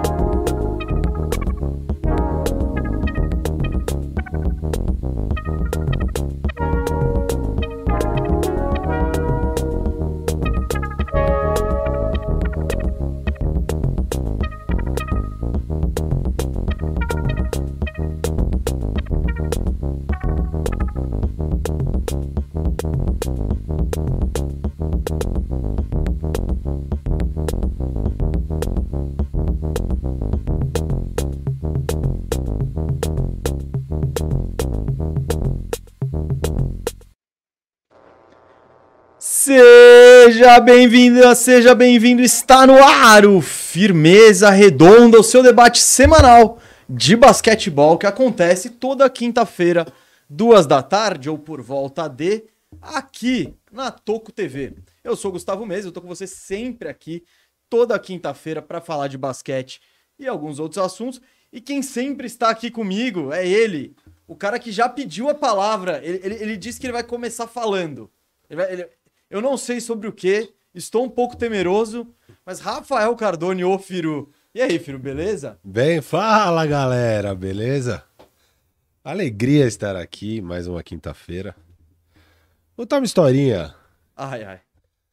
Seja bem-vindo, está no ar o Firmeza Redonda, o seu debate semanal de basquetebol que acontece toda quinta-feira, 14h, ou por volta de, aqui na Toco TV. Eu sou o Gustavo Meza, eu tô com você sempre aqui, toda quinta-feira, para falar de basquete e alguns outros assuntos. E quem sempre está aqui comigo é ele, o cara que já pediu a palavra, ele disse que ele vai começar falando. Eu não sei sobre o que, estou um pouco temeroso, mas Rafael Cardone, ô Firu. E aí, Firu, beleza? Bem, fala galera, beleza? Alegria estar aqui, mais uma quinta-feira. Vou contar uma historinha. Ai.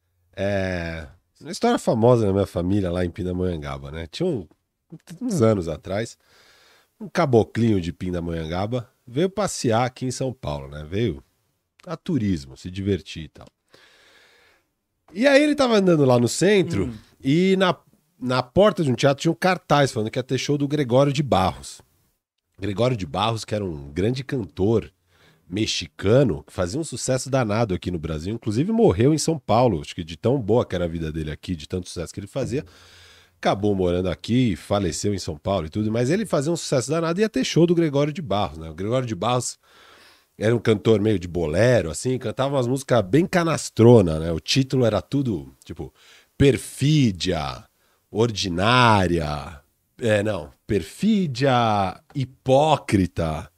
Uma história famosa na minha família lá em Pindamonhangaba, né? Tinha uns anos atrás, um caboclinho de Pindamonhangaba veio passear aqui em São Paulo, né? Veio a turismo, se divertir e tal. E aí ele tava andando lá no centro e na porta de um teatro tinha um cartaz falando que ia ter show do Gregório de Barros. Gregório de Barros, que era um grande cantor mexicano, que fazia um sucesso danado aqui no Brasil, inclusive morreu em São Paulo, acho que de tão boa que era a vida dele aqui, de tanto sucesso que ele fazia, acabou morando aqui, faleceu em São Paulo e tudo, mas ele fazia um sucesso danado e ia ter show do Gregório de Barros, né? O Gregório de Barros era um cantor meio de bolero, assim, cantava umas músicas bem canastrona, né? O título era tudo, tipo, perfídia, ordinária, perfídia, hipócrita,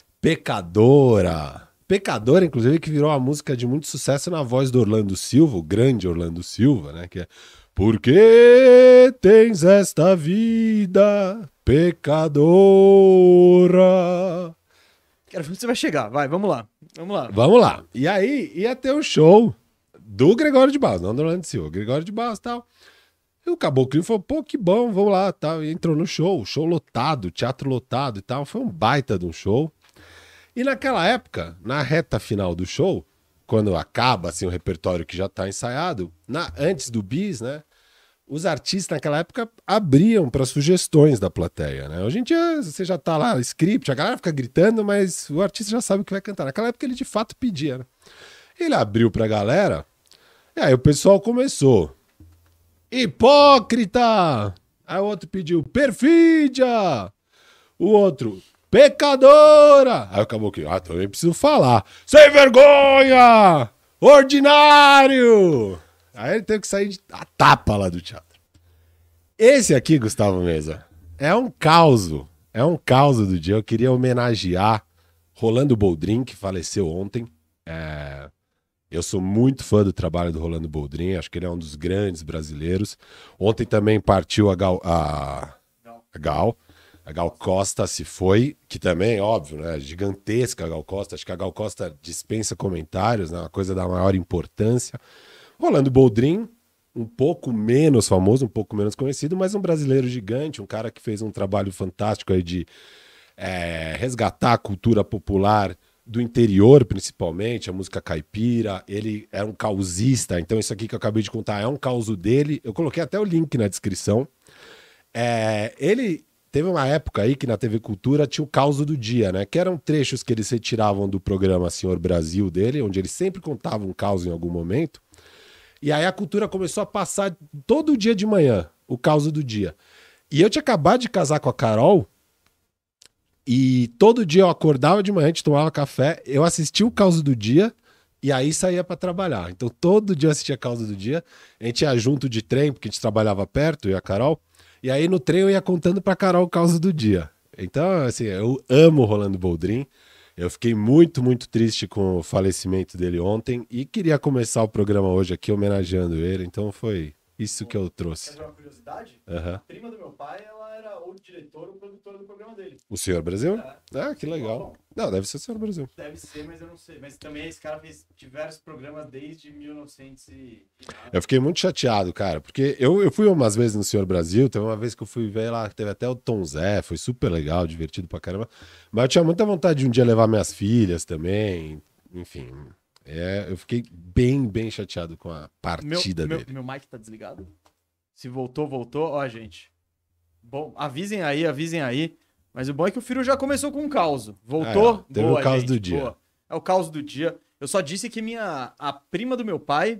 pecadora. Pecadora, inclusive, que virou uma música de muito sucesso na voz do Orlando Silva, o grande Orlando Silva, né? Que é Por que tens esta vida pecadora? Quero ver onde você vai chegar. Vai, vamos lá. Vamos lá. E aí ia ter o show do Gregório de Barros, não do Orlando Silva, Gregório de Barros e tal. E o caboclinho falou, pô, que bom, vamos lá, tal. E entrou no show, o show lotado, teatro lotado e tal. Foi um baita de um show. E naquela época, na reta final do show, quando acaba assim o repertório que já tá ensaiado, antes do bis, né? Os artistas naquela época abriam para sugestões da plateia, né? Hoje em dia você já tá lá, script, a galera fica gritando, mas o artista já sabe o que vai cantar. Naquela época ele de fato pedia, né? Ele abriu pra galera, e aí o pessoal começou. Hipócrita! Aí o outro pediu perfídia! O outro, pecadora! Aí o caboclo, também preciso falar. Sem vergonha! Ordinário! Aí ele teve que sair a tapa lá do teatro. Esse aqui, Gustavo Meza, é um caos do dia. Eu queria homenagear Rolando Boldrin, que faleceu ontem. Eu sou muito fã do trabalho do Rolando Boldrin, acho que ele é um dos grandes brasileiros. Ontem também partiu a Gal Costa se foi, que também, óbvio, né, gigantesca a Gal Costa. Acho que a Gal Costa dispensa comentários, né, uma coisa da maior importância. Rolando Boldrin, um pouco menos famoso, um pouco menos conhecido, mas um brasileiro gigante, um cara que fez um trabalho fantástico aí de resgatar a cultura popular do interior, principalmente, a música caipira. Ele era um causista, então isso aqui que eu acabei de contar é um causo dele. Eu coloquei até o link na descrição. Ele teve uma época aí que na TV Cultura tinha o Causo do Dia, né? Que eram trechos que eles retiravam do programa Senhor Brasil dele, onde ele sempre contava um caos em algum momento. E aí a Cultura começou a passar todo dia de manhã o Causo do Dia. E eu tinha acabado de casar com a Carol e todo dia eu acordava de manhã, a gente tomava café, eu assistia o Causo do Dia e aí saía para trabalhar. Então todo dia eu assistia Causo do Dia, a gente ia junto de trem, porque a gente trabalhava perto, eu e a Carol, e aí no trem eu ia contando pra Carol o Causo do Dia. Então, assim, eu amo o Rolando Boldrin. Eu fiquei muito, muito triste com o falecimento dele ontem e queria começar o programa hoje aqui homenageando ele, então foi Isso que eu Quer trouxe. ver uma curiosidade? Aham. A prima do meu pai, ela era ou diretora ou produtora do programa dele. O Senhor Brasil? É. Ah, que legal. Não, deve ser o Senhor Brasil. Deve ser, mas eu não sei. Mas também esse cara fez diversos programas desde 1900 e... Eu fiquei muito chateado, cara, porque eu fui umas vezes no Senhor Brasil, teve uma vez que eu fui ver lá, teve até o Tom Zé, foi super legal, divertido pra caramba, mas eu tinha muita vontade de um dia levar minhas filhas também, enfim, eu fiquei bem chateado com a partida dele. Meu mic tá desligado? Se voltou, voltou. Ó, gente. Bom, avisem aí. Mas o bom é que o Firu já começou com um caos. Voltou? Teve Boa, o caos gente, do dia. boa. É o caos do dia. Eu só disse que a prima do meu pai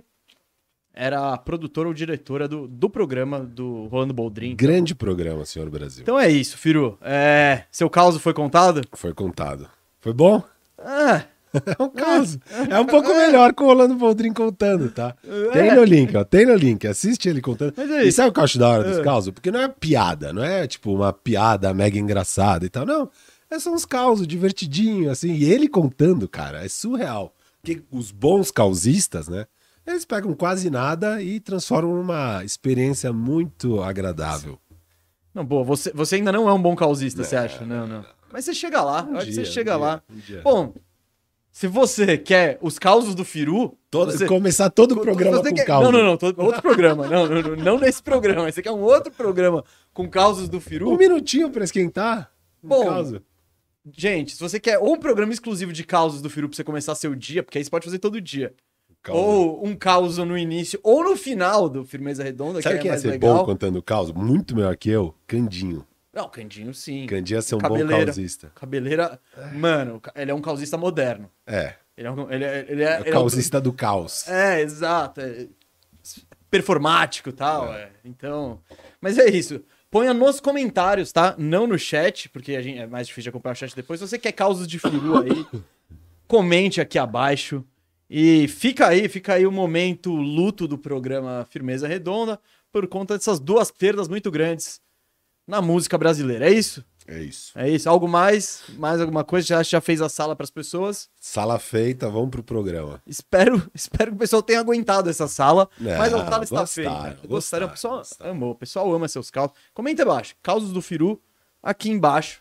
era a produtora ou diretora do programa do Rolando Boldrin. Grande programa, Senhor Brasil. Então é isso, Firu. Seu caos foi contado? Foi contado. Foi bom? Ah, É um caso. É um pouco melhor que o Rolando Boldrin contando, tá? Tem no link, ó. Tem no link. Assiste ele contando. Mas é E isso. sabe o que eu acho da hora dos causos? Porque não é piada, não é tipo uma piada mega engraçada e tal. Não. São uns causos divertidinhos, assim. E ele contando, cara, é surreal. Porque os bons causistas, né? Eles pegam quase nada e transformam numa experiência muito agradável. Não, boa. Você ainda não é um bom causista, você acha? Não. Mas você chega lá. Eu acho que você chega lá. Um dia. Bom, se você quer os causos do Firu... Começar todo o programa com causa. Não. Outro programa. Não nesse programa. Você quer um outro programa com causos do Firu? Um minutinho pra esquentar. Bom, Causa. gente, se você quer ou um programa exclusivo de causos do Firu pra você começar seu dia, porque aí você pode fazer todo dia. Causa. Ou um caos no início, ou no final do Firmeza Redonda, Sabe que quem é ia mais ser legal. bom contando caos? Muito melhor que eu? Candinho. Não, Candinho sim. Candinho ia ser um bom Cabeleira. causista. Cabeleira... Mano, ele é um causista moderno. É. Ele é O causista do caos. exato. Performático e tal. Então. Mas é isso. Ponha nos comentários, tá? Não no chat, porque é mais difícil de acompanhar o chat depois. Se você quer causos de Firu aí, comente aqui abaixo. E fica aí o momento luto do programa Firmeza Redonda por conta dessas duas perdas muito grandes na música brasileira. É isso? É isso. É isso. Algo mais? Mais alguma coisa? Já fez a sala para as pessoas? Sala feita, vamos pro programa. Espero que o pessoal tenha aguentado essa sala. Não, Mas a sala está gostaram, feita. Gostaram. O pessoal gostaram. amou. O pessoal ama seus causos. Comenta embaixo. Causos do Firu, aqui embaixo.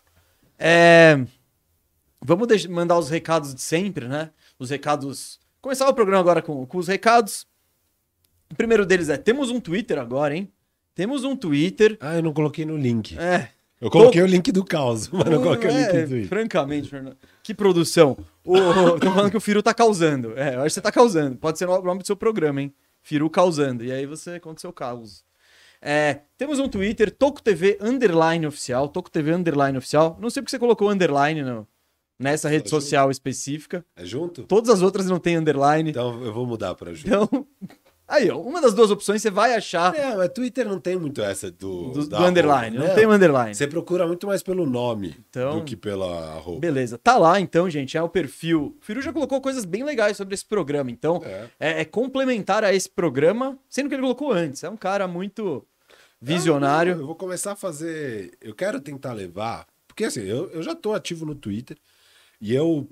Vamos mandar os recados de sempre, né? Os recados. Começar o programa agora com os recados. O primeiro deles temos um Twitter agora, hein? Temos um Twitter. Ah, eu não coloquei no link. Eu Eu coloquei o link do caos, mas não coloquei o link do Twitter. Francamente, Fernando. Que produção. Tô falando que o Firu tá causando. Eu acho que você tá causando. Pode ser o nome do seu programa, hein? Firu causando. E aí você conta o seu caos. Temos um Twitter, TocoTV _oficial. TocoTV _oficial. Não sei porque você colocou underline nessa rede social específica. É junto? Todas as outras não tem underline. Então eu vou mudar pra junto. Então, aí, ó, uma das duas opções você vai achar Mas Twitter não tem muito essa do do underline. arroba, Não tem um underline. Você procura muito mais pelo nome Então- do que pela arroba. Beleza, tá lá então, gente, é o perfil. O Firu já colocou coisas bem legais sobre esse programa, então é complementar a esse programa, sendo que ele colocou antes. É um cara muito visionário. Eu vou começar a fazer. Eu quero tentar levar. Porque assim, eu já tô ativo no Twitter e eu.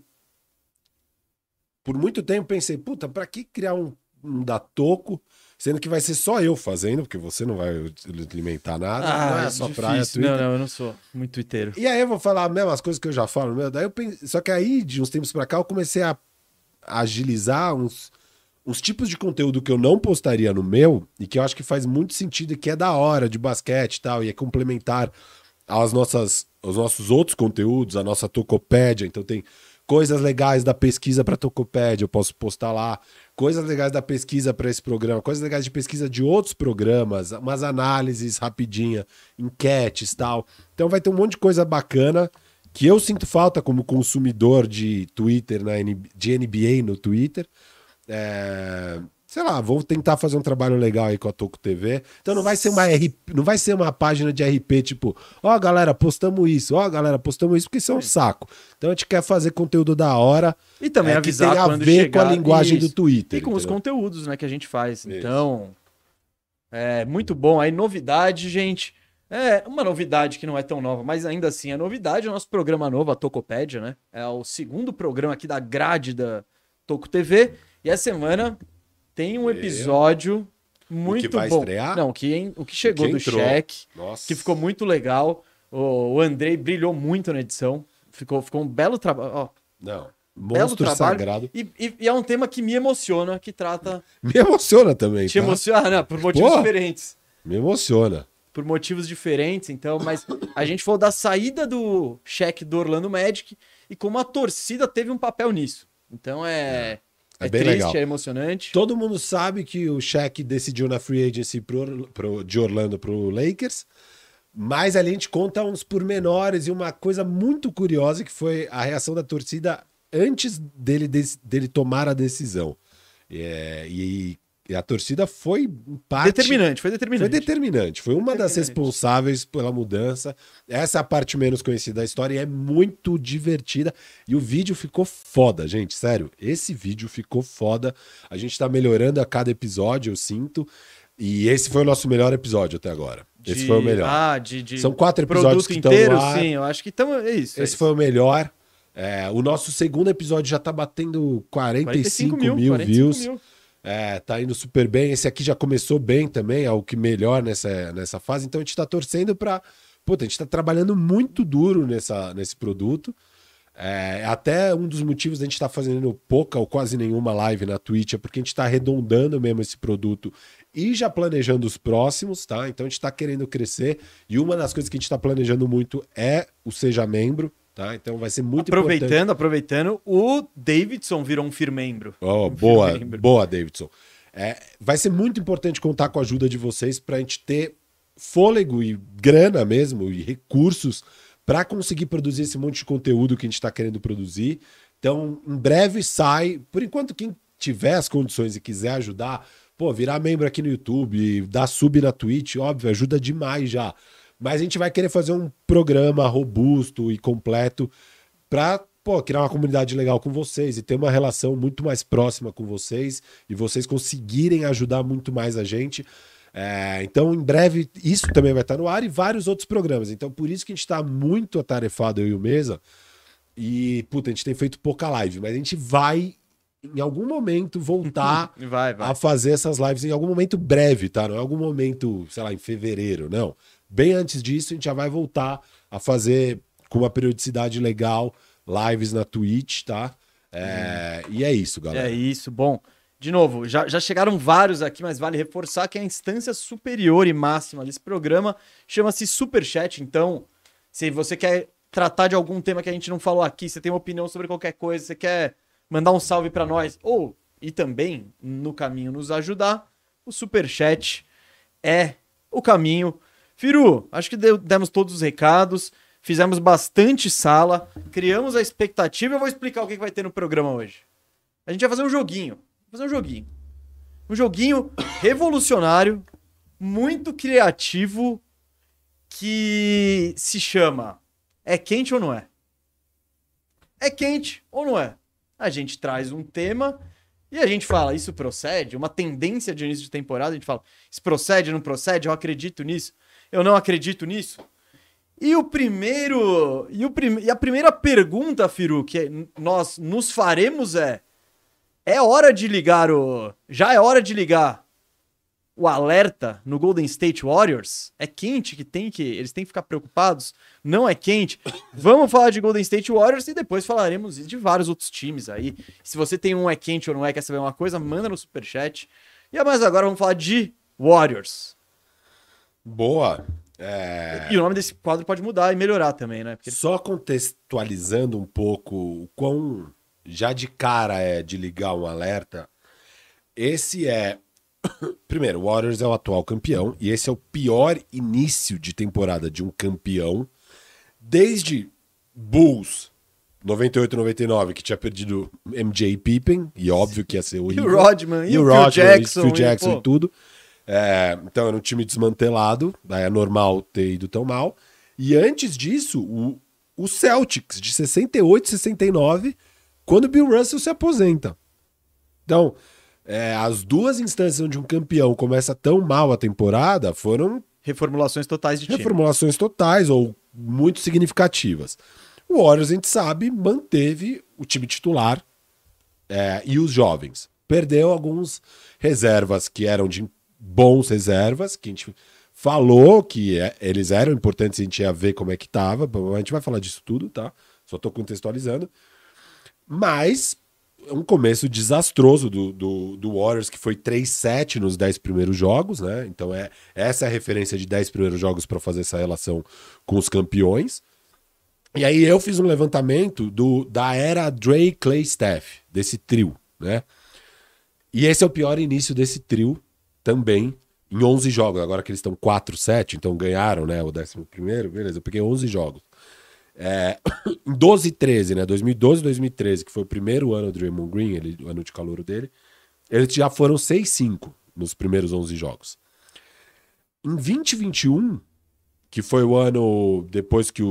Por muito tempo pensei, puta, pra que criar um da Toco, sendo que vai ser só eu fazendo, porque você não vai alimentar nada, não é só praia, Twitter. Não, eu não sou muito twitteiro. E aí eu vou falar as mesmas coisas que eu já falo, meu. Daí eu pensei, só que aí, de uns tempos pra cá, eu comecei a agilizar uns tipos de conteúdo que eu não postaria no meu e que eu acho que faz muito sentido e que é da hora de basquete e tal, e é complementar aos nossos outros conteúdos, a nossa Tocopédia. Então tem coisas legais da pesquisa para Tocopédia, eu posso postar lá. Coisas legais da pesquisa para esse programa, coisas legais de pesquisa de outros programas, umas análises rapidinha, enquetes e tal. Então vai ter um monte de coisa bacana que eu sinto falta como consumidor de Twitter, de NBA no Twitter. Sei lá, vou tentar fazer um trabalho legal aí com a Toco TV. Então não vai ser uma página de RP tipo, ó, galera, postamos isso, porque isso é um saco. Então a gente quer fazer conteúdo da hora E também que avisar tem a quando ver chegar, com a linguagem isso. do Twitter. E com os entendeu? conteúdos, né, que a gente faz. Isso. Então, muito bom. Aí, novidade, gente. Uma novidade que não é tão nova, mas ainda assim é novidade. O nosso programa novo, a Tocopédia, né? É o segundo programa aqui da grade da Toco TV. E essa semana tem um episódio Muito o que vai bom. estrear? Não, o que chegou do Shaq, Nossa. que ficou muito legal. O Andrei brilhou muito na edição. Ficou um belo trabalho. Ó, Não, belo monstro trabalho. sagrado. E é um tema que me emociona, que trata... Me emociona também, Te tá? emociona, não, por motivos Pô. diferentes. Me emociona. Por motivos diferentes, então, mas a gente falou da saída do Shaq do Orlando Magic e como a torcida teve um papel nisso. Então é É bem triste, legal. é emocionante. Todo mundo sabe que o Shaq decidiu na free agency de Orlando pro Lakers, mas ali a gente conta uns pormenores e uma coisa muito curiosa que foi a reação da torcida antes dele tomar a decisão. E a torcida foi parte... Foi determinante. Foi uma das responsáveis pela mudança. Essa é a parte menos conhecida da história e é muito divertida. E o vídeo ficou foda, gente. Sério, esse vídeo ficou foda. A gente tá melhorando a cada episódio, eu sinto. E esse foi o nosso melhor episódio até agora. Esse foi o melhor. São 4 episódios que estão no ar. Sim, eu acho que estão... É isso. Esse foi o melhor. O nosso segundo episódio já tá batendo 45 mil views. Tá indo super bem. Esse aqui já começou bem também, é o que melhor nessa fase. Então a gente tá torcendo pra... Puta, a gente tá trabalhando muito duro nesse produto. Até um dos motivos da gente tá fazendo pouca ou quase nenhuma live na Twitch é porque a gente tá arredondando mesmo esse produto e já planejando os próximos, tá? Então a gente tá querendo crescer e uma das coisas que a gente tá planejando muito é o Seja Membro. Tá? Então vai ser muito importante. Aproveitando, o Davidson virou um firmembro. Boa, Davidson. Vai ser muito importante contar com a ajuda de vocês para a gente ter fôlego e grana mesmo e recursos para conseguir produzir esse monte de conteúdo que a gente está querendo produzir. Então, em breve sai. Por enquanto, quem tiver as condições e quiser ajudar, virar membro aqui no YouTube, dar sub na Twitch, óbvio, ajuda demais já. Mas a gente vai querer fazer um programa robusto e completo para criar uma comunidade legal com vocês e ter uma relação muito mais próxima com vocês e vocês conseguirem ajudar muito mais a gente. Então, em breve, isso também vai estar no ar e vários outros programas. Então, por isso que a gente está muito atarefado, eu e o Mesa. E, a gente tem feito pouca live, mas a gente vai, em algum momento, voltar a fazer essas lives em algum momento breve, tá? Não é algum momento, sei lá, em fevereiro, não. Bem antes disso, a gente já vai voltar a fazer com uma periodicidade legal lives na Twitch, tá? E é isso, galera. É isso. Bom, de novo, já chegaram vários aqui, mas vale reforçar que a instância superior e máxima desse programa chama-se Superchat. Então, se você quer tratar de algum tema que a gente não falou aqui, você tem uma opinião sobre qualquer coisa, você quer mandar um salve para nós, e também, no caminho, nos ajudar, o Superchat é o caminho. Firu, acho que demos todos os recados, fizemos bastante sala, criamos a expectativa. Eu vou explicar o que vai ter no programa hoje. A gente vai fazer um joguinho. Um joguinho revolucionário, muito criativo, que se chama É Quente ou Não É? É quente ou não é? A gente traz um tema e a gente fala, isso procede? Uma tendência de início de temporada, a gente fala, isso procede, não procede? Eu acredito nisso? Eu não acredito nisso? E a primeira pergunta, Firu, que nós nos faremos já é hora de ligar o alerta no Golden State Warriors? É quente eles têm que ficar preocupados? Não é quente? Vamos falar de Golden State Warriors e depois falaremos de vários outros times aí. Se você tem um é quente ou não é, quer saber uma coisa, manda no Superchat. Mas agora vamos falar de Warriors. Boa. E o nome desse quadro pode mudar e melhorar também, né? Só contextualizando um pouco o quão já de cara é de ligar um alerta, esse é... Primeiro, o Warriors é o atual campeão e esse é o pior início de temporada de um campeão desde Bulls 98-99, que tinha perdido MJ e Pippen, e óbvio que ia ser horrível. E o Rodman, e o Phil Jackson e tudo. Então era um time desmantelado, daí é normal ter ido tão mal. E antes disso, o Celtics, de 68-69, quando o Bill Russell se aposenta. Então, as duas instâncias onde um campeão começa tão mal a temporada foram... reformulações totais de time. Reformulações totais ou muito significativas. O Warriors, a gente sabe, manteve o time titular e os jovens. Perdeu alguns reservas que eram de bons reservas, que a gente falou que eles eram importantes, a gente ia ver como é que tava. A gente vai falar disso tudo, tá? Só tô contextualizando. Mas um começo desastroso do Warriors, que foi 3-7 nos 10 primeiros jogos, né? Então essa é a referência de 10 primeiros jogos para fazer essa relação com os campeões. E aí eu fiz um levantamento da era Dre, Clay, Steph, desse trio, né? E esse é o pior início desse trio também, em 11 jogos. Agora que eles estão 4-7, então ganharam, né, o 11º, beleza, eu peguei 11 jogos. Em 12 e 13, né, 2012 e 2013, que foi o primeiro ano do Draymond Green, o ano de calouro dele, eles já foram 6-5 nos primeiros 11 jogos. Em 2021, que foi o ano depois que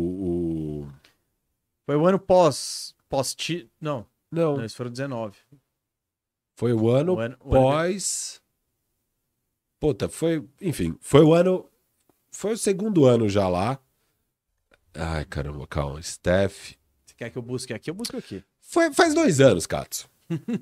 Foi o ano pós... Não, Não, eles foram 19. foi o ano pós... Puta, foi... Enfim, foi o ano... Foi o segundo ano já lá. Ai, caramba, calma. Steph... Você quer que eu busque aqui? Eu busco aqui. Faz 2 anos, Katsu.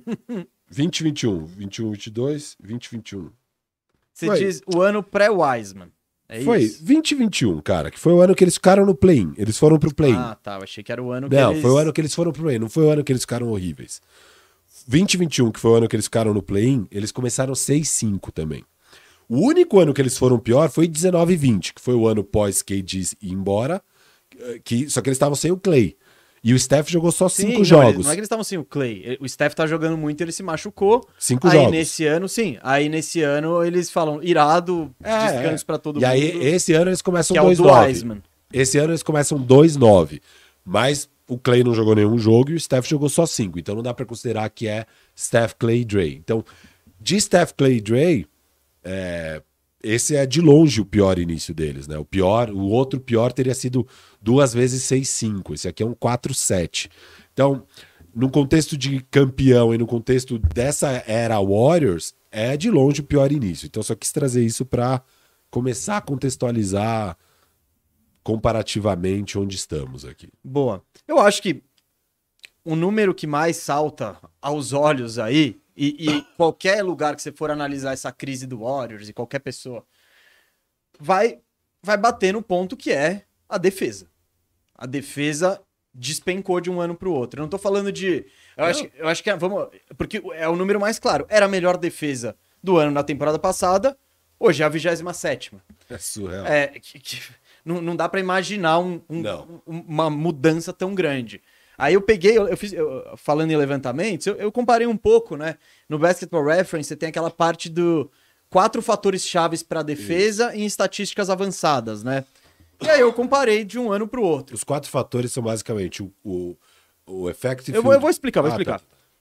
2021, 21, 22, 2021. Você diz o ano pré-Wiseman. É foi isso? 2021, cara, que foi o ano que eles ficaram no play-in. Eles foram pro play-in. Ah, tá. Eu achei que era o ano que Não, eles... foi o ano que eles foram pro play-in. Não foi o ano que eles ficaram horríveis. 2021, que foi o ano que eles ficaram no play-in, eles começaram 6-5 também. O único ano que eles foram pior foi 19 e 20, que foi o ano pós KD ir embora, só que eles estavam sem o Clay. E o Steph jogou só 5 jogos. Não é que eles estavam sem o Clay. O Steph tá jogando muito, ele se machucou. 5 aí jogos. Nesse ano, sim. Aí nesse ano eles falam irado, descanso pra todo mundo. E aí esse ano eles começam que 2-9. Esse ano eles começam 2-9. Mas o Clay não jogou nenhum jogo e o Steph jogou só 5. Então não dá pra considerar que é Steph, Clay e Dre. Então, de Steph, Clay e Dre, esse é de longe o pior início deles, né? O outro pior teria sido 2 vezes 6-5. Esse aqui é um 4-7. Então, no contexto de campeão e no contexto dessa era Warriors, é de longe o pior início. Então, só quis trazer isso para começar a contextualizar comparativamente onde estamos aqui. Boa. Eu acho que o número que mais salta aos olhos aí, e qualquer lugar que você for analisar essa crise do Warriors e qualquer pessoa, vai bater no ponto que é a defesa. A defesa despencou de um ano pro outro. Eu não tô falando de... Eu acho que porque é o número mais claro. Era a melhor defesa do ano na temporada passada, hoje é a 27ª. É surreal. Não dá pra imaginar uma mudança tão grande. Aí eu peguei, falando em levantamentos, eu comparei um pouco, né? No Basketball Reference, você tem aquela parte do 4 fatores chaves para defesa em estatísticas avançadas, né? E aí eu comparei de um ano para o outro. Os 4 fatores são basicamente o effective... Eu vou explicar. Tá.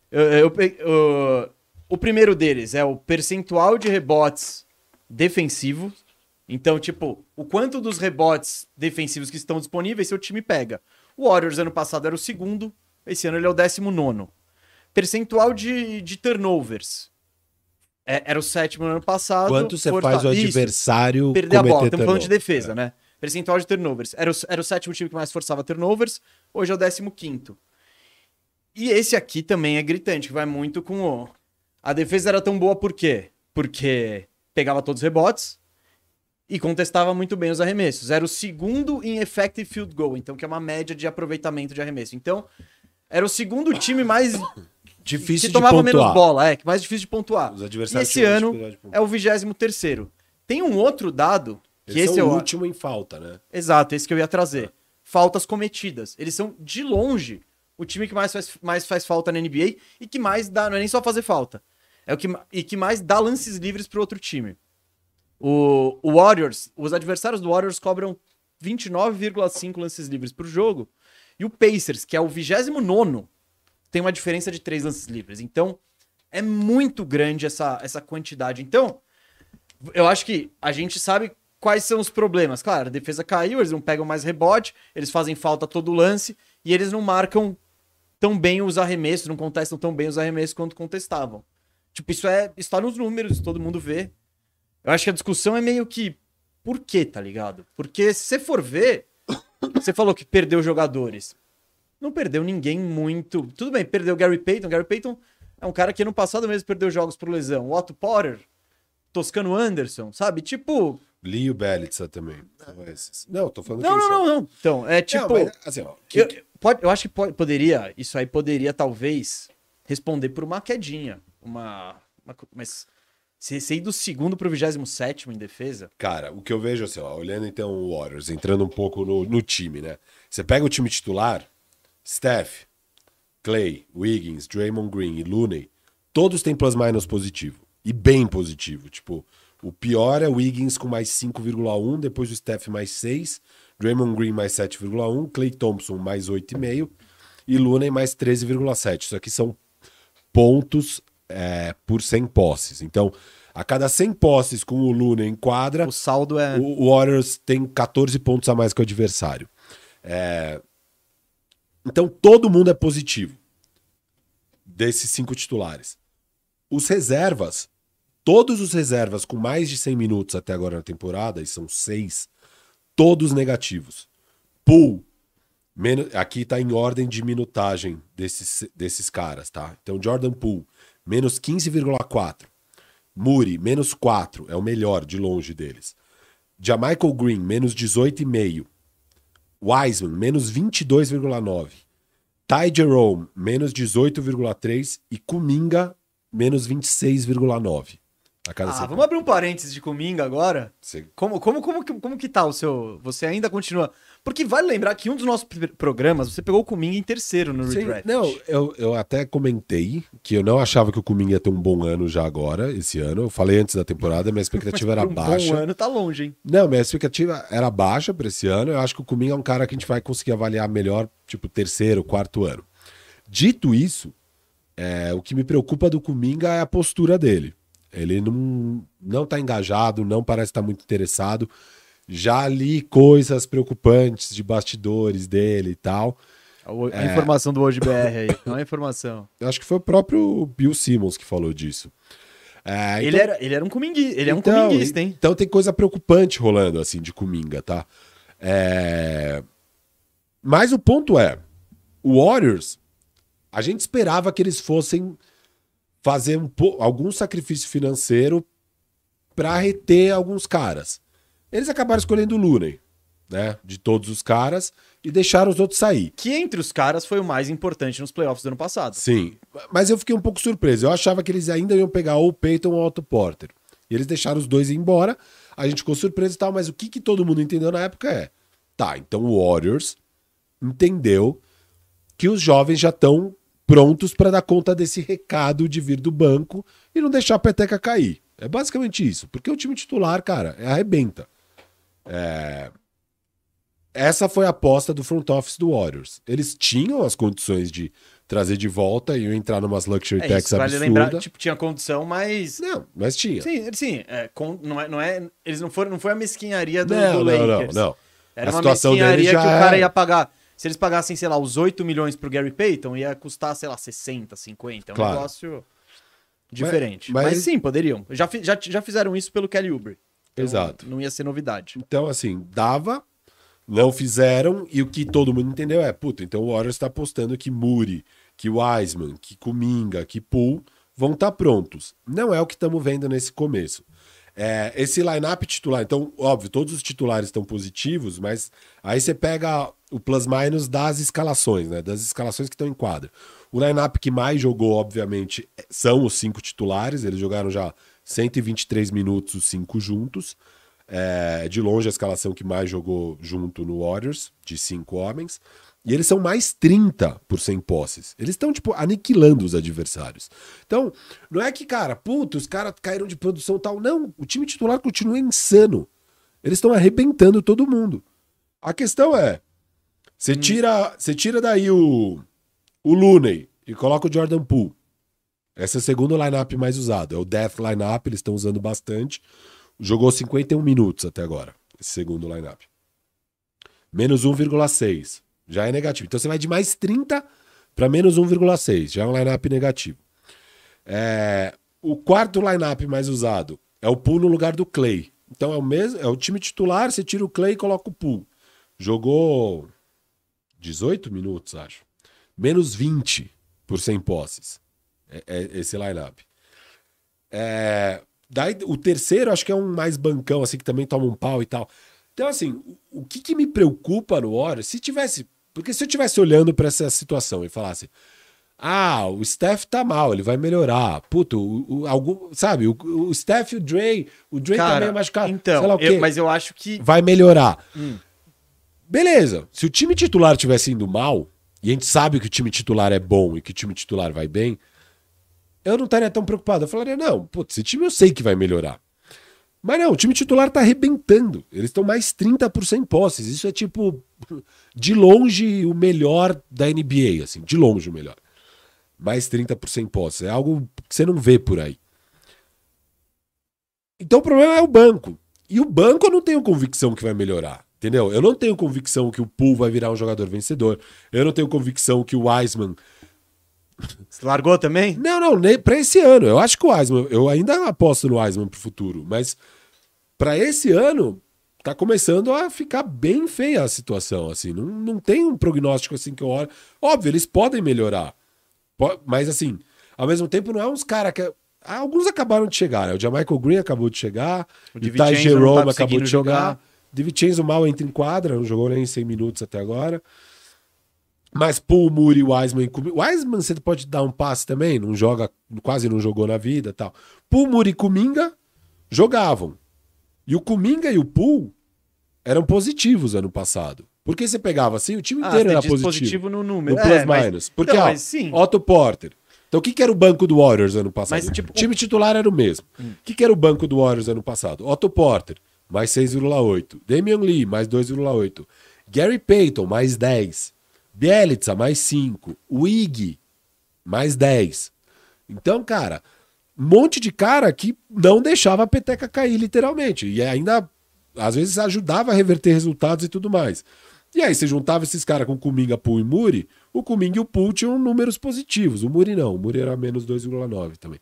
O primeiro deles é o percentual de rebotes defensivos. Então, tipo, o quanto dos rebotes defensivos que estão disponíveis seu time pega. O Warriors ano passado era o segundo, esse ano ele é o 19º. Percentual de turnovers. Era o 7º no ano passado. Quanto você faz o adversário perder a bola, estamos turnover. falando de defesa, né? Percentual de turnovers. Era o 7º time que mais forçava turnovers, hoje é o 15º. E esse aqui também é gritante, que vai muito com a defesa era tão boa por quê? Porque pegava todos os rebotes e contestava muito bem os arremessos. Era o segundo em effective field goal, então que é uma média de aproveitamento de arremesso. Então, era o segundo time mais difícil que tomava de pontuar. menos bola, mais difícil de pontuar. Os adversários e esse ano é o 23º. Tem um outro dado que esse é o último em falta, né? Exato, esse que eu ia trazer. Faltas cometidas. Eles são de longe o time que mais faz falta na NBA e que mais dá, não é nem só fazer falta. E que mais dá lances livres pro outro time. O Warriors, os adversários do Warriors cobram 29,5 lances livres por jogo. E o Pacers, que é o 29º, tem uma diferença de 3 lances livres. Então, é muito grande essa quantidade. Então, eu acho que a gente sabe quais são os problemas. Claro, a defesa caiu, eles não pegam mais rebote, eles fazem falta todo lance e eles não marcam tão bem os arremessos, não contestam tão bem os arremessos quanto contestavam. Tipo, isso está nos números, todo mundo vê. Eu acho que a discussão é meio que por quê, tá ligado? Porque se você for ver, você falou que perdeu jogadores. Não perdeu ninguém muito. Tudo bem, perdeu o Gary Payton. Gary Payton é um cara que ano passado mesmo perdeu jogos por lesão. O Otto Porter Toscano Anderson, sabe? Tipo... Li o Bjelica também. São esses. Não, tô falando Não. Então, é tipo... Não, mas, assim, ó, eu acho que poderia, isso aí poderia talvez responder por uma quedinha. Mas se ir do segundo pro 27º em defesa... Cara, o que eu vejo assim, ó, olhando então o Warriors, entrando um pouco no time, né? Você pega o time titular, Steph, Clay, Wiggins, Draymond Green e Looney, todos têm plus-minus positivo. E bem positivo. Tipo, o pior é o Wiggins com mais 5,1, depois o Steph mais 6, Draymond Green mais 7,1, Clay Thompson mais 8,5 e Looney mais 13,7. Isso aqui são pontos por 100 posses. Então, a cada 100 posses com o Looney em quadra, o saldo é... o Warriors tem 14 pontos a mais que o adversário. Então, todo mundo é positivo desses 5 titulares. Os reservas, todos os reservas com mais de 100 minutos até agora na temporada, e são 6, todos negativos. Poole, aqui tá em ordem de minutagem desses caras, tá? Então, Jordan Poole, menos 15,4. Muri, menos 4, é o melhor de longe deles. Jamichael Green, menos 18,5. Wiseman, menos 22,9. Ty Jerome, menos 18,3. E Kuminga, menos 26,9. Vamos abrir um parênteses de Kuminga agora? Sim. Como que tá o seu... Você ainda continua... Porque vale lembrar que um dos nossos programas, você pegou o Kuminga em terceiro no redraft. Não, eu até comentei que eu não achava que o Kuminga ia ter um bom ano já agora, esse ano. Eu falei antes da temporada, minha expectativa era baixa. Um bom ano tá longe, hein? Não, minha expectativa era baixa para esse ano. Eu acho que o Kuminga é um cara que a gente vai conseguir avaliar melhor, tipo, terceiro, quarto ano. Dito isso, o que me preocupa do Kuminga é a postura dele. Ele não tá engajado, não parece estar muito interessado. Já li coisas preocupantes de bastidores dele e tal. A informação do Hoje BR aí, não é informação. Eu acho que foi o próprio Bill Simmons que falou disso. Ele era um Kuminguista, ele é um Kuminguista, hein? Então tem coisa preocupante rolando, assim, de Kuminga, tá? Mas o ponto é, o Warriors, a gente esperava que eles fossem fazer algum sacrifício financeiro para reter alguns caras. Eles acabaram escolhendo o Looney, né? De todos os caras, e deixaram os outros sair. Que entre os caras foi o mais importante nos playoffs do ano passado. Sim, mas eu fiquei um pouco surpreso. Eu achava que eles ainda iam pegar ou o Peyton ou o Otto Porter. E eles deixaram os dois ir embora. A gente ficou surpreso e tal, mas o que todo mundo entendeu na época é... Tá, então o Warriors entendeu que os jovens já estão prontos para dar conta desse recado de vir do banco e não deixar a peteca cair. É basicamente isso. Porque o time titular, cara, arrebenta. Essa foi a aposta do front office do Warriors. Eles tinham as condições de trazer de volta e entrar numas luxury tax absurdas. Vale lembrar, tipo, tinha condição, mas... Não, mas tinha. Sim, não foi a mesquinharia do Lakers. Não. Era uma mesquinharia que o cara ia pagar... Se eles pagassem, sei lá, os 8 milhões pro Gary Payton, ia custar, sei lá, 60, 50. É um negócio diferente. Mas sim, poderiam. Já fizeram isso pelo Kelly Oubre. Então, exato. Não ia ser novidade. Então, assim, dava, não fizeram, e o que todo mundo entendeu é, então o Warriors está apostando que Muri, que Wiseman, que Kuminga, que Poole vão estar prontos. Não é o que estamos vendo nesse começo. Esse line-up titular, então, óbvio, todos os titulares estão positivos, mas aí você pega o plus-minus das escalações, né? Das escalações que estão em quadra. O line-up que mais jogou, obviamente, são os 5 titulares, eles jogaram já 123 minutos os 5 juntos. De longe a escalação que mais jogou junto no Warriors, de 5 homens. E eles são mais 30 por 100 posses. Eles estão, tipo, aniquilando os adversários. Então, não é que, cara, os caras caíram de produção e tal. Não, o time titular continua insano. Eles estão arrebentando todo mundo. A questão é, você tira daí o Looney e coloca o Jordan Poole. Esse é o segundo line-up mais usado. É o Death line-up, eles estão usando bastante. Jogou 51 minutos até agora, esse segundo line-up. Menos 1,6. Já é negativo. Então você vai de mais 30 para menos 1,6. Já é um line-up negativo. O quarto line-up mais usado é o Poole no lugar do Clay. Então é o time titular, você tira o Clay e coloca o Poole. Jogou 18 minutos, acho. Menos 20 por 100 posses. Esse line-up. Daí, o terceiro, acho que é um mais bancão, assim, que também toma um pau e tal. Então, assim, o que me preocupa no Warriors, se tivesse... Porque se eu estivesse olhando para essa situação e falasse, o Steph tá mal, ele vai melhorar. Puto, sabe, o Steph e o Dre Cara, também é machucado, então, sei lá o quê. mas eu acho que... Vai melhorar. Beleza, se o time titular tivesse indo mal, e a gente sabe que o time titular é bom e que o time titular vai bem, eu não estaria tão preocupado. Eu falaria, não, putz, esse time eu sei que vai melhorar. Mas não, o time titular tá arrebentando. Eles estão mais 30% em posses. Isso é tipo, de longe o melhor da NBA, assim, de longe o melhor. Mais 30% em posses. É algo que você não vê por aí. Então o problema é o banco. E o banco eu não tenho convicção que vai melhorar. Entendeu? Eu não tenho convicção que o Poole vai virar um jogador vencedor. Eu não tenho convicção que o Wiseman... Você largou também? Não, pra esse ano. Eu acho que o Wiseman... Eu ainda aposto no Wiseman pro futuro. Mas pra esse ano, tá começando a ficar bem feia a situação. Assim. Não tem um prognóstico assim que eu olho. Óbvio, eles podem melhorar. Mas assim, ao mesmo tempo não é uns caras que... Alguns acabaram de chegar. Né? O Jamichael Green acabou de chegar. O Ty Jerome acabou de chegar. DiVincenzo mal entra em quadra, não jogou nem 100 minutos até agora. Mas Poole, Moody, Wiseman... Wiseman você pode dar um passe também, não joga, quase não jogou na vida e tal. Poole, Moody e Kuminga jogavam. E o Kuminga e o Poole eram positivos ano passado. Porque você pegava assim, o time inteiro era positivo no número. No plus-minus. Porque, então, Otto Porter. Então, o que era o banco do Warriors ano passado? Mas, tipo, o time titular era o mesmo. O que era o banco do Warriors ano passado? Otto Porter, mais 6,8. Damian Lee, mais 2,8. Gary Payton, mais 10. Bjelica, mais 5. Wiggy, mais 10. Então, cara, um monte de cara que não deixava a peteca cair, literalmente. E ainda, às vezes, ajudava a reverter resultados e tudo mais. E aí, você juntava esses caras com Kuminga, Poole e Moody, o Kuminga e o Poole tinham números positivos. O Moody não, o Moody era menos 2,9 também.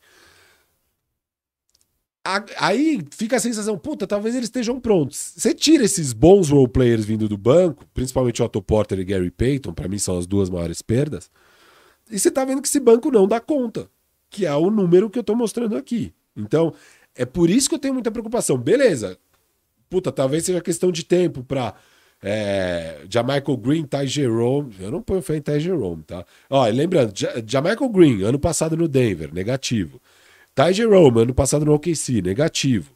Aí fica a sensação, puta, talvez eles estejam prontos. Você tira esses bons role players vindo do banco, principalmente Otto Porter e Gary Payton, pra mim são as duas maiores perdas, e você tá vendo que esse banco não dá conta, que é o número que eu tô mostrando aqui. Então, é por isso que eu tenho muita preocupação. Beleza, puta, talvez seja questão de tempo pra Jamichael Green, Ty Jerome, eu não ponho fé em Ty Jerome, tá? Ó, lembrando, Jamichael Green, ano passado no Denver, negativo. Ty Jerome, ano passado no OKC, negativo.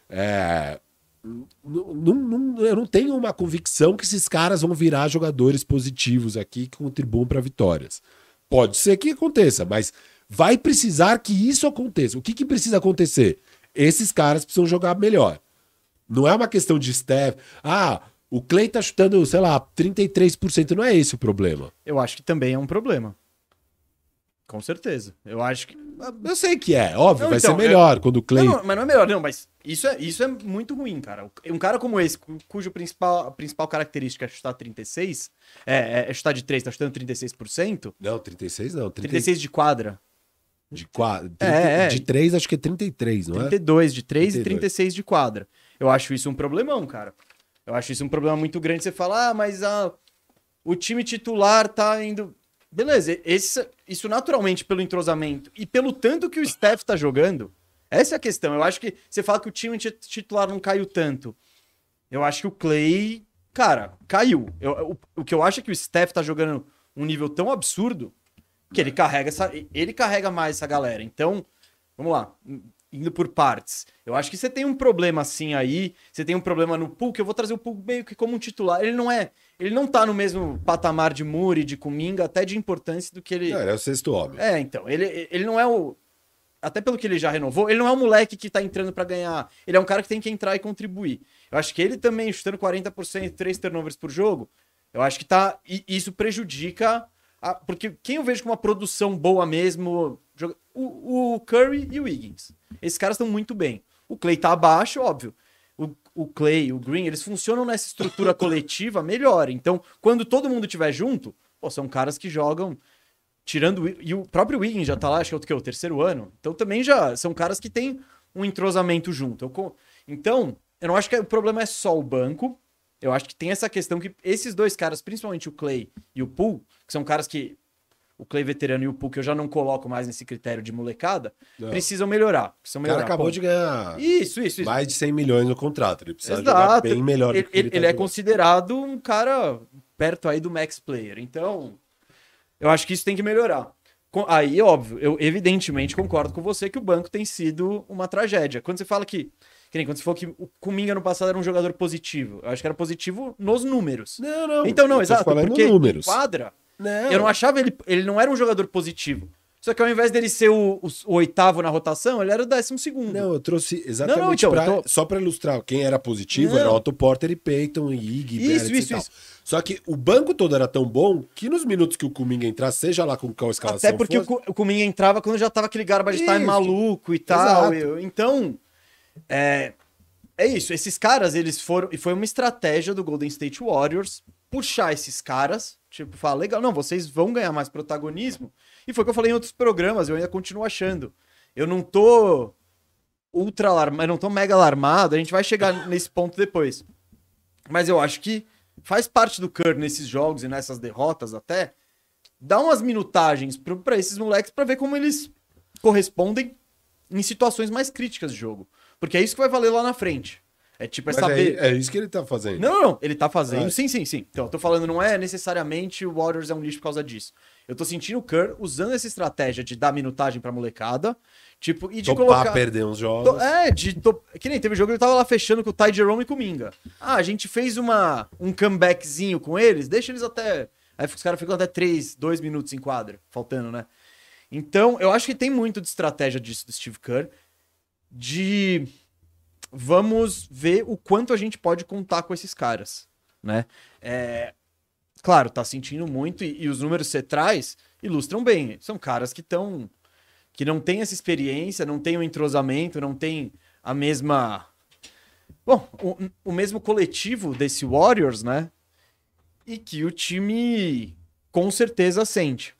Eu não tenho uma convicção que esses caras vão virar jogadores positivos aqui que contribuam para vitórias. Pode ser que aconteça, mas vai precisar que isso aconteça. O que precisa acontecer? Esses caras precisam jogar melhor. Não é uma questão de Steph. O Klay tá chutando, sei lá, 33%. Não é esse o problema. Eu acho que também é um problema. Com certeza. Eu acho que... Eu sei que é, óbvio, não, vai ser melhor quando o Klay... Não, mas não é melhor, não, mas isso é muito ruim, cara. Um cara como esse, cujo principal característica é chutar 36, é chutar de 3, tá chutando 36%? Não, 36 não. 36 de quadra. De quadra? De 3 acho que é 33, não 32 de 3 32. E 36 de quadra. Eu acho isso um problemão, cara. Eu acho isso um problema muito grande. Você fala, mas o time titular tá indo... Beleza, isso naturalmente pelo entrosamento e pelo tanto que o Steph tá jogando, essa é a questão. Eu acho que você fala que o time titular não caiu tanto. Eu acho que o Klay, cara, caiu. O que eu acho é que o Steph tá jogando um nível tão absurdo que ele carrega mais essa galera. Então, vamos lá, indo por partes. Eu acho que você tem um problema assim aí, você tem um problema no Poole, que eu vou trazer o Poole meio que como um titular. Ele não tá no mesmo patamar de Moody, de Kuminga, até de importância do que ele... Ele é o sexto homem. Então, ele não é o... Até pelo que ele já renovou, ele não é um moleque que tá entrando pra ganhar. Ele é um cara que tem que entrar e contribuir. Eu acho que ele também, chutando 40%, 3 turnovers por jogo, eu acho que isso prejudica... Porque quem eu vejo com uma produção boa mesmo... O Curry e o Wiggins. Esses caras estão muito bem. O Klay tá abaixo, óbvio. O Klay, o Green, eles funcionam nessa estrutura coletiva melhor. Então, quando todo mundo estiver junto, são caras que jogam, tirando... E o próprio Wiggins já tá lá, acho que é o terceiro ano. Então, também já são caras que têm um entrosamento junto. Então, eu não acho que o problema é só o banco. Eu acho que tem essa questão que esses dois caras, principalmente o Klay e o Poole, que são caras que... o Clay veterano e o Poole, que eu já não coloco mais nesse critério de molecada, Não. precisam melhorar. O cara acabou de ganhar Isso. mais de 100 milhões no contrato. Ele precisa Exato. jogar bem melhor do que Ele tá é jogando. considerado um cara perto aí do max player. Então, eu acho que isso tem que melhorar. Aí, óbvio, eu evidentemente concordo com você que o banco tem sido uma tragédia. Quando você fala que nem quando você falou que o Kuminga no passado era um jogador positivo, eu acho que era positivo nos números. Não. Então, não, eu tô exato, falando porque números. em quadra, Não. eu não achava ele não era um jogador positivo. Só que ao invés dele ser o oitavo na rotação, ele era o 12º. Não, eu trouxe exatamente Não, então, só pra ilustrar quem era positivo, Não. era Otto Porter e Peyton e Iggy, Barrett e tal. Só que o banco todo era tão bom que nos minutos que o Kuminga entrasse, seja lá com qual escalação Até porque fosse, o Kuminga entrava quando já tava aquele garbage time Isso. maluco e tal. Exato. Então, é isso. Esses caras, eles foram... E foi uma estratégia do Golden State Warriors puxar esses caras, tipo, falar, legal, não, vocês vão ganhar mais protagonismo. E foi o que eu falei em outros programas, eu ainda continuo achando. Eu não tô ultra alarmado, não tô mega alarmado, a gente vai chegar nesse ponto depois. Mas eu acho que faz parte do Kerr nesses jogos e nessas derrotas até, dar umas minutagens pra esses moleques pra ver como eles correspondem em situações mais críticas de jogo. Porque é isso que vai valer lá na frente. É tipo, Mas saber... é isso que ele tá fazendo. Não, ele tá fazendo. Ah. Sim. Então, eu tô falando, não é necessariamente o Warriors é um lixo por causa disso. Eu tô sentindo o Kerr usando essa estratégia de dar minutagem pra molecada, tipo, e de colocar... perder uns jogos. Que nem teve jogo, ele tava lá fechando com o Ty Jerome e com o Minga. Ah, a gente fez um comebackzinho com eles, deixa eles até... Aí os caras ficam até 2 minutos em quadra, faltando, né? Então, eu acho que tem muito de estratégia disso do Steve Kerr, de... Vamos ver o quanto a gente pode contar com esses caras, né? Claro, tá sentindo muito e os números que você traz ilustram bem. São caras que não têm essa experiência, não têm o entrosamento, não têm a mesma... Bom, o mesmo coletivo desse Warriors, né? E que o time com certeza sente.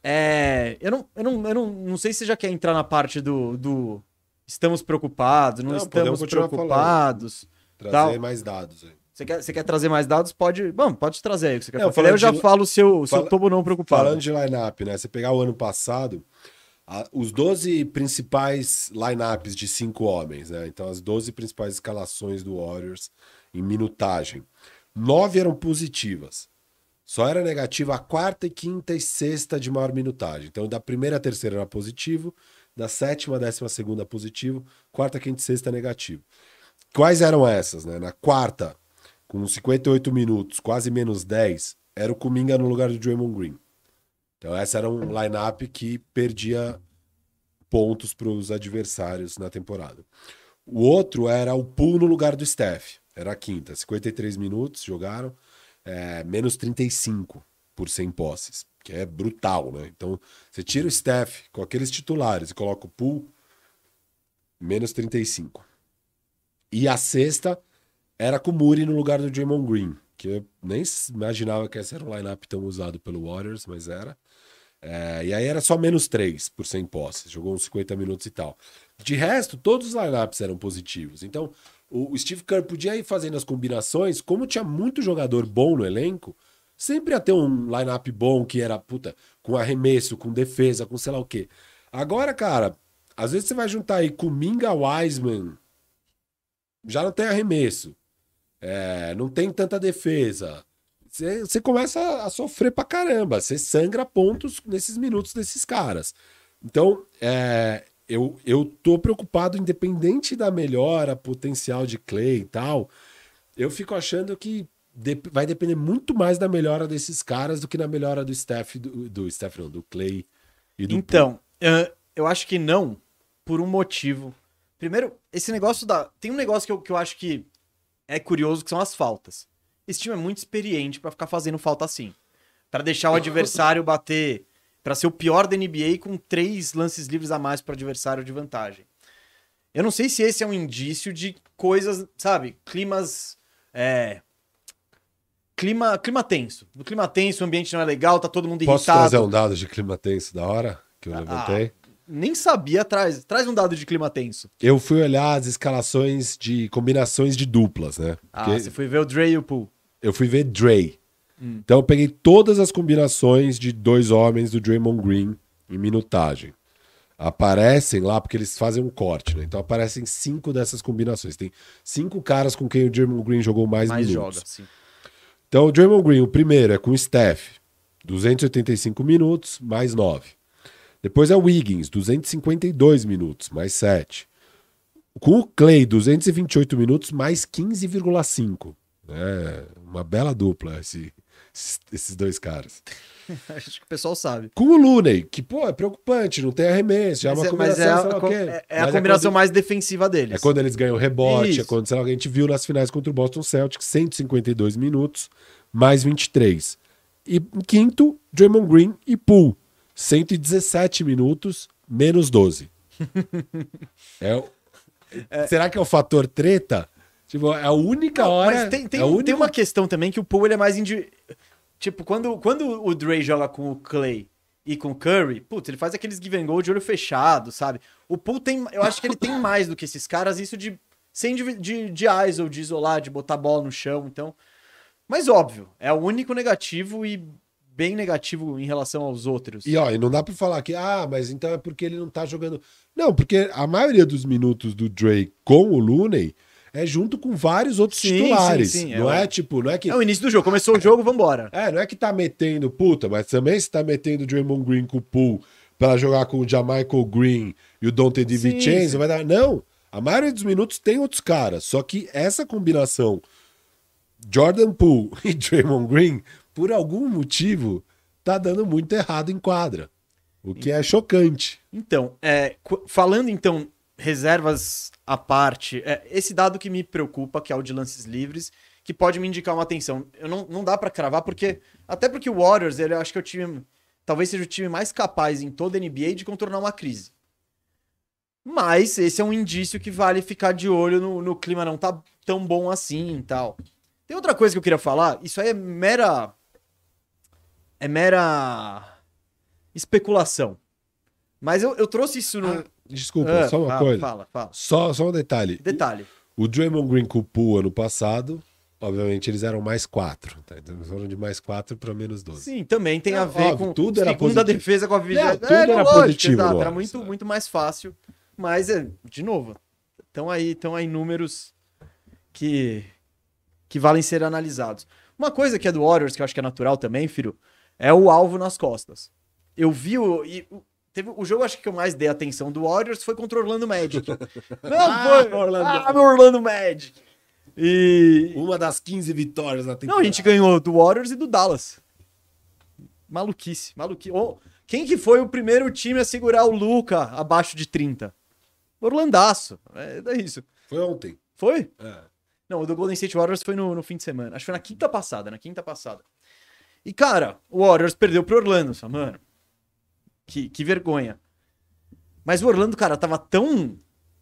Eu não sei se você já quer entrar na parte do estamos preocupados, não estamos preocupados. Trazer tal. mais dados aí. Você quer trazer mais dados? Pode trazer aí o que você quer falar. falando Eu já de- falo o seu tobo não preocupado. Falando de line-up, né? Você pegar o ano passado, os 12 principais line-ups de 5 homens, né? Então, as 12 principais escalações do Warriors em minutagem. 9 eram positivas. Só era negativa a quarta, quinta e sexta de maior minutagem. Então, da primeira a terceira era positivo, da sétima a 12ª positivo, quarta, quinta e sexta negativo. Quais eram essas, né? Na quarta, com 58 minutos, quase menos 10, era o Kuminga no lugar do Draymond Green. Então essa era um line-up que perdia pontos para os adversários na temporada. O outro era o Poole no lugar do Steph. Era a quinta, 53 minutos jogaram, menos 35 por 100 posses, que é brutal, né? Então você tira o Steph com aqueles titulares e coloca o Poole, menos 35. E a sexta era com o Muri no lugar do Draymond Green, que eu nem imaginava que esse era um line-up tão usado pelo Warriors, mas era. E aí era só menos 3 por 100 posses, jogou uns 50 minutos e tal. De resto, todos os lineups eram positivos. Então, o Steve Kerr podia ir fazendo as combinações, como tinha muito jogador bom no elenco, sempre ia ter um lineup bom que era, com arremesso, com defesa, com sei lá o quê. Agora, cara, às vezes você vai juntar aí Kuminga, Wiseman, já não tem arremesso, não tem tanta defesa. Você começa a sofrer pra caramba. Você sangra pontos nesses minutos desses caras. Então, eu tô preocupado, independente da melhora potencial de Clay e tal, eu fico achando que vai depender muito mais da melhora desses caras do que na melhora do Steph, do Clay e do Então, eu acho que não, por um motivo. Primeiro, esse negócio tem um negócio que eu acho que é curioso, que são as faltas. Esse time é muito experiente pra ficar fazendo falta assim. Pra deixar o adversário bater, pra ser o pior da NBA com 3 lances livres a mais pro adversário de vantagem. Eu não sei se esse é um indício de coisas, sabe, climas... Clima tenso. No clima tenso, o ambiente não é legal, tá todo mundo Posso irritado. trazer um dado de clima tenso da hora que eu levantei? Nem sabia, traz um dado de clima tenso. Eu fui olhar as escalações de combinações de duplas, né? Você foi ver o Dre e o Poole. Eu fui ver Dre. Então eu peguei todas as combinações de 2 homens do Draymond Green em minutagem. Aparecem lá porque eles fazem um corte, né? Então aparecem 5 dessas combinações. Tem 5 caras com quem o Draymond Green jogou mais minutos. Joga, sim. Então o Draymond Green, o primeiro é com o Steph, 285 minutos, mais 9. Depois é o Wiggins, 252 minutos, mais 7. Com o Clay, 228 minutos, mais 15,5. É uma bela dupla esses 2 caras. Acho que o pessoal sabe. Com o Looney, que, pô, é preocupante, não tem arremesso, já é uma combinação, a combinação mais defensiva deles. É quando eles ganham rebote, Isso. é quando, sei lá, a gente viu nas finais contra o Boston Celtics, 152 minutos, mais 23. E em quinto, Draymond Green e Poole, 117 minutos, menos 12. Será que é o fator treta? Tipo, é a única hora... Mas tem uma questão também que o Poole ele é mais... Tipo, quando o Dre joga com o Clay e com o Curry, putz, ele faz aqueles give and go de olho fechado, sabe? O Poole tem... Eu acho que ele tem mais do que esses caras, isso sem de ISO, de isolar, de botar a bola no chão, então... Mas óbvio, é o único negativo e bem negativo em relação aos outros. E não dá pra falar que, mas então é porque ele não tá jogando... Não, porque a maioria dos minutos do Dre com o Looney é junto com vários outros titulares. Sim. Não é que... É o início do jogo, começou o jogo, vambora. Não é que tá metendo puta, mas também se tá metendo o Draymond Green com o Poole pra jogar com o Jamichael Green e o Donte DiVincenzo, vai dar... Não, a maioria dos minutos tem outros caras, só que essa combinação Jordan Poole e Draymond Green, por algum motivo, tá dando muito errado em quadra. O que é chocante. Então, falando então, reservas à parte, esse dado que me preocupa, que é o de lances livres, que pode me indicar uma atenção. Não dá pra cravar, até porque o Warriors, ele acho que é o time, talvez seja o time mais capaz em toda a NBA de contornar uma crise. Mas esse é um indício que vale ficar de olho no clima não tá tão bom assim e tal. Tem outra coisa que eu queria falar, isso aí é mera especulação. Mas eu trouxe isso no... Desculpa, só uma coisa. Fala. Só um detalhe. Detalhe. O Draymond Green com o Poole ano passado, obviamente eles eram mais 4. Tá? Então eles foram de mais 4 para menos 12. Sim, também tem a ver com tudo era segunda defesa com a vigésima. Tudo era positivo. Exato, era muito mais fácil. Mas, de novo, estão aí números que valem ser analisados. Uma coisa que é do Warriors, que eu acho que é natural também, filho, é o alvo nas costas. Eu vi o jogo, acho que eu mais dei atenção do Warriors foi contra o Orlando Magic. Meu Orlando Magic. E... Uma das 15 vitórias na temporada. Não, a gente ganhou do Warriors e do Dallas. Maluquice. Quem que foi o primeiro time a segurar o Luka abaixo de 30? Orlandaço. É isso. Foi ontem. Foi? Não, o do Golden State Warriors foi no fim de semana. Acho que foi na quinta passada. E, cara, o Warriors perdeu pro Orlando, mano. Que vergonha. Mas o Orlando, cara, tava tão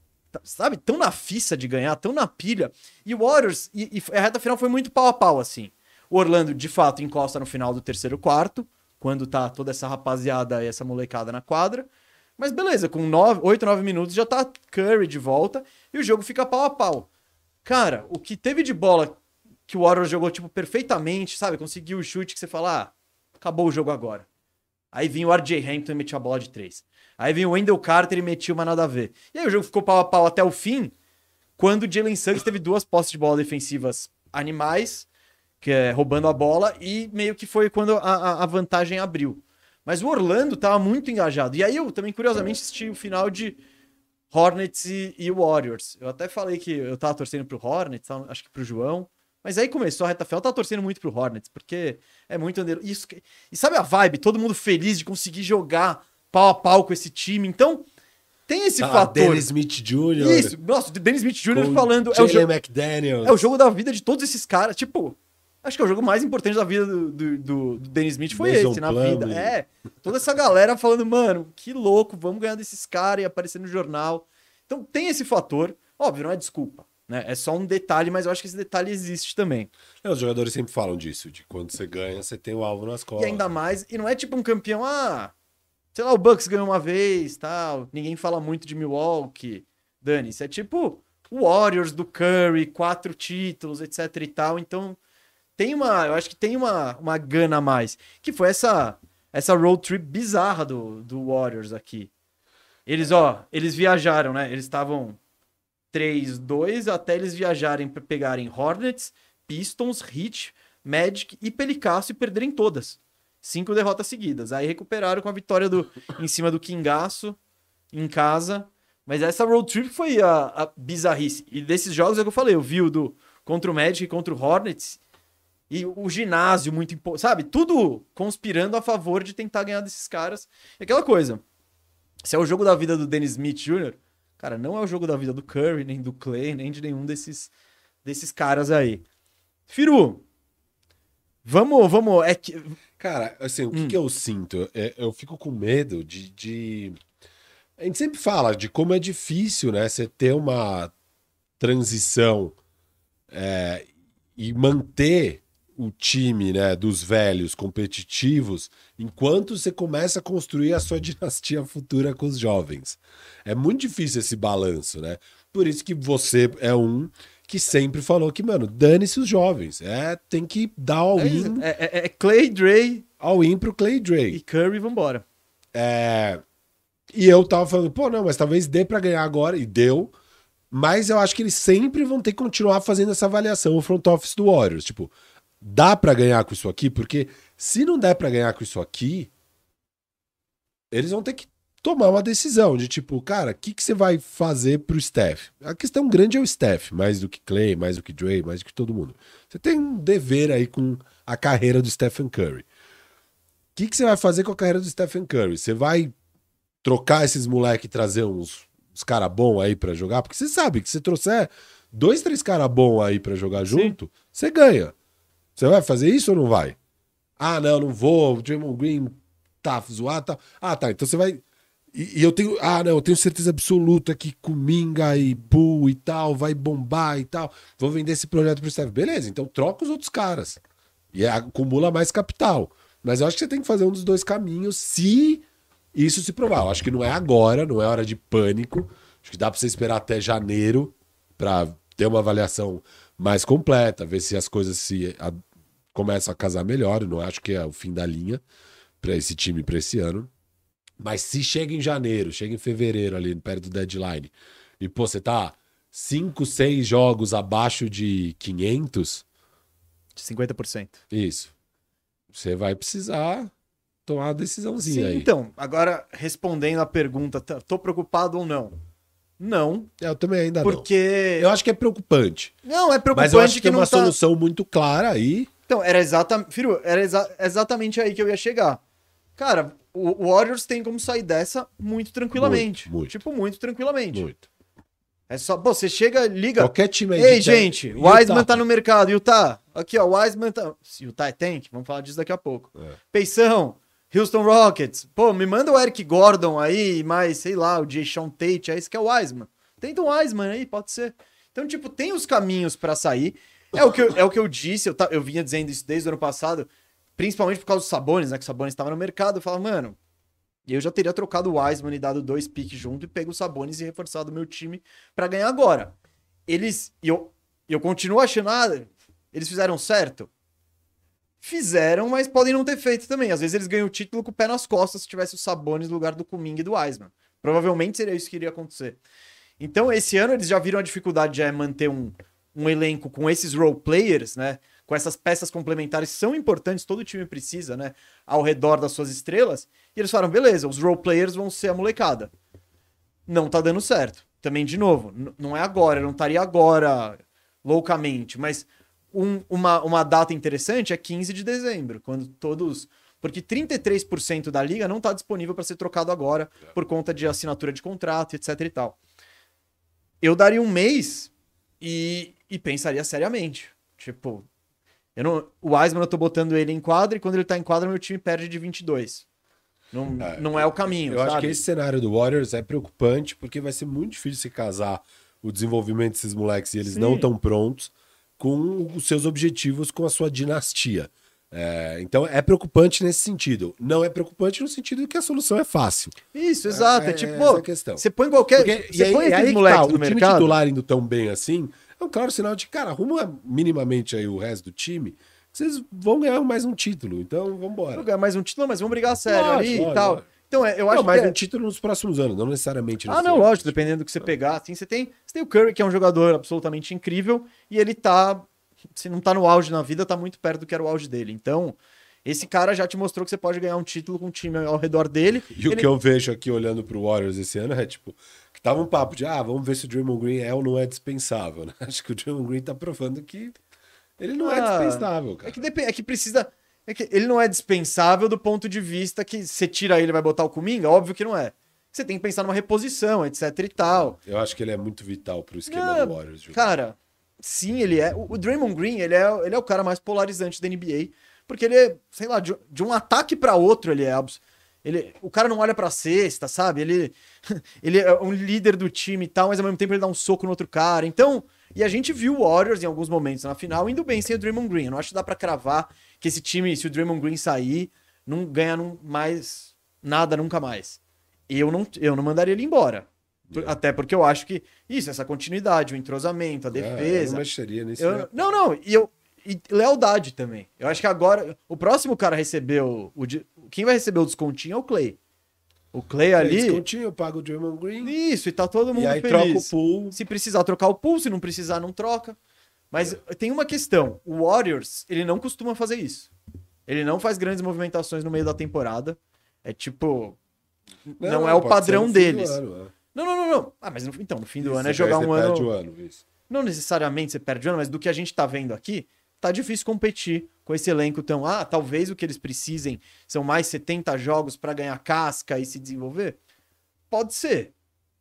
na fissa de ganhar, tão na pilha. E o Warriors, e a reta final foi muito pau a pau, assim. O Orlando, de fato, encosta no final do terceiro quarto, quando tá toda essa rapaziada e essa molecada na quadra. Mas beleza, com 8, 9 minutos já tá Curry de volta e o jogo fica pau a pau. Cara, o que teve de bola que o Warriors jogou, tipo, perfeitamente, sabe? Conseguiu o chute que você fala, acabou o jogo agora. Aí vinha o RJ Hampton e metia a bola de 3. Aí vinha o Wendell Carter e metia uma nada a ver. E aí o jogo ficou pau a pau até o fim, quando o Jalen Suggs teve 2 posses de bola defensivas animais, que é roubando a bola, e meio que foi quando a vantagem abriu. Mas o Orlando tava muito engajado. E aí eu também, curiosamente, assisti o final de Hornets e Warriors. Eu até falei que eu tava torcendo pro Hornets, acho que pro João. Mas aí começou a reta final, eu tava torcendo muito pro Hornets, porque é muito... E sabe a vibe? Todo mundo feliz de conseguir jogar pau a pau com esse time. Então, tem esse fator. Dennis Smith Jr. Isso, nossa, o Dennis Smith Jr. falando... Jalen McDaniels. É o jogo da vida de todos esses caras. Tipo, acho que é o jogo mais importante da vida do Dennis Smith foi Mason esse, na Plumlee. vida. Toda essa galera falando, mano, que louco, vamos ganhar desses caras e aparecer no jornal. Então, tem esse fator. Óbvio, não é desculpa. Né? É só um detalhe, mas eu acho que esse detalhe existe também. Os jogadores sempre falam disso, de quando você ganha, você tem o alvo nas costas. E ainda mais, e não é tipo um campeão, sei lá, o Bucks ganhou uma vez, tal, ninguém fala muito de Milwaukee, dane-se. É tipo o Warriors do Curry, 4 títulos, etc e tal, então eu acho que tem uma gana a mais. Que foi essa road trip bizarra do Warriors aqui. Eles viajaram, né? Eles estavam 3-2 até eles viajarem para pegarem Hornets, Pistons, Heat, Magic e Pelicasso e perderem todas. 5 derrotas seguidas. Aí recuperaram com a vitória em cima do Kingaço em casa. Mas essa road trip foi a bizarrice. E desses jogos é o que eu falei. Eu vi contra o Magic e contra o Hornets. E o ginásio muito... Sabe? Tudo conspirando a favor de tentar ganhar desses caras. E aquela coisa. Se é o jogo da vida do Dennis Smith Jr., cara, não é o jogo da vida do Curry, nem do Clay, nem de nenhum desses caras aí. Firu, vamos... Cara, assim, o que eu sinto? Eu fico com medo de... A gente sempre fala de como é difícil, né? Você ter uma transição e manter o time, né, dos velhos competitivos enquanto você começa a construir a sua dinastia futura com os jovens. É muito difícil esse balanço, né? Por isso que você é um que sempre falou que, mano, dane-se os jovens. Tem que dar all-in. Clay, Dre. All-in pro Clay, Dre. E Curry, vambora. E eu tava falando, pô, não, mas talvez dê pra ganhar agora. E deu. Mas eu acho que eles sempre vão ter que continuar fazendo essa avaliação, o front office do Warriors. Tipo, dá pra ganhar com isso aqui? Porque se não der pra ganhar com isso aqui, eles vão ter que tomar uma decisão de tipo, cara, o que você vai fazer pro Steph? A questão grande é o Steph, mais do que Clay, mais do que Dre, mais do que todo mundo. Você tem um dever aí com a carreira do Stephen Curry. O que você vai fazer com a carreira do Stephen Curry? Você vai trocar esses moleques e trazer uns caras bons aí pra jogar? Porque você sabe que se trouxer 2, 3 caras bons aí pra jogar junto, você ganha. Você vai fazer isso ou não vai? Ah, não vou. O Draymond Green tá zoado. Tá. Ah, tá. Então você vai... E eu tenho... Ah, não, eu tenho certeza absoluta que Kuminga e Poole e tal vai bombar e tal. Vou vender esse projeto pro Steph. Beleza, então troca os outros caras. E acumula mais capital. Mas eu acho que você tem que fazer um dos dois caminhos se isso se provar. Eu acho que não é agora, não é hora de pânico. Acho que dá pra você esperar até janeiro pra ter uma avaliação mais completa, ver se as coisas começam a casar melhor. Eu não acho que é o fim da linha pra esse time pra esse ano. Mas se chega em janeiro, chega em fevereiro ali, perto do deadline, e pô, você tá 5, 6 jogos abaixo de 500... De 50%. Isso. Você vai precisar tomar uma decisãozinha aí. Então, agora respondendo a pergunta, tô preocupado ou não? Não. Eu também ainda porque... não. Eu acho que é preocupante. Não, é preocupante. Mas eu acho que tem não uma solução muito clara aí. Então, Firu, era exatamente aí que eu ia chegar. Cara, o Warriors tem como sair dessa muito tranquilamente. Muito. Tipo, muito tranquilamente. Muito. É só, pô, você chega, liga. Qualquer time aí. Ei, gente, o Wiseman tá no mercado. Utah. Aqui, ó, o Wiseman tá. Utah é tank, vamos falar disso daqui a pouco. Peição, Houston Rockets. Pô, me manda o Eric Gordon aí, mais, sei lá, o Jason Tate, aí, esse que é o Wiseman. Tenta o Wiseman aí, pode ser. Então, tipo, tem os caminhos pra sair. É o que eu disse, eu vinha dizendo isso desde o ano passado, principalmente por causa dos Sabonis, né? Que o Sabonis tava no mercado. Eu falava, mano, eu já teria trocado o Wiseman e dado 2 piques junto e pego o Sabonis e reforçado o meu time pra ganhar agora. Eu continuo achando, eles fizeram certo? Fizeram, mas podem não ter feito também. Às vezes eles ganham o título com o pé nas costas se tivesse o Sabonis no lugar do Kuminga e do Wiseman. Provavelmente seria isso que iria acontecer. Então, esse ano eles já viram a dificuldade de manter um elenco com esses role players, né? Com essas peças complementares que são importantes, todo time precisa, né? Ao redor das suas estrelas. E eles falaram, beleza, os role players vão ser a molecada. Não tá dando certo. Também, de novo, não é agora, não estaria agora loucamente, mas uma data interessante é 15 de dezembro, quando todos... Porque 33% da liga não tá disponível para ser trocado agora, por conta de assinatura de contrato, etc e tal. Eu daria um mês e pensaria seriamente. Tipo... O Wiseman eu tô botando ele em quadra e quando ele tá em quadra meu time perde de 22. Não é o caminho, Eu acho que esse cenário do Warriors é preocupante porque vai ser muito difícil se casar o desenvolvimento desses moleques e eles não estão prontos com os seus objetivos, com a sua dinastia. Então é preocupante nesse sentido. Não é preocupante no sentido de que a solução é fácil. Isso, exato. Tipo, essa questão. Você põe qualquer... Você põe esses moleques no time titular indo tão bem assim... É um claro sinal de, cara, arruma minimamente aí o resto do time vocês vão ganhar mais um título, então Vamos vambora. ganhar mais um título, mas vamos brigar sério Lógico, ali lógico, e tal. lógico. Então, eu acho mais que... um título nos próximos anos, não necessariamente nesse não, ano. lógico, dependendo do que você pegar, assim, você tem o Curry, que é um jogador absolutamente incrível, e ele tá, se não tá no auge na vida, tá muito perto do que era o auge dele. Então, esse cara já te mostrou que você pode ganhar um título com um time ao redor dele. E o que eu vejo aqui olhando pro Warriors esse ano é tipo, que tava um papo de, vamos ver se o Draymond Green é ou não é dispensável, né? Acho que o Draymond Green tá provando que ele não é dispensável, cara. É que precisa... É que ele não é dispensável do ponto de vista que você tira ele e vai botar o Kuminga, óbvio que não é. Você tem que pensar numa reposição, etc e tal. Eu acho que ele é muito vital pro esquema do Warriors. Cara, sim, ele é. O Draymond Green, ele é o cara mais polarizante da NBA, porque ele é, sei lá, de um ataque pra outro, o cara não olha pra cesta, sabe? Ele é um líder do time e tal, mas ao mesmo tempo ele dá um soco no outro cara. Então, e a gente viu o Warriors em alguns momentos na final indo bem sem o Draymond Green. Eu não acho que dá pra cravar que esse time, se o Draymond Green sair, não ganha mais nada nunca mais. Eu não mandaria ele embora. Até porque eu acho que essa continuidade, o entrosamento, a defesa. Eu não mexeria nisso. Não, e lealdade também. Eu acho que agora o próximo cara a receber quem vai receber o descontinho é o Clay. O Clay ali. Descontinho, eu pago o Draymond Green. Isso, e tá todo mundo aí feliz. troca o pool. Se precisar trocar o pool, se não precisar, não troca. Mas tem uma questão. O Warriors, ele não costuma fazer isso. Ele não faz grandes movimentações no meio da temporada. É tipo. Não é o padrão deles. Não. Mas no fim do ano é jogar um ano. Não necessariamente você perde o ano, mas do que a gente tá vendo aqui, tá difícil competir com esse elenco tão. Talvez o que eles precisem são mais 70 jogos pra ganhar casca e se desenvolver. Pode ser.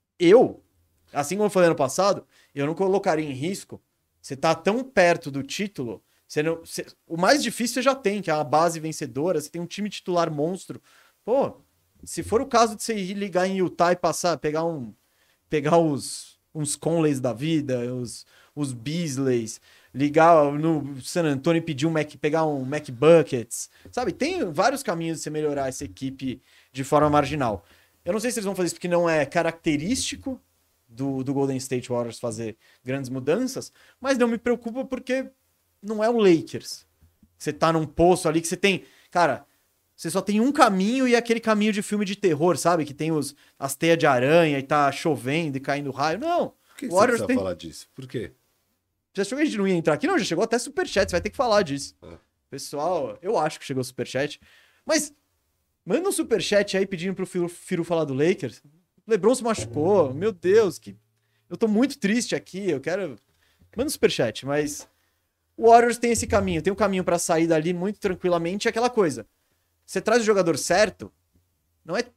Assim como eu falei ano passado, eu não colocaria em risco. Você tá tão perto do título. O mais difícil você já tem, que é a base vencedora. Você tem um time titular monstro. Pô, se for o caso de você ir ligar em Utah e pegar uns Conleys da vida, os Beasleys, ligar no San Antonio e pedir pegar um McBuckets, sabe? Tem vários caminhos de você melhorar essa equipe de forma marginal. Eu não sei se eles vão fazer isso porque não é característico do Golden State Warriors fazer grandes mudanças, mas não me preocupa porque não é o Lakers. Você tá num poço ali que você tem... Cara, você só tem um caminho e é aquele caminho de filme de terror, sabe? Que tem as teias de aranha e tá chovendo e caindo raio. Não. Por que você precisa falar disso? Por quê? Já achou que a gente não ia entrar aqui? Não, já chegou até superchat, você vai ter que falar disso. Pessoal, eu acho que chegou superchat. Mas manda um superchat aí pedindo pro Firu falar do Lakers. O LeBron se machucou. Meu Deus, eu tô muito triste aqui. Eu quero... Manda um superchat, mas... O Warriors tem esse caminho. Tem um caminho pra sair dali muito tranquilamente. É aquela coisa. Você traz o jogador certo, não é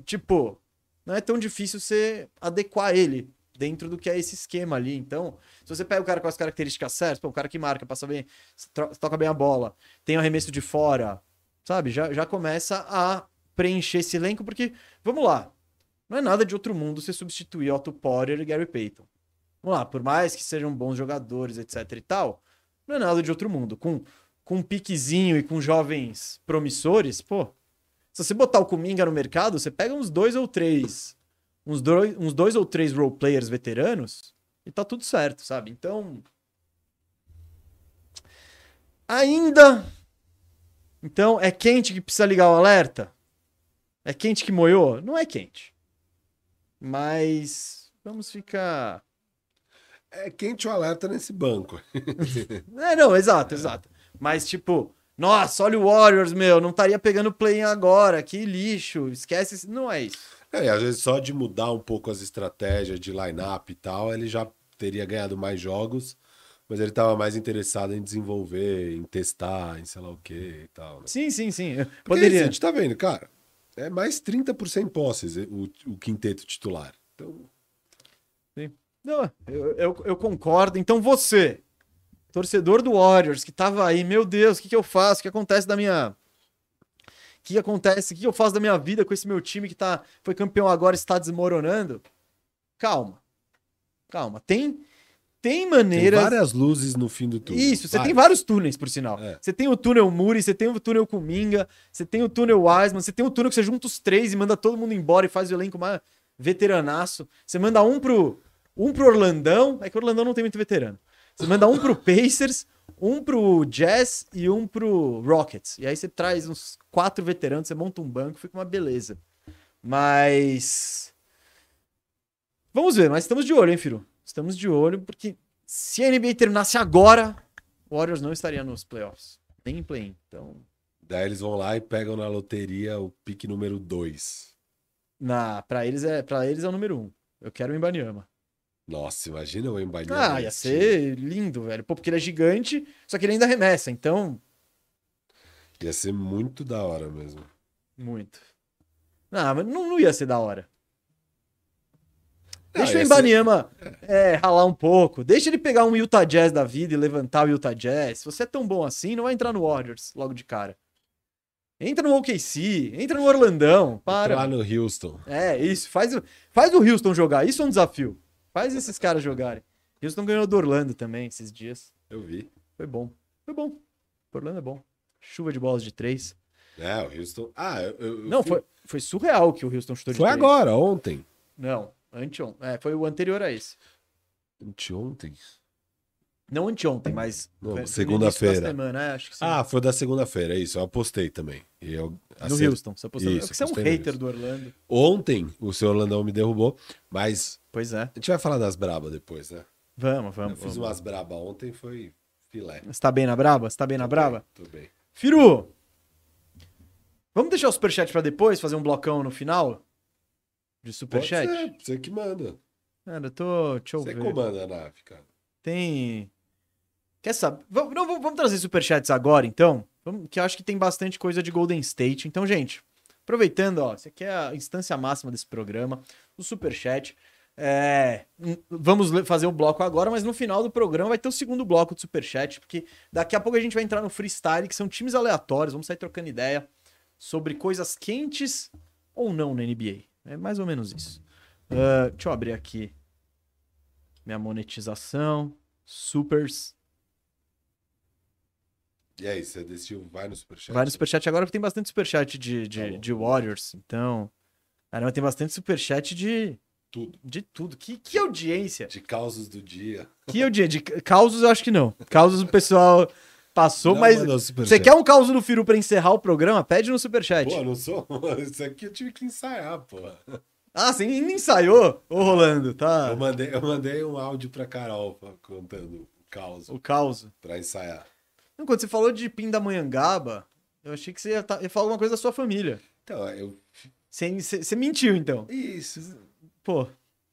tão difícil você adequar ele dentro do que é esse esquema ali. Então, se você pega o cara com as características certas, um cara que marca, passa bem, toca bem a bola, tem o arremesso de fora, sabe? Já começa a preencher esse elenco, porque, vamos lá, não é nada de outro mundo você substituir Otto Porter e Gary Payton. Vamos lá, por mais que sejam bons jogadores, etc e tal, não é nada de outro mundo. Com um piquezinho e com jovens promissores, pô, se você botar o Kuminga no mercado, você pega uns dois ou três role players veteranos e tá tudo certo, sabe? Então, então, é quente que precisa ligar o alerta? É quente que moiou? Não é quente. Mas vamos ficar... É quente o alerta nesse banco. Exato. Mas, tipo, nossa, olha o Warriors, não estaria pegando play-in agora, que lixo, esquece, não é isso. E às vezes só de mudar um pouco as estratégias de line-up e tal, ele já teria ganhado mais jogos, mas ele estava mais interessado em desenvolver, em testar, em sei lá o que e tal. Né? Sim. Poderia. A gente tá vendo, cara, é mais 30% posses o quinteto titular. Então... Sim. Não, eu concordo. Então você... torcedor do Warriors, que tava aí, meu Deus, o que eu faço? O que acontece da minha... O que acontece? O que eu faço da minha vida com esse meu time que foi campeão agora e está desmoronando? Calma. Tem maneiras... Tem várias luzes no fim do túnel. Isso, você tem vários túneis, por sinal. Você tem o túnel Muri, você tem o túnel Kuminga, você tem o túnel Wiseman, você tem o túnel que você junta os três e manda todo mundo embora e faz o elenco mais veteranaço. Você manda um pro Orlandão, é que o Orlandão não tem muito veterano. Você manda um pro Pacers, Um pro Jazz e um pro Rockets. E aí você traz uns 4 veteranos, você monta um banco, fica uma beleza. Mas... Vamos ver, mas estamos de olho, hein, Firu? Estamos de olho, porque se a NBA terminasse agora, o Warriors não estaria nos playoffs. Nem em play-in, então... Daí eles vão lá e pegam na loteria o pique número 2. Pra eles é o número 1. Eu quero o Wembanyama. Nossa, imagina o Wembanyama. Ah, ia ser lindo, velho. Pô, porque ele é gigante, só que ele ainda arremessa, então... Ia ser muito da hora mesmo. Muito. Não, mas não ia ser da hora. Não, Deixa o ia Wembanyama ralar um pouco. Deixa ele pegar um Utah Jazz da vida e levantar o Utah Jazz. Se você é tão bom assim, não vai entrar no Warriors logo de cara. Entra no OKC, entra no Orlandão, para. Lá no Houston. É, isso. Faz o Houston jogar. Isso é um desafio. Faz esses caras jogarem. Houston ganhou do Orlando também esses dias. Eu vi. Foi bom. Foi bom. Orlando é bom. Chuva de bolas de 3. É, o Houston... Não, foi surreal que o Houston chutou de 3. Foi agora, ontem. Não, anteontem. Foi o anterior a esse. Anteontem? Não anteontem, mas... Não, foi segunda-feira. no início da semana, acho que sim. Ah, foi da segunda-feira, é isso. Eu apostei também. No Houston, você apostou. Isso, Você é um apostei no hater Houston. do Orlando. Ontem, o seu Orlandão me derrubou, mas Pois é. a gente vai falar das braba depois, né? Vamos. Eu fiz umas braba ontem, foi filé. Você tá bem na braba? Você tá bem na braba? Tô bem. Firu! Vamos deixar o superchat pra depois, fazer um blocão no final? De superchat? Pode ser, você que manda. Cara, deixa eu Você ver. comanda a nave, cara. Tem... Quer saber? Vamos trazer superchats agora, então? Que eu acho que tem bastante coisa de Golden State. Então, gente, aproveitando, ó, isso aqui é a instância máxima desse programa, o superchat. Vamos fazer um bloco agora, mas no final do programa vai ter o segundo bloco de superchat, porque daqui a pouco a gente vai entrar no freestyle, que são times aleatórios, vamos sair trocando ideia sobre coisas quentes ou não na NBA. É mais ou menos isso. Deixa eu abrir aqui minha monetização, supers. E aí, você decidiu, vai no superchat? Vai no superchat agora, porque tem bastante superchat de Warriors, então... Caramba, tem bastante superchat de... Tudo. De tudo. Que audiência. De causos do dia. Que audiência. De causos eu acho que não. Causos o pessoal passou, Não, mas... mandou superchat. Você quer um causo do Firu pra encerrar o programa? Pede no superchat. Pô, não sou... Isso aqui eu tive que ensaiar, pô. Ah, você ainda ensaiou? Ô, Rolando, tá? Eu mandei um áudio pra Carol contando o caos O caos. pra ensaiar. Não, quando você falou de Pindamonhangaba, eu achei que você ia falar alguma coisa da sua família. Então, eu... Você mentiu, então. Isso. Pô.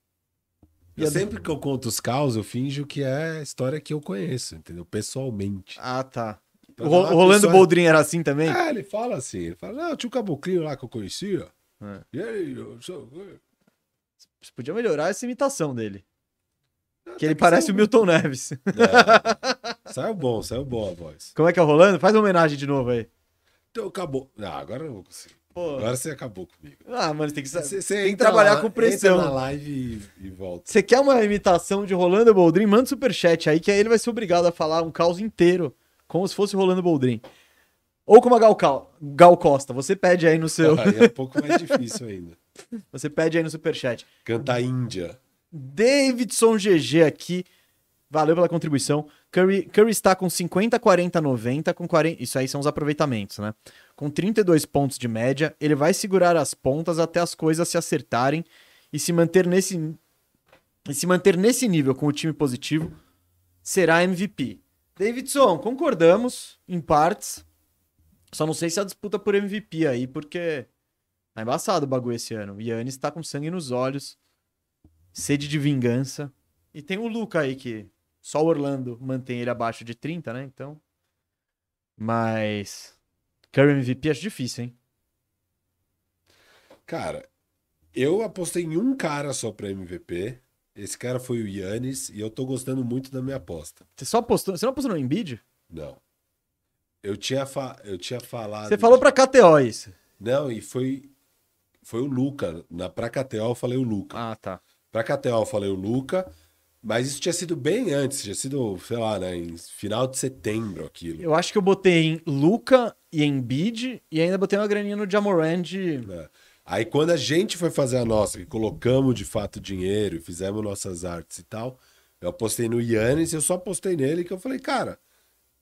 Sempre que eu conto os caos, eu finjo que é a história que eu conheço, entendeu? Pessoalmente. Ah, tá. Pra O dar uma Rolando pessoa- Boldrin era assim também? Ele fala assim, ele fala, não, tinha um caboclinho lá que eu conhecia. É. E aí, eu sou... Você podia melhorar essa imitação dele. Não, Que ele até parece o saiu Milton Neves. bom. Saiu bom a voz. Como é que é o Rolando? Faz uma homenagem de novo aí. Então acabou. Não, agora eu não vou conseguir. Pô. Agora você acabou comigo. Ah, mano, tem que, Você tem que entra trabalhar lá- com pressão. Entra na live e volta. Você quer uma imitação de Rolando Boldrin? Manda um superchat aí, que aí ele vai ser obrigado a falar um caos inteiro, como se fosse Rolando Boldrin. Ou como a Gal Costa. Você pede aí no seu... Aí é um pouco mais difícil ainda. Você pede aí no superchat. Cantar Índia. Davidson GG aqui. Valeu pela contribuição. Curry está com 50, 40, 90, com 40... Isso aí são os aproveitamentos, né? Com 32 pontos de média, ele vai segurar as pontas até as coisas se acertarem e se manter nesse nível com o time positivo, será MVP. Davidson, concordamos em partes. Só não sei se a disputa por MVP aí, porque tá embaçado o bagulho esse ano. O Giannis tá com sangue nos olhos, sede de vingança. E tem o Luka aí que só o Orlando mantém ele abaixo de 30, né? Então. Mas. Curry MVP acho difícil, hein? Cara, eu apostei em um cara só pra MVP. Esse cara foi o Giannis e eu tô gostando muito da minha aposta. Você não apostou no Embiid? Não. Eu tinha falado... Você falou pra KTO isso. Não, e foi o Luka. Pra KTO eu falei o Luka. Ah, tá. Pra KTO eu falei o Luka, mas isso tinha sido bem antes. Tinha sido, sei lá, né, em final de setembro aquilo. Eu acho que eu botei em Luka e Embiid e ainda botei uma graninha no Ja Morant de... Né? Aí quando a gente foi fazer a nossa, que colocamos de fato dinheiro e fizemos nossas artes e tal, eu apostei no Giannis, eu só apostei nele que eu falei, cara,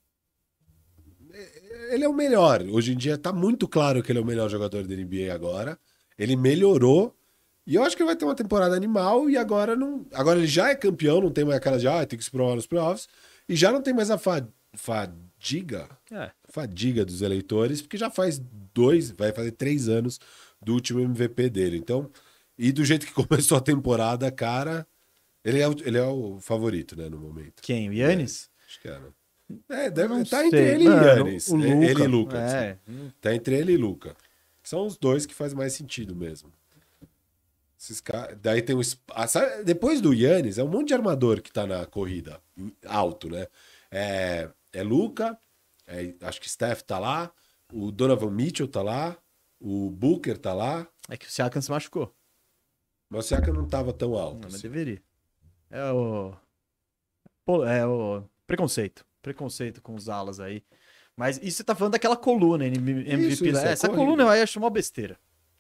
ele é o melhor. Hoje em dia tá muito claro que ele é o melhor jogador da NBA agora. Ele melhorou. E eu acho que ele vai ter uma temporada animal. E agora não. Agora ele já é campeão, não tem mais aquela de tem que se provar nos playoffs. E já não tem mais a fadiga. Fadiga dos eleitores, porque já faz vai fazer 3 anos do último MVP dele. Então, e do jeito que começou a temporada, cara, ele é o favorito, né, no momento. Quem? O Giannis? Acho que era. Deve estar sei. entre ele Mano, e Giannis. o Luka. Ele e Luka. Tá entre ele e Luka. São os dois que faz mais sentido mesmo. Esses caras, daí tem depois do Giannis, é um monte de armador que tá na corrida alto, né? É Luka, acho que Steph tá lá, o Donovan Mitchell tá lá, o Booker tá lá. É que o Siakam se machucou. Mas o Siakam não tava tão alto. Não, mas assim. deveria. É o preconceito. Preconceito com os alas aí. Mas isso você tá falando daquela coluna MVP. Isso, Essa corrida. coluna eu acho uma besteira.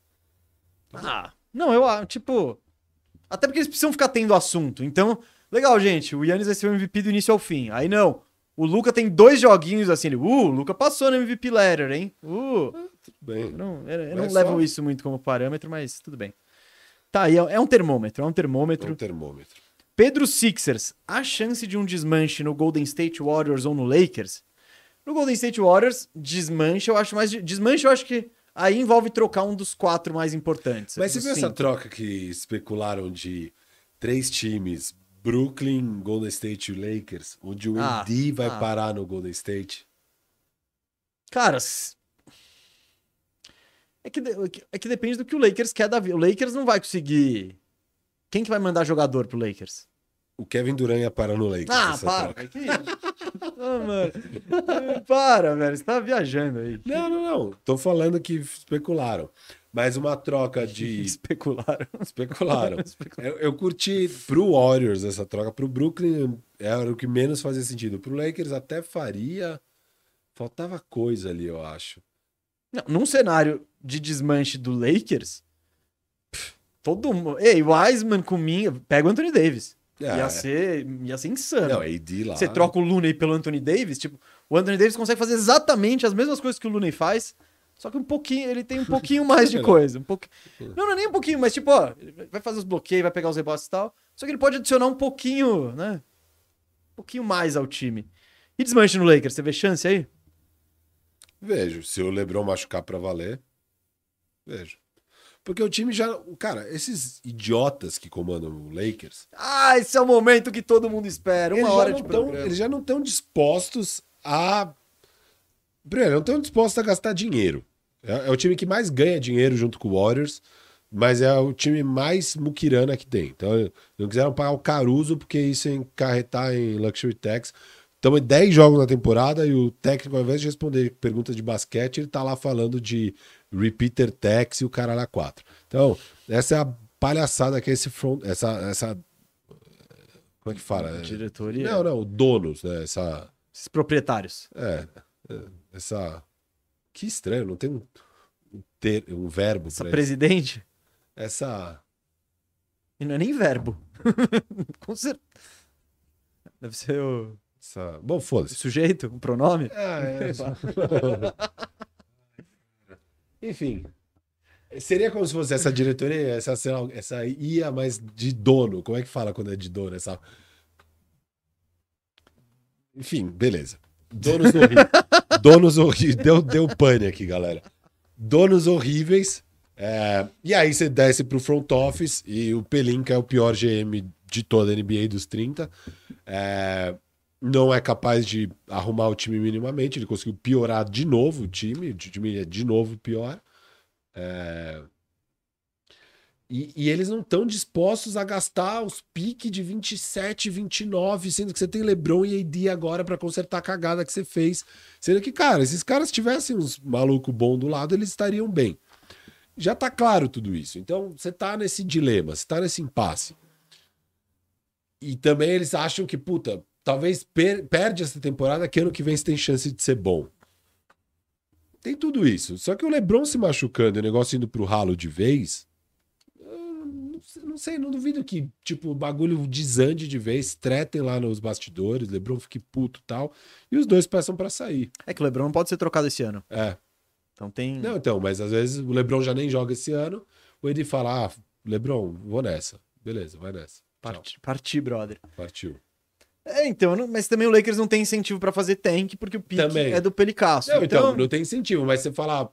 Não, eu acho, tipo... Até porque eles precisam ficar tendo assunto. Então, legal, gente, o Giannis vai ser o MVP do início ao fim. Aí não, o Luka tem 2 joguinhos assim, o Luka passou no MVP Ladder, hein? Tudo bem. Eu não levo isso muito como parâmetro, mas tudo bem. Tá, e é um termômetro, É um termômetro. Pedro Sixers, há chance de um desmanche no Golden State Warriors ou no Lakers? No Golden State Warriors, desmanche eu acho mais... Desmanche eu acho que aí envolve trocar um dos 4 mais importantes. Mas você viu essa troca que especularam de 3 times, Brooklyn, Golden State e Lakers, onde o AD vai parar no Golden State? Cara, é que depende do que o Lakers quer da vida. O Lakers não vai conseguir... Quem que vai mandar jogador pro Lakers? O Kevin Durant ia parar no Lakers. Para. Que isso? Mano. Para, velho. Você tá viajando aí. Não. Tô falando que especularam. Mas uma troca de... Especularam. Eu curti pro Warriors essa troca. Pro Brooklyn era o que menos fazia sentido. Pro Lakers até faria. Faltava coisa ali, eu acho. Não, num cenário de desmanche do Lakers, todo mundo... Ei, Wiseman comigo... Pega o Anthony Davis. Ia ser insano. Não, AD lá. Você troca o Looney pelo Anthony Davis, tipo, o Anthony Davis consegue fazer exatamente as mesmas coisas que o Looney faz, só que ele tem um pouquinho mais de coisa. Não é nem um pouquinho, mas tipo, ele vai fazer os bloqueios, vai pegar os rebotes e tal, só que ele pode adicionar um pouquinho, né? Um pouquinho mais ao time. E desmanche no Lakers, você vê chance aí? Vejo. Se o LeBron machucar pra valer, vejo. Porque o time já... Cara, esses idiotas que comandam o Lakers... esse é o momento que todo mundo espera. Uma hora de programa. Eles já não estão dispostos a... Primeiro, não estão dispostos a gastar dinheiro. É o time que mais ganha dinheiro junto com o Warriors, mas é o time mais muquirana que tem. Então, não quiseram pagar o Caruso porque isso ia encarretar em Luxury Tax. Estamos em 10 jogos na temporada e o técnico, ao invés de responder perguntas de basquete, ele tá lá falando de repeater tax e o caralho a 4. Então, essa é a palhaçada que é esse front... Essa como é que fala? Diretoria? Não, donos, né? Esses proprietários. Essa... Que estranho, não tem um verbo essa pra presidente? isso. Essa... E não é nem verbo. Com certeza. Deve ser o... Bom, foda-se. Sujeito, um pronome? Enfim. Seria como se fosse essa diretoria, essa IA, mas de dono. Como é que fala quando é de dono? Enfim, beleza. Donos horríveis. Donos horríveis. Deu pane aqui, galera. Donos horríveis. E aí você desce pro front office e o Pelinka é o pior GM de toda a NBA dos 30. Não é capaz de arrumar o time minimamente. Ele conseguiu piorar de novo o time. O time é de novo pior. E eles não estão dispostos a gastar os piques de 27, 29, sendo que você tem LeBron e AD agora para consertar a cagada que você fez. Sendo que, cara, se esses caras tivessem uns maluco bom do lado, eles estariam bem. Já tá claro tudo isso. Então, você tá nesse dilema, você tá nesse impasse. E também eles acham que, puta, talvez perde essa temporada, que ano que vem você tem chance de ser bom. Tem tudo isso. Só que o LeBron se machucando e o negócio indo pro ralo de vez, não sei, não duvido que, tipo, o bagulho desande de vez, tretem lá nos bastidores, LeBron fique puto e tal, e os dois peçam pra sair. É que o LeBron não pode ser trocado esse ano. É. Então tem... Não, então, mas às vezes o LeBron já nem joga esse ano, o Eddie fala, LeBron, vou nessa. Beleza, vai nessa. Parti, brother. Partiu. Então, mas também o Lakers não tem incentivo pra fazer tank, porque o pique Também. é do Pelicasso. Não, então, não tem incentivo, mas você falar,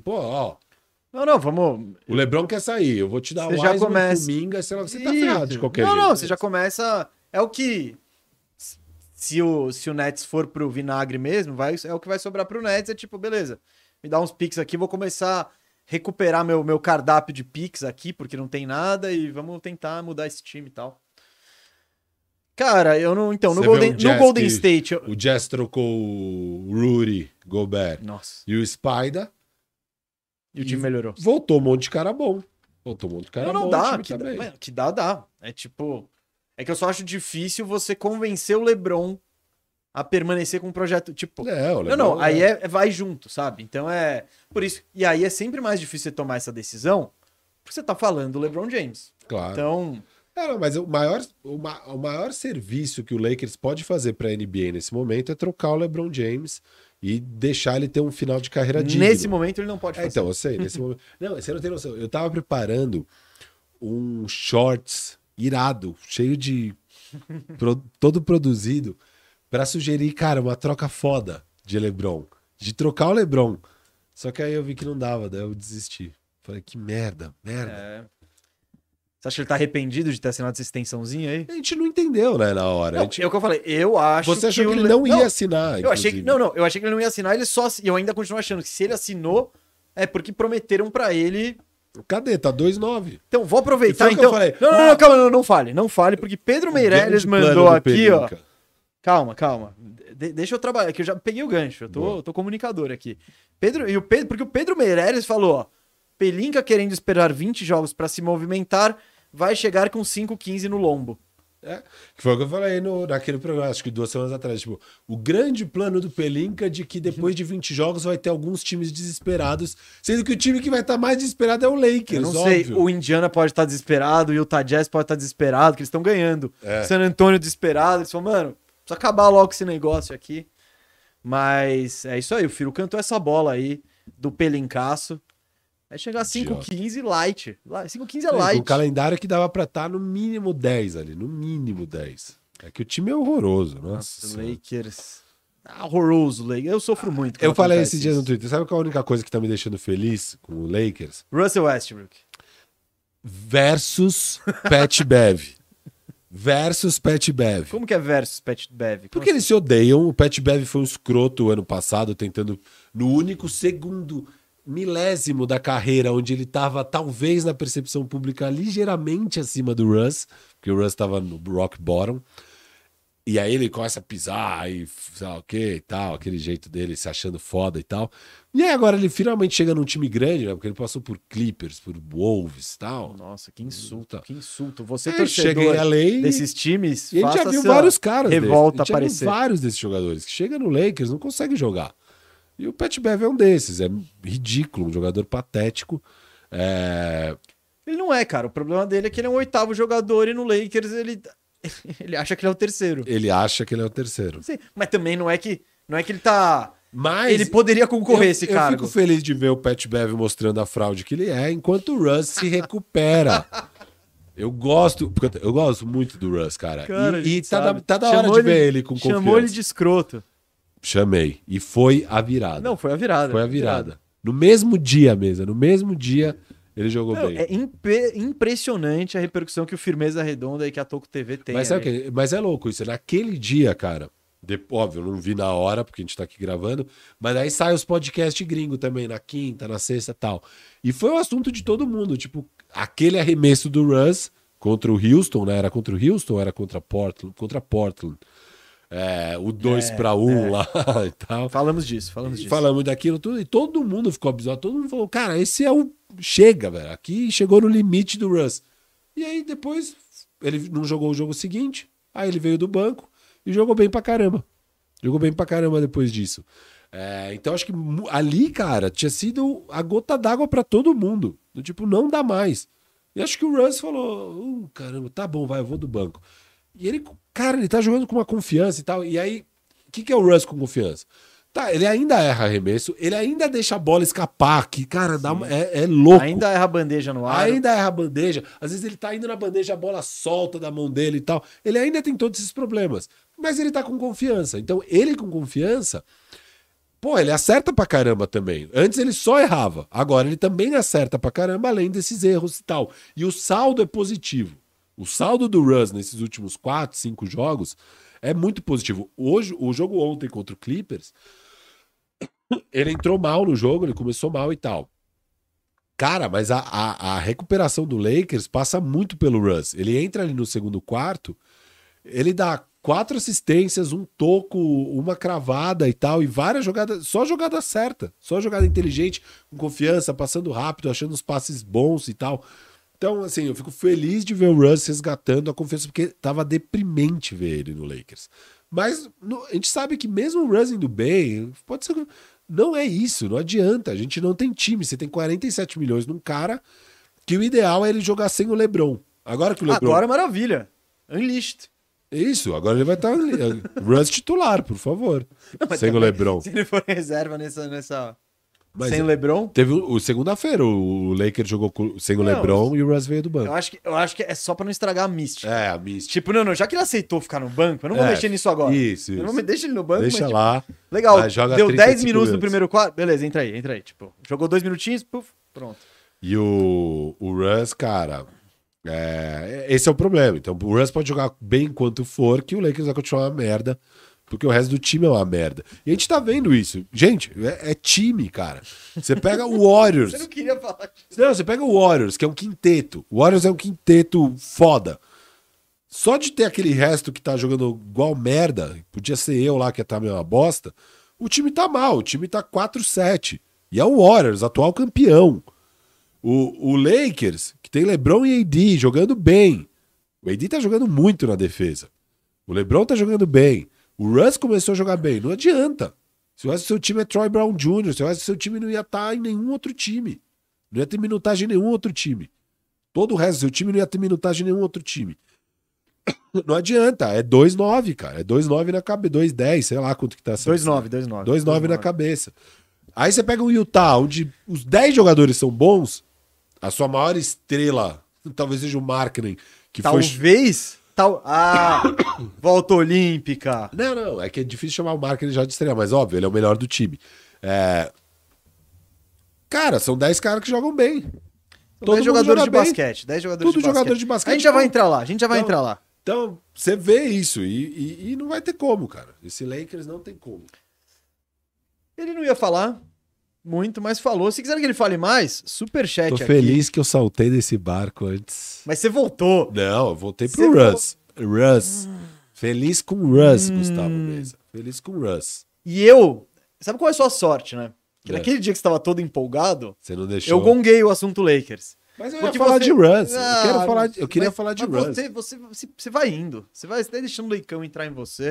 Não, vamos... o LeBron quer sair, eu vou te dar Você mais já começa... domingo, sei lá, você tá ferrado de qualquer jeito. Não, você já começa... É o que... Se o Nets for pro vinagre mesmo, é o que vai sobrar pro Nets, é tipo, beleza, me dá uns picks aqui, vou começar a recuperar meu cardápio de picks aqui, porque não tem nada, e vamos tentar mudar esse time e tal. Cara, eu não... Então, no Golden State... O Jazz trocou o Rudy Gobert. Nossa. E o Spider. E o time melhorou. Voltou um monte de cara bom. Não dá. Que dá. É tipo... É que eu só acho difícil você convencer o LeBron a permanecer com um projeto, tipo... Não. Aí vai junto, sabe? Então é... Por isso... E aí é sempre mais difícil você tomar essa decisão, porque você tá falando do LeBron James. Claro. Então... Mas o maior serviço que o Lakers pode fazer pra NBA nesse momento é trocar o LeBron James e deixar ele ter um final de carreira digno. Nesse momento ele não pode fazer. Então, eu sei, nesse momento... Não, você não tem noção. Eu tava preparando um shorts irado, cheio de... todo produzido, pra sugerir, cara, uma troca foda de LeBron. De trocar o LeBron. Só que aí eu vi que não dava, daí eu desisti. Falei, que merda. Você acha que ele tá arrependido de ter assinado essa extensãozinha aí? A gente não entendeu, né, na hora. Não, é o que eu falei. Eu acho Você achou que ele não ia assinar, eu achei que ele não ia assinar, eu ainda continuo achando que se ele assinou, é porque prometeram pra ele... Cadê? Tá 2,9. Então, vou aproveitar, então... Falei, calma, não fale, porque Pedro Meirelles mandou aqui, ó... Calma. Deixa eu trabalhar, que eu já peguei o gancho, eu tô comunicador aqui. Porque o Pedro Meirelles falou, ó, Pelinka querendo esperar 20 jogos pra se movimentar, vai chegar com 5-15 no lombo. Que foi o que eu falei naquele programa, acho que 2 semanas atrás. Tipo, o grande plano do Pelinka de que depois de 20 jogos vai ter alguns times desesperados, sendo que o time que vai estar mais desesperado é o Lakers, eu não sei, o Indiana pode estar desesperado, o Utah Jazz pode estar desesperado, que eles estão ganhando. San Antonio desesperado, eles falam, mano, precisa acabar logo esse negócio aqui. Mas é isso aí, o Firo cantou essa bola aí do Pelincaço. Vai chegar a 5-15 light. 5-15 é light. O calendário que dava pra estar no mínimo 10 ali. No mínimo 10. É que o time é horroroso. Nossa, Lakers. Horroroso, Lakers. Eu sofro muito. Eu falei esses dias no Twitter. Sabe qual é a única coisa que tá me deixando feliz com o Lakers? Russell Westbrook. Versus Pat Bev. Versus Pat Bev. Como que é versus Pat Bev? Porque eles se odeiam. O Pat Bev foi um escroto ano passado, tentando no único segundo... milésimo da carreira, onde ele estava talvez na percepção pública ligeiramente acima do Russ, porque o Russ estava no rock bottom, e aí ele começa a pisar e sei lá o que e tal, aquele jeito dele se achando foda e tal, e aí agora ele finalmente chega num time grande, né, porque ele passou por Clippers, por Wolves e tal. Nossa, que insulto, que insulto. Você chega em LA desses times, e a gente já viu vários caras revolta desse. A gente já viu vários desses jogadores que chegam no Lakers, não conseguem jogar. E o Pat Bev é um desses, é ridículo, um jogador patético. Ele não é, cara. O problema dele é que ele é um 8º jogador e no Lakers ele acha que ele é o terceiro. Ele acha que ele é o terceiro. Sim, mas também não é que ele tá... Mas ele poderia concorrer esse cargo. Eu fico feliz de ver o Pat Bev mostrando a fraude que ele é, enquanto o Russ se recupera. Eu gosto muito do Russ, cara. E tá da hora de ver ele com confiança. Chamou ele de escroto. Chamei. E foi a virada. Não, foi a virada. Foi a virada. No mesmo dia mesmo. No mesmo dia ele jogou bem. É impressionante a repercussão que o Firmeza Redonda e que a Toco TV tem. Mas é louco isso. Naquele dia, cara... Óbvio, eu não vi na hora, porque a gente tá aqui gravando. Mas aí sai os podcasts gringo também, na quinta, na sexta e tal. E foi o assunto de todo mundo. Tipo, aquele arremesso do Russ contra o Houston, né? Era contra o Houston ou era contra Portland? Contra Portland. O 2-1 lá e tal. Falamos disso. Falamos daquilo tudo. E todo mundo ficou abismado. Todo mundo falou, cara, esse é o... Chega, velho. Aqui chegou no limite do Russ. E aí depois ele não jogou o jogo seguinte. Aí ele veio do banco e jogou bem pra caramba. Jogou bem pra caramba depois disso. Então acho que ali, cara, tinha sido a gota d'água pra todo mundo. Do tipo, não dá mais. E acho que o Russ falou, caramba, tá bom, vai, eu vou do banco. E ele, cara, ele tá jogando com uma confiança e tal. E aí, o que é o Russ com confiança? Tá, ele ainda erra arremesso, ele ainda deixa a bola escapar, que, cara, é louco. Ainda erra a bandeja no ar. Ainda erra a bandeja. Às vezes ele tá indo na bandeja, a bola solta da mão dele e tal. Ele ainda tem todos esses problemas. Mas ele tá com confiança. Então, ele com confiança, pô, ele acerta pra caramba também. Antes ele só errava. Agora ele também acerta pra caramba, além desses erros e tal. E o saldo é positivo. O saldo do Russ nesses últimos 4, 5 jogos é muito positivo. Hoje, o jogo ontem contra o Clippers, ele entrou mal no jogo, ele começou mal e tal. Cara, mas a recuperação do Lakers passa muito pelo Russ. Ele entra ali no segundo quarto, ele dá 4 assistências, um toco, uma cravada e tal, e várias jogadas, só jogada certa, só jogada inteligente, com confiança, passando rápido, achando os passes bons e tal. Então, assim, eu fico feliz de ver o Russ resgatando a confiança, porque tava deprimente ver ele no Lakers. Mas a gente sabe que mesmo o Russ indo bem, pode ser... Não é isso, não adianta. A gente não tem time. Você tem 47 milhões num cara que o ideal é ele jogar sem o LeBron. Agora que o LeBron... Agora é maravilha. Unleashed. Isso, agora ele vai estar... Russ titular, por favor. Não, sem o LeBron. Se ele for reserva nessa... Mas sem o LeBron? Teve o segunda-feira, o Lakers jogou sem o LeBron e o Russ veio do banco. Eu acho que é só pra não estragar a mística. É, a mística. Tipo, não, já que ele aceitou ficar no banco, eu não vou mexer nisso agora. Isso. Eu não vou deixa ele no banco, deixa mas, lá. Tipo, legal, deu 10 minutos no primeiro quarto. Beleza, entra aí. Tipo, jogou 2 minutinhos, puf, pronto. E o Russ, cara, esse é o problema. Então, o Russ pode jogar bem quanto for, que o Lakers vai continuar uma merda. Porque o resto do time é uma merda. E a gente tá vendo isso. Gente, é time, cara. Você pega o Warriors. Você não queria falar disso. Não, você pega o Warriors, que é um quinteto. O Warriors é um quinteto foda. Só de ter aquele resto que tá jogando igual merda, podia ser eu lá que ia estar meio uma bosta, o time tá mal. O time tá 4-7. E é o Warriors, atual campeão. O Lakers, que tem LeBron e AD jogando bem. O AD tá jogando muito na defesa. O LeBron tá jogando bem. O Russ começou a jogar bem. Não adianta. Se o resto do seu time é Troy Brown Jr., se o resto do seu time não ia estar em nenhum outro time. Não ia ter minutagem em nenhum outro time. Todo o resto do seu time não ia ter minutagem em nenhum outro time. Não adianta. É 2-9, cara. É 2-9 na cabeça. 2-10, sei lá quanto que tá. 2-9. 2-9 na cabeça. Aí você pega o Utah, onde os 10 jogadores são bons, a sua maior estrela talvez seja o Markkinen, que talvez... volta olímpica. Não, é que é difícil chamar o Markkinen já de estrela, mas óbvio, ele é o melhor do time. Cara, são 10 caras que jogam bem. Todo 10 jogadores de basquete. 10 jogadores Tudo jogador de basquete. A gente já vai entrar lá, Então, você vê isso e não vai ter como, cara. Esse Lakers não tem como. Ele não ia falar muito, mas falou. Se quiser que ele fale mais, superchat aqui. Tô feliz que eu saltei desse barco antes. Mas você voltou. Não, eu voltei pro Russ. Russ. Feliz com o Russ, Gustavo Meza. Feliz com o Russ. E eu... Sabe qual é a sua sorte, né? Que naquele dia que você estava todo empolgado, você não deixou. Eu gonguei o assunto Lakers. Mas eu ia falar de Russ. Eu queria falar de Russ. Você vai indo. Você vai deixando o Leicão entrar em você.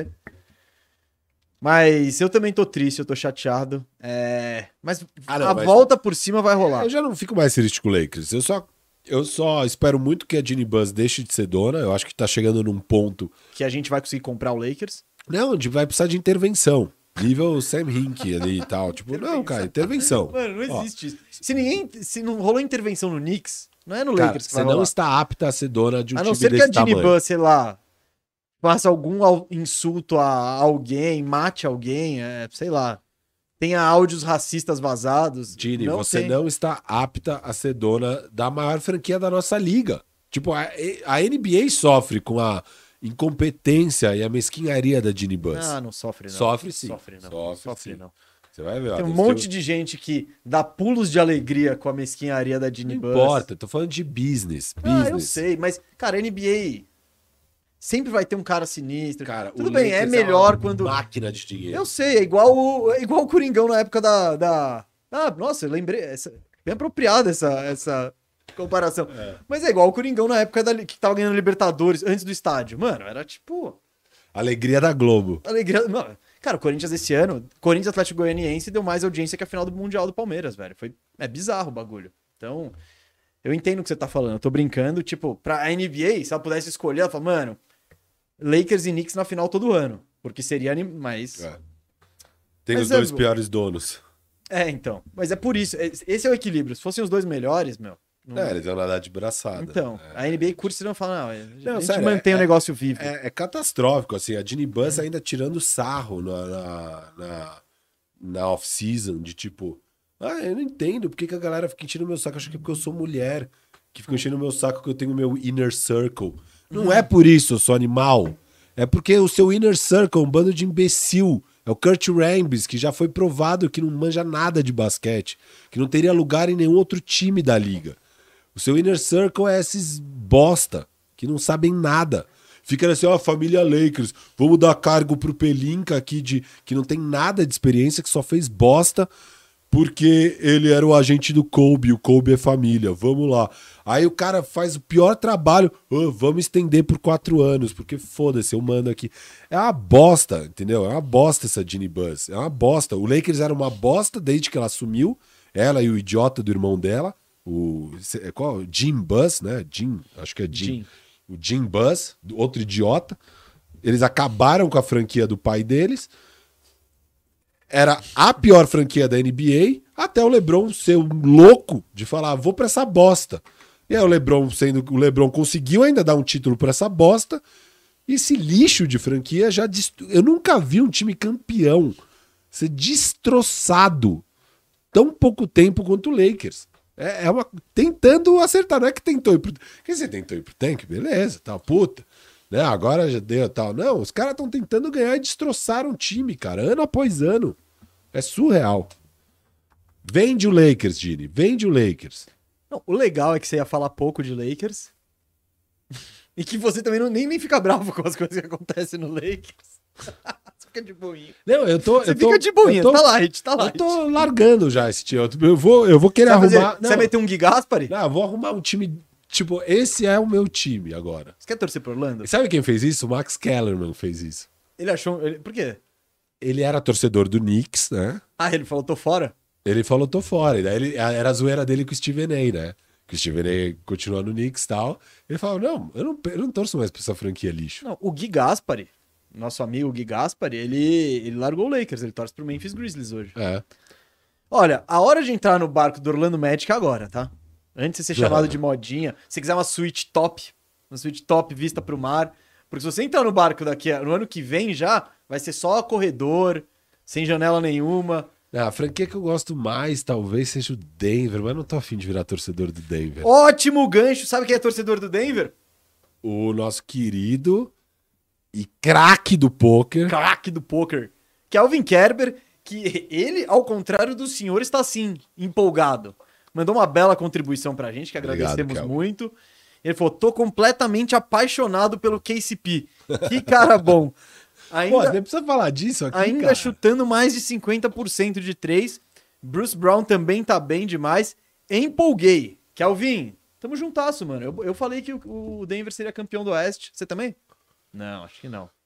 Mas eu também tô triste, eu tô chateado. Mas a volta por cima vai rolar. Eu já não fico mais triste com o Lakers. Eu só espero muito que a Jeannie Buss deixe de ser dona. Eu acho que tá chegando num ponto... Que a gente vai conseguir comprar o Lakers? Não, onde vai precisar de intervenção. Nível Sam Hinkie ali e tal. Tipo, não, cara, intervenção. Mano, não existe isso. Se não rolou intervenção no Knicks, não é no Lakers que vai rolar. Você não está apta a ser dona de um time desse tamanho. A não ser que a Jeannie Buss, sei lá... faça algum insulto a alguém, mate alguém, sei lá. Tenha áudios racistas vazados. Gini, não está apta a ser dona da maior franquia da nossa liga. Tipo, a NBA sofre com a incompetência e a mesquinharia da Jeannie Buss. Não sofre não. Sofre sim. Sofre não. Você vai ver. Tem um monte de gente que dá pulos de alegria com a mesquinharia da Jeannie Buss. Não importa, tô falando de business. Eu sei, mas, cara, NBA... sempre vai ter um cara sinistro. Cara, tudo bem, é melhor quando... máquina de dinheiro. Eu sei, é igual o Coringão na época nossa, eu lembrei. Bem apropriada essa comparação. Mas é igual o Coringão na época que tava ganhando Libertadores antes do estádio. Mano, era tipo... alegria da Globo. Não, cara, o Corinthians esse ano, Corinthians Atlético Goianiense deu mais audiência que a final do Mundial do Palmeiras, velho. É bizarro o bagulho. Então... Eu entendo o que você tá falando, eu tô brincando. Tipo, pra NBA, se ela pudesse escolher, ela fala, mano, Lakers e Knicks na final todo ano. Porque seria mais. Tem Mas os dois piores donos. Então. Mas é por isso. Esse é o equilíbrio. Se fossem os dois melhores, meu. Eles vão nadar de braçada. Então, a NBA curte se não fala, não, a gente sério, mantém o negócio vivo. É catastrófico, assim, a Ginny Buss ainda tirando sarro na off-season, de tipo, eu não entendo por que a galera fica enchendo meu saco, acho que é porque eu sou mulher, que fica enchendo meu saco que eu tenho meu inner circle. Não é por isso, eu sou animal. É porque o seu inner circle é um bando de imbecil. É o Kurt Rambis, que já foi provado que não manja nada de basquete, que não teria lugar em nenhum outro time da liga. O seu inner circle é esses bosta, que não sabem nada. Fica assim, família Lakers, vamos dar cargo pro Pelinka aqui, que não tem nada de experiência, que só fez bosta, porque ele era o agente do Kobe, o Kobe é família, vamos lá. Aí o cara faz o pior trabalho, vamos estender por 4 anos, porque foda-se, eu mando aqui. É uma bosta, entendeu? É uma bosta essa Ginny Buss, é uma bosta. O Lakers era uma bosta desde que ela assumiu, ela e o idiota do irmão dela, qual? Jim Buss, né? Acho que é Jim. O Jim Buss, outro idiota. Eles acabaram com a franquia do pai deles. Era a pior franquia da NBA, até o LeBron ser um louco de falar, vou pra essa bosta. E aí o LeBron conseguiu ainda dar um título pra essa bosta. E esse lixo de franquia eu nunca vi um time campeão ser destroçado tão pouco tempo quanto o Lakers. Tentando acertar, não é que tentou ir pro... Quer dizer, tentou ir pro tank, beleza, tal, puta. Né? Agora já deu, tal. Não, os caras estão tentando ganhar e destroçar um time, cara, ano após ano. É surreal. Vende o Lakers, Gini, vende o Lakers. Não, o legal é que você ia falar pouco de Lakers e que você também nem fica bravo com as coisas que acontecem no Lakers. Você fica de boinha. Não, Você fica de boinha, tá light. Eu tô largando já esse time. Eu vou querer arrumar... Você vai meter um Gui Gaspari? Não, eu vou arrumar um time... Tipo, esse é o meu time agora. Você quer torcer pro Orlando? E sabe quem fez isso? O Max Kellerman fez isso. Ele achou... Por quê? Ele era torcedor do Knicks, né? Ele falou, tô fora? Ele falou, tô fora. E daí era a zoeira dele com o Steven A, né? Que o Steven A continua no Knicks e tal. Ele falou, não, eu não torço mais pra essa franquia lixo. Não, o Gui Gaspari, nosso amigo Gui Gaspari, ele largou o Lakers, ele torce pro Memphis Grizzlies hoje. Olha, a hora de entrar no barco do Orlando Magic é agora, tá? Antes de ser chamado de modinha, se quiser uma suíte top vista pro mar, porque se você entrar no barco no ano que vem já, vai ser só corredor, sem janela nenhuma. A franquia que eu gosto mais talvez seja o Denver, mas não tô afim de virar torcedor do Denver. Ótimo gancho! Sabe quem é torcedor do Denver? O nosso querido e craque do poker. Craque do poker. Kelvin Kerber, que ele, ao contrário do senhor, está assim, empolgado. Mandou uma bela contribuição pra gente, que agradecemos muito. Ele falou, tô completamente apaixonado pelo KCP. Que cara bom. Pô, nem precisa falar disso aqui, ainda cara. Chutando mais de 50% de 3. Bruce Brown também tá bem demais. Empolguei. Kelvin, tamo juntasso, mano. Eu falei que o Denver seria campeão do Oeste. Você também? Não, acho que não.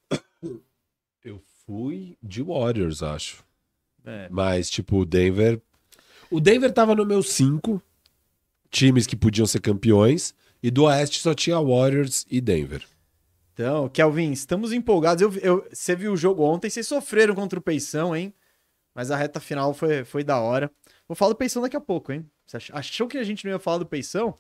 Eu fui de Warriors, acho. Mas, tipo, o Denver... O Denver tava no meu 5 times que podiam ser campeões. E do Oeste só tinha Warriors e Denver. Então, Kelvin, estamos empolgados. Você viu o jogo ontem, vocês sofreram contra o Peição, hein? Mas a reta final foi da hora. Vou falar do Peição daqui a pouco, hein? Você achou que a gente não ia falar do Peição?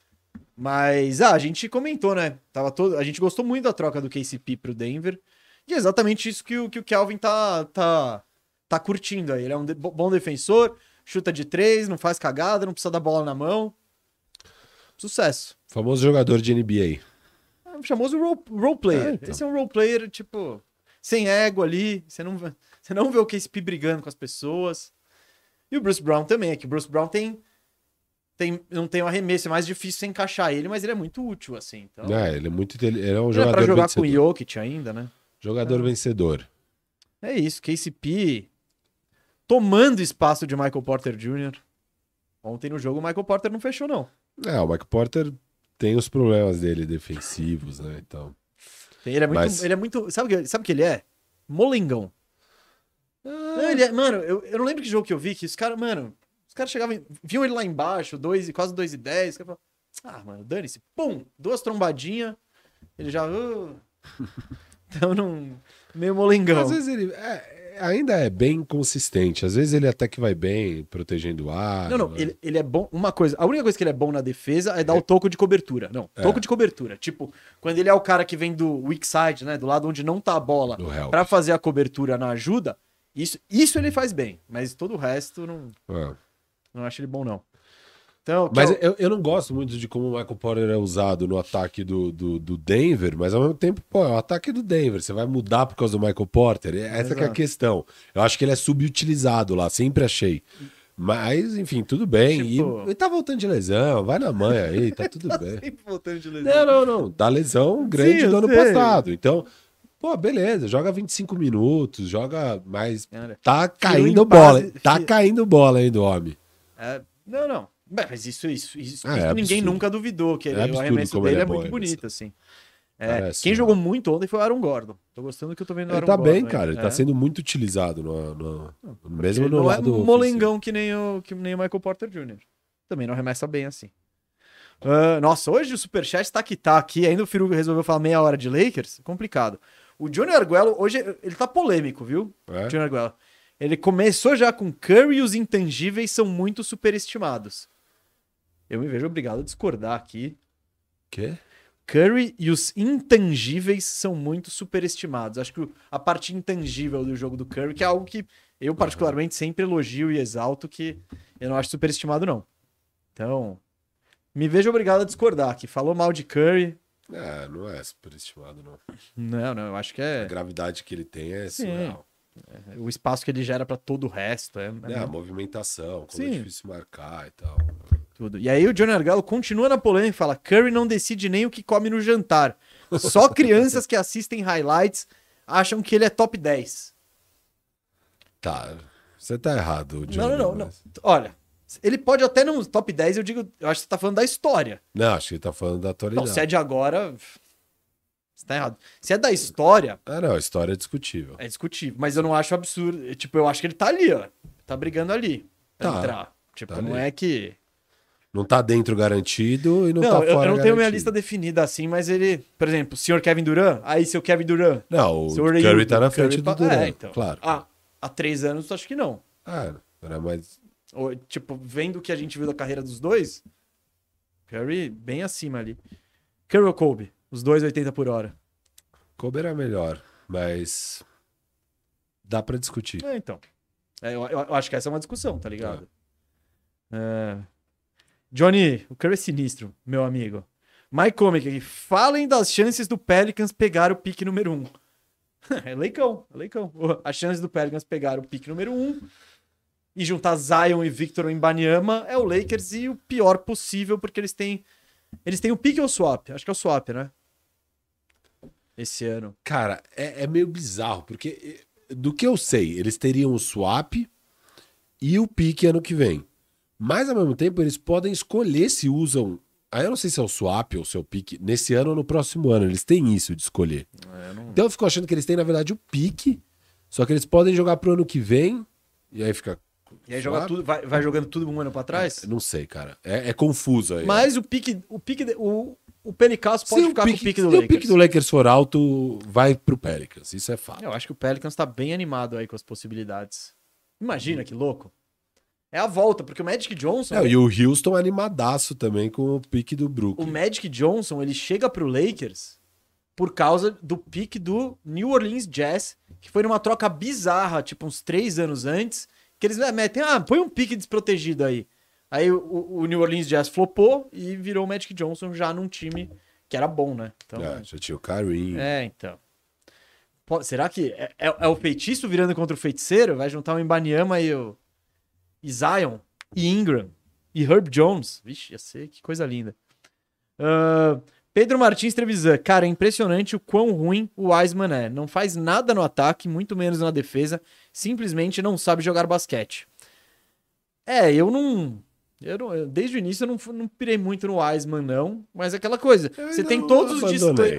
Mas, a gente comentou, né? A gente gostou muito da troca do KCP pro Denver. E é exatamente isso que o Kelvin tá curtindo aí. Ele é um bom defensor, chuta de 3, não faz cagada, não precisa dar bola na mão. Sucesso. Famoso jogador de NBA. Famoso role player. Então. Esse é um role player, tipo, sem ego ali. Você não vê o KCP brigando com as pessoas. E o Bruce Brown também. É que o Bruce Brown não tem um arremesso. É mais difícil você encaixar ele, mas ele é muito útil, assim. Então, ele é muito ele é um ele jogador pra jogar vencedor. com o Jokic ainda, né? Jogador vencedor. É isso. KCP tomando espaço de Michael Porter Jr. Ontem no jogo o Michael Porter não fechou, não. O Michael Porter tem os problemas dele defensivos, né? Então. Ele é muito. Sabe o que ele é? Molengão. Mano, eu não lembro que jogo que eu vi que os caras, chegavam, viam ele lá embaixo, quase 2,10. Ah, mano, dane-se. Pum, 2 trombadinhas, ele já... Então, não... Meio molengão. Às vezes ele ainda é bem consistente. Às vezes ele até que vai bem, protegendo o ar. Não, ele é bom. Uma coisa, a única coisa que ele é bom na defesa é dar o toco de cobertura. Não, toco de cobertura. Tipo, quando ele é o cara que vem do weak side, né? Do lado onde não tá a bola, pra fazer a cobertura na ajuda, isso ele faz bem. Mas todo o resto, não acho ele bom, não. Então, mas eu não gosto muito de como o Michael Porter é usado no ataque do Denver, mas ao mesmo tempo, pô, é o ataque do Denver. Você vai mudar por causa do Michael Porter? Essa que é a questão. Eu acho que ele é subutilizado lá, sempre achei. Mas, enfim, tudo bem. Tipo... E ele tá voltando de lesão, vai na manha aí, tá tudo bem. Sempre voltando de lesão. Não. Da lesão grande Sim, do ano sei. passado. Então, pô, beleza, joga 25 minutos, joga mais. Tá caindo bola. Tá caindo bola aí do homem. Não. Mas isso é ninguém nunca duvidou, que o arremesso dele é muito bonito, assim. Quem jogou muito ontem foi o Aaron Gordon. Tô gostando do que eu tô vendo no Aaron Gordon. Ele tá bem, cara. Ele tá sendo muito utilizado mesmo no lado. Não é molengão que nem o Michael Porter Jr. Também não arremessa bem assim. Nossa, hoje o Superchat tá que tá aqui. Ainda o Firu resolveu falar meia hora de Lakers. Complicado. O Johnny Arguello, hoje, ele tá polêmico, viu? Johnny Arguello. Ele começou já com Curry e os intangíveis são muito superestimados. Eu me vejo obrigado a discordar aqui. Quê? Curry e os intangíveis são muito superestimados. Acho que a parte intangível do jogo do Curry, que é algo que eu particularmente sempre elogio e exalto, que eu não acho superestimado, não. Então, me vejo obrigado a discordar aqui. Falou mal de Curry. Não é superestimado, não. Não, eu acho que é... A gravidade que ele tem é surreal. O espaço que ele gera pra todo o resto. A movimentação, como é difícil marcar e tal. Tudo. E aí o Johnny Arguello continua na polêmica e fala: Curry não decide nem o que come no jantar. Só crianças que assistem highlights acham que ele é top 10. Tá, você tá errado, Johnny. Não. Olha, ele pode até não top 10, eu acho que você tá falando da história. Não, acho que ele tá falando da atualidade. Não, se é de agora, você tá errado. Se é da história... Não, a história é discutível. É discutível, mas eu não acho absurdo. Tipo, eu acho que ele tá ali, ó. Tá brigando ali pra entrar. Tipo, tá não ali. é que... Não tá dentro garantido e não tá fora eu não tenho minha garantido. lista definida assim, mas ele... Por exemplo, o senhor Kevin Durant, aí seu Kevin Durant... Não, o Curry tá na frente do Durant, então. claro. Há 3 anos, acho que não. Era mais... Tipo, vendo o que a gente viu da carreira dos dois, Curry bem acima ali. Curry ou Kobe? Os dois 80 por hora. Kobe era melhor, mas dá pra discutir. Então. Eu acho que essa é uma discussão, tá ligado? Johnny, o Curry é sinistro, meu amigo. Mike Comic aqui. Falem das chances do Pelicans pegar o pique número 1. É leicão. A chance do Pelicans pegar o pique número 1 e juntar Zion e Victor Wembanyama é o Lakers e o pior possível, porque eles têm o pique ou o swap? Acho que é o swap, né? Esse ano. Cara, é meio bizarro, porque do que eu sei, eles teriam o swap e o pique ano que vem. Mas, ao mesmo tempo, eles podem escolher se usam... Aí eu não sei se é o swap ou se é o pique nesse ano ou no próximo ano. Eles têm isso de escolher. Então eu fico achando que eles têm, na verdade, o pique, só que eles podem jogar pro ano que vem e aí fica... E aí joga tudo, vai jogando tudo um ano pra trás? Não sei, cara. É confuso aí. Mas o Pelicans pode ficar com o pique do Lakers. Se o pique do Lakers for alto, vai pro Pelicans. Isso é fato. Eu acho que o Pelicans tá bem animado aí com as possibilidades. Imagina que louco. É a volta, porque o Magic Johnson... E o Houston animadaço também com o pique do Brooklyn. O Magic Johnson, ele chega pro Lakers por causa do pique do New Orleans Jazz, que foi numa troca bizarra, tipo uns 3 anos antes, que eles metem, põe um pique desprotegido aí. Aí o New Orleans Jazz flopou e virou o Magic Johnson já num time que era bom, né? Então, já tinha o Kareem. Então. Será que é o feitiço virando contra o feiticeiro? Vai juntar o Wembanyama e o Zion, e Ingram, e Herb Jones. Vixe, ia ser que coisa linda. Pedro Martins Trevisan. Cara, é impressionante o quão ruim o Wiseman é. Não faz nada no ataque, muito menos na defesa. Simplesmente não sabe jogar basquete. Desde o início eu não pirei muito no Wiseman, não. Mas é aquela coisa. Você tem todos os destaques.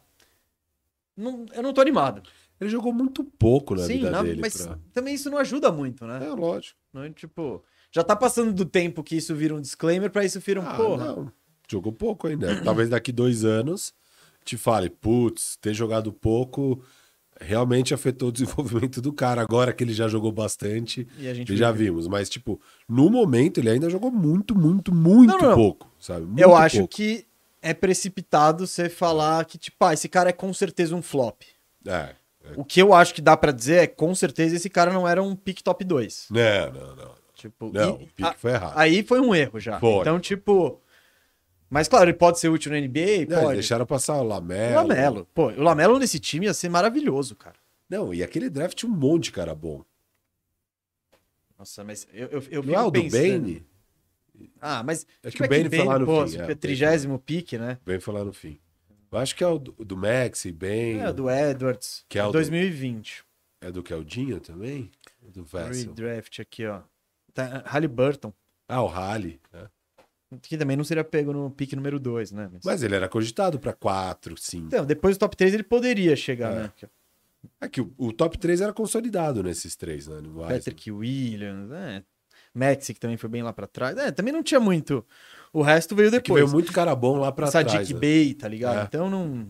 Eu não tô animado. Ele jogou muito pouco na vida dele. Mas também isso não ajuda muito, né? Lógico. Não, tipo, já tá passando do tempo que isso vira um disclaimer pra isso vira um porra. Não. Jogou pouco ainda. Talvez daqui 2 anos te fale, putz, ter jogado pouco realmente afetou o desenvolvimento do cara. Agora que ele já jogou bastante, E a gente já viu. vimos. Mas, tipo, no momento ele ainda jogou muito Não. pouco, sabe? Muito Eu acho pouco. que é precipitado você falar que, tipo, esse cara é com certeza um flop. É. O que eu acho que dá pra dizer é, com certeza, esse cara não era um pick top 2. Não. Tipo, Não, o pique foi errado. Aí foi um erro já. Foi. Então, tipo... Mas, claro, ele pode ser útil na NBA, Não, pode. deixaram passar o Lamelo. O Lamelo. Pô, o Lamelo nesse time ia ser maravilhoso, cara. Não, e aquele draft tinha um monte de cara bom. Nossa, mas eu fico Não é o do pensando... Bane? Ah, mas... É que o Bane foi lá no fim. Pô, 30º pick, né? O Bane foi lá no fim. Eu acho que é o do Maxi, Bane. É, do Edwards. Que é o 2020. É do Keldinho também? Do Vessel. Redraft aqui, ó. Tá, Halliburton. Ah, o Halley. Né? Que também não seria pego no pick número 2, né? Mas ele era cogitado pra 4, 5. Então, depois do top 3 ele poderia chegar, né? É que o top 3 era consolidado nesses 3, né? No Patrick Williams, Maxi, que também foi bem lá pra trás. Também não tinha muito. O resto veio É que depois. veio muito cara bom lá pra trás. Sadiq Né? Bey, tá ligado? É. Então não...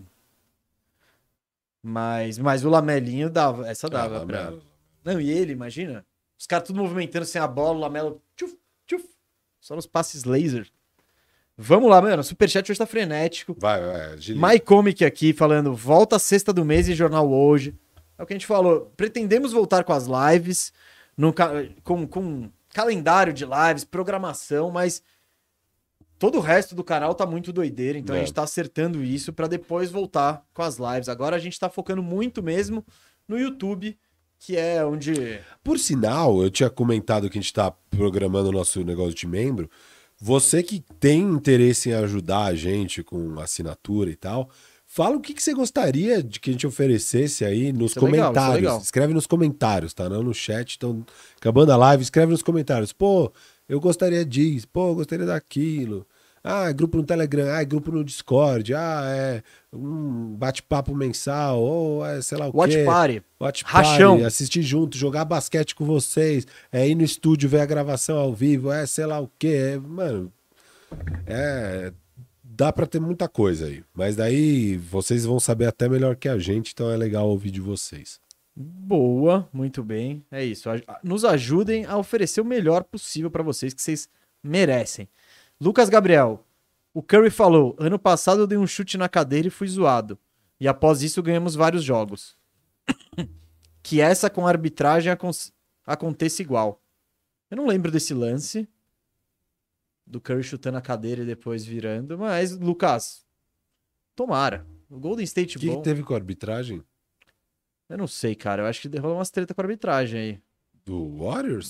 Mas o Lamelinho dava. Essa dava pra... Lamelo. Não, e ele, imagina? Os caras tudo movimentando sem a bola, o Lamelo... Tchuf, tchuf, só nos passes laser. Vamos lá, mano. O Superchat hoje tá frenético. Vai. MyComic aqui falando, volta sexta do mês e jornal hoje. É o que a gente falou. Pretendemos voltar com as lives, com calendário de lives, programação, mas todo o resto do canal tá muito doideira, então a gente tá acertando isso pra depois voltar com as lives. Agora a gente tá focando muito mesmo no YouTube, que é onde... Por sinal, eu tinha comentado que a gente tá programando o nosso negócio de membro. Você que tem interesse em ajudar a gente com assinatura e tal, fala o que você gostaria de que a gente oferecesse aí nos comentários. Legal. Escreve nos comentários, tá? Não no chat. Então, acabando a live, escreve nos comentários. Pô, eu gostaria disso. Pô, eu gostaria daquilo. Ah, é grupo no Telegram. Ah, é grupo no Discord. Ah, é um bate-papo mensal. Ou é sei lá o quê. Watch Party. Rachão. Party, Assistir junto, jogar basquete com vocês. É ir no estúdio ver a gravação ao vivo. É sei lá o quê. Mano, dá pra ter muita coisa aí. Mas daí vocês vão saber até melhor que a gente, então é legal ouvir de vocês. Boa, muito bem. É isso. Nos ajudem a oferecer o melhor possível pra vocês, que vocês merecem. Lucas Gabriel, o Curry falou, ano passado eu dei um chute na cadeira e fui zoado. E após isso ganhamos vários jogos. Que essa com a arbitragem aconteça igual. Eu não lembro desse lance do Curry chutando a cadeira e depois virando, mas, Lucas, tomara. O Golden State O que bom... teve com a arbitragem? Eu não sei, cara. Eu acho que rolou umas treta com a arbitragem aí. Do Warriors?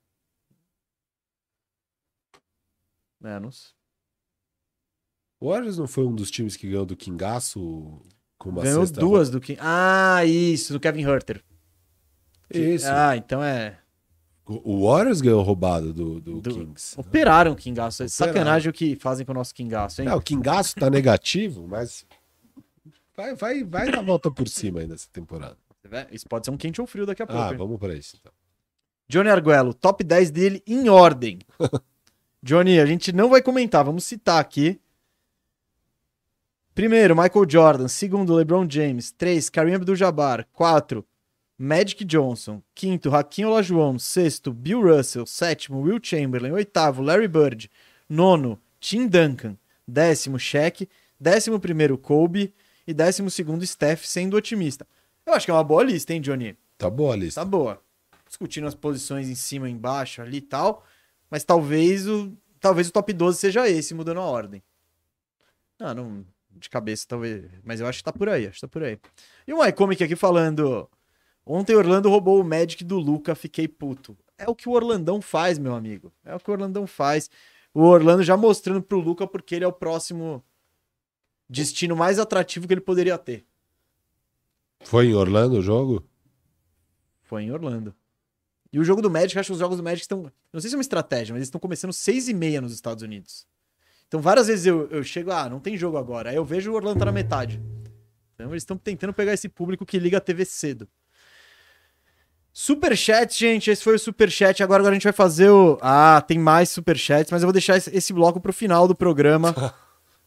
Não sei. O Warriors não foi um dos times que ganhou do Kingaço com uma Ganhou cesta... duas do King. Ah, isso, do Kevin Huerter. Isso. Então é... O Warriors ganhou roubado do Kings. Operaram o Kingaço. É Operaram. sacanagem o que fazem com o nosso Kingaço, hein? O Kingaço tá negativo, mas vai dar a volta por cima ainda essa temporada. Isso pode ser um quente ou frio daqui a pouco. Hein? Vamos pra isso então. Johnny Arguello, top 10 dele em ordem. Johnny, a gente não vai comentar, vamos citar aqui. Primeiro, Michael Jordan. Segundo, LeBron James. 3, Kareem Abdul-Jabbar. 4, Magic Johnson. 5º, Hakeem Olajuwon. 6º, Bill Russell. 7º, Will Chamberlain. 8º, Larry Bird. 9º, Tim Duncan. 10º, Shaq. 11º, Kobe. E 12º, Steph, sendo otimista. Eu acho que é uma boa lista, hein, Johnny? Tá boa a lista. Tá boa. Discutindo as posições em cima e embaixo ali e tal. Mas talvez o top 12 seja esse, mudando a ordem. Não, de cabeça talvez. Mas eu acho que tá por aí, E o MyComic aqui falando... Ontem Orlando roubou o Magic do Luka, fiquei puto. É o que o Orlandão faz, meu amigo. É o que o Orlandão faz. O Orlando já mostrando pro Luka porque ele é o próximo destino mais atrativo que ele poderia ter. Foi em Orlando o jogo? Foi em Orlando. E o jogo do Magic, acho que os jogos do Magic estão... Não sei se é uma estratégia, mas eles estão começando 6h30 nos Estados Unidos. Então várias vezes eu chego, não tem jogo agora. Aí eu vejo o Orlando tá na metade. Então eles estão tentando pegar esse público que liga a TV cedo. Superchat, gente. Esse foi o Superchat. Agora a gente vai fazer o... tem mais Superchats, mas eu vou deixar esse bloco pro final do programa.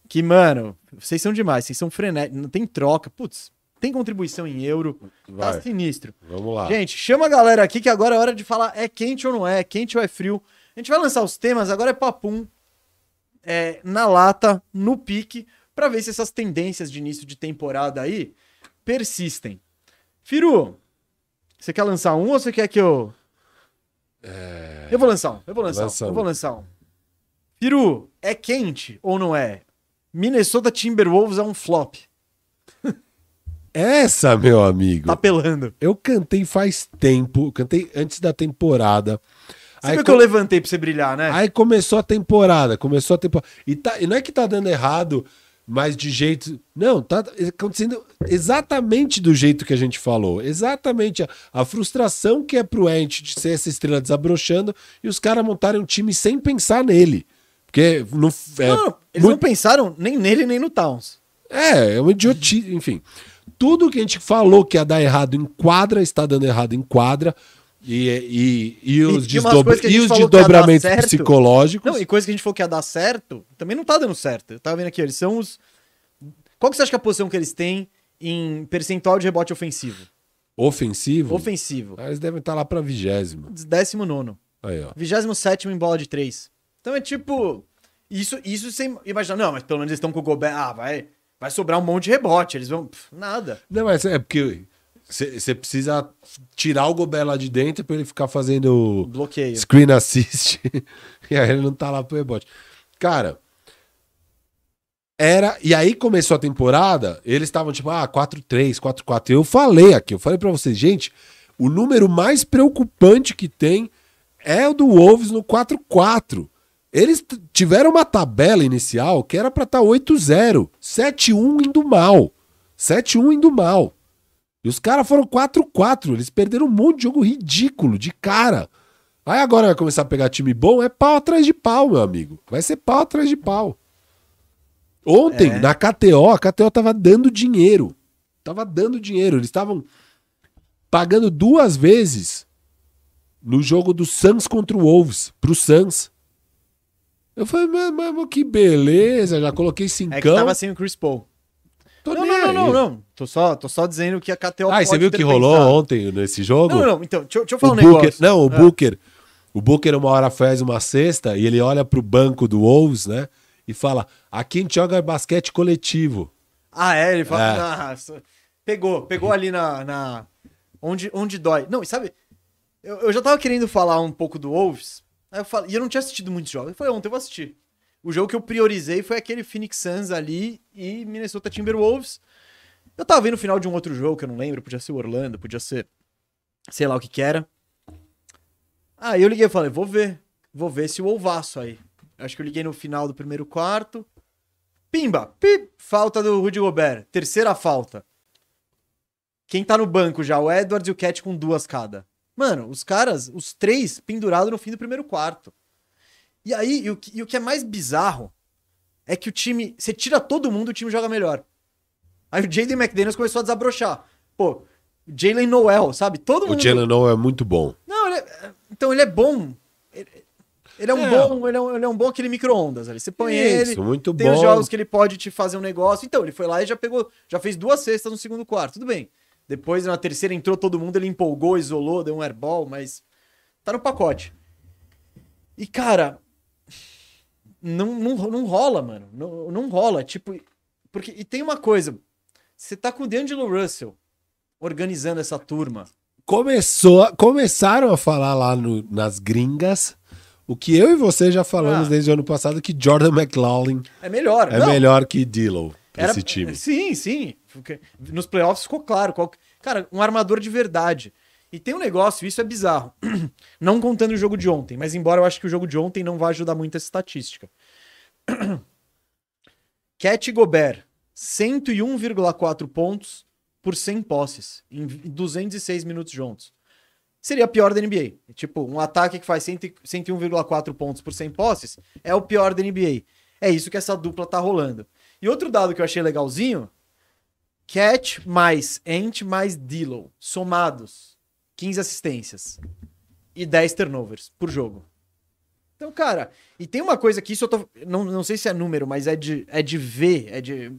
Que, mano, vocês são demais, vocês são frenéticos, não tem troca, putz, tem contribuição em euro, Vai. tá sinistro. Vamos lá. Gente, chama a galera aqui que agora é hora de falar é quente ou não é, quente ou é frio. A gente vai lançar os temas, agora é papum, na lata, no pique, pra ver se essas tendências de início de temporada aí persistem. Firu, você quer lançar um ou você quer que eu... Eu vou lançar um. Firu, é quente ou não é? Minnesota Timberwolves é um flop. Essa, meu amigo, Tá pelando. eu cantei faz tempo, cantei antes da temporada. Você viu que eu levantei pra você brilhar, né? Aí começou a temporada. E não é que tá dando errado, mas de jeito... Não, tá acontecendo exatamente do jeito que a gente falou. Exatamente a frustração que é pro Ant de ser essa estrela desabrochando e os caras montarem um time sem pensar nele. Porque não... Eles não pensaram nem nele nem no Towns. É uma idiotice, enfim. Tudo que a gente falou que ia dar errado em quadra, está dando errado em quadra. E os desdobramentos psicológicos. Não, e coisa que a gente falou que ia dar certo, também não tá dando certo. Eu tava vendo aqui, eles são os... Qual que você acha que é a posição que eles têm em percentual de rebote ofensivo? Ofensivo? Ofensivo. Eles devem estar lá pra 20º. 19º. Aí, ó. 27º em bola de 3. Então é tipo... Isso sem imaginar... Não, mas pelo menos eles estão com o Gobert... Ah, vai sobrar um monte de rebote. Eles vão... Nada. Não, mas é porque... Você precisa tirar o Gobert lá de dentro pra ele ficar fazendo bloqueio, screen assist. E aí ele não tá lá pro rebote. Cara, e aí começou a temporada, eles estavam tipo, 4-3, 4-4. Eu falei pra vocês, gente, o número mais preocupante que tem é o do Wolves no 4-4. Eles tiveram uma tabela inicial que era pra estar 8-0, 7-1 indo mal. 7-1 indo mal. E os caras foram 4-4. Eles perderam um monte de jogo ridículo, de cara. Aí agora vai começar a pegar time bom, é pau atrás de pau, meu amigo. Vai ser pau atrás de pau. Ontem, na KTO, a KTO tava dando dinheiro. Eles estavam pagando 2 vezes no jogo do Suns contra o Wolves, pro Suns. Eu falei, mas que beleza, já coloquei 5. É que tava sem o Chris Paul. Não. Tô só dizendo que a KTO pode você viu que rolou ontem nesse jogo? Não. Então, deixa eu falar um negócio. O Booker uma hora faz uma cesta e ele olha pro banco do Wolves, né? E fala, aqui a gente joga basquete coletivo. Ele fala... Pegou ali na onde dói. Não, e sabe... Eu já tava querendo falar um pouco do Wolves, aí eu falei, e eu não tinha assistido muitos jogos. Eu falei, ontem eu vou assistir. O jogo que eu priorizei foi aquele Phoenix Suns ali e Minnesota Timberwolves. Eu tava vendo o final de um outro jogo que eu não lembro, podia ser o Orlando, podia ser sei lá o que era. Aí eu liguei e falei, vou ver esse Wolvaço aí. Acho que eu liguei no final do primeiro quarto. Pimba, falta do Rudy Gobert, terceira falta. Quem tá no banco já? O Edwards e o Cat com 2 cada. Mano, os caras, os 3 pendurados no fim do primeiro quarto. E aí, o que é mais bizarro é que o time... Você tira todo mundo, o time joga melhor. Aí o Jaden McDaniels começou a desabrochar. Pô, Jalen Noel, sabe? Todo mundo... O Jalen Noel é muito bom. Não, ele é bom. Ele é um bom aquele micro-ondas ali. Você põe ele, muito tem bom. Os jogos que ele pode te fazer um negócio. Então, ele foi lá e já fez 2 cestas no segundo quarto. Tudo bem. Depois, na terceira, entrou todo mundo, ele empolgou, isolou, deu um airball, mas tá no pacote. E, cara, não rola, mano. Não rola, tipo... Porque, e tem uma coisa, você tá com o D'Angelo Russell organizando essa turma. Começaram a falar lá nas gringas o que eu e você já falamos desde o ano passado, que Jordan McLaughlin é melhor. Melhor que D'Lo pra esse time. Sim. Nos playoffs ficou claro. Cara, um armador de verdade. E tem um negócio, isso é bizarro. Não contando o jogo de ontem, mas embora eu acho que o jogo de ontem não vai ajudar muito essa estatística. Cat Gobert, 101,4 pontos por 100 posses em 206 minutos juntos. Seria a pior da NBA. Tipo, um ataque que faz 101,4 pontos por 100 posses é o pior da NBA. É isso que essa dupla tá rolando. E outro dado que eu achei legalzinho, Cat mais Ant mais D'Lo, somados, 15 assistências e 10 turnovers por jogo. Então, cara, e tem uma coisa que isso eu tô. Não sei se é número, mas é de ver,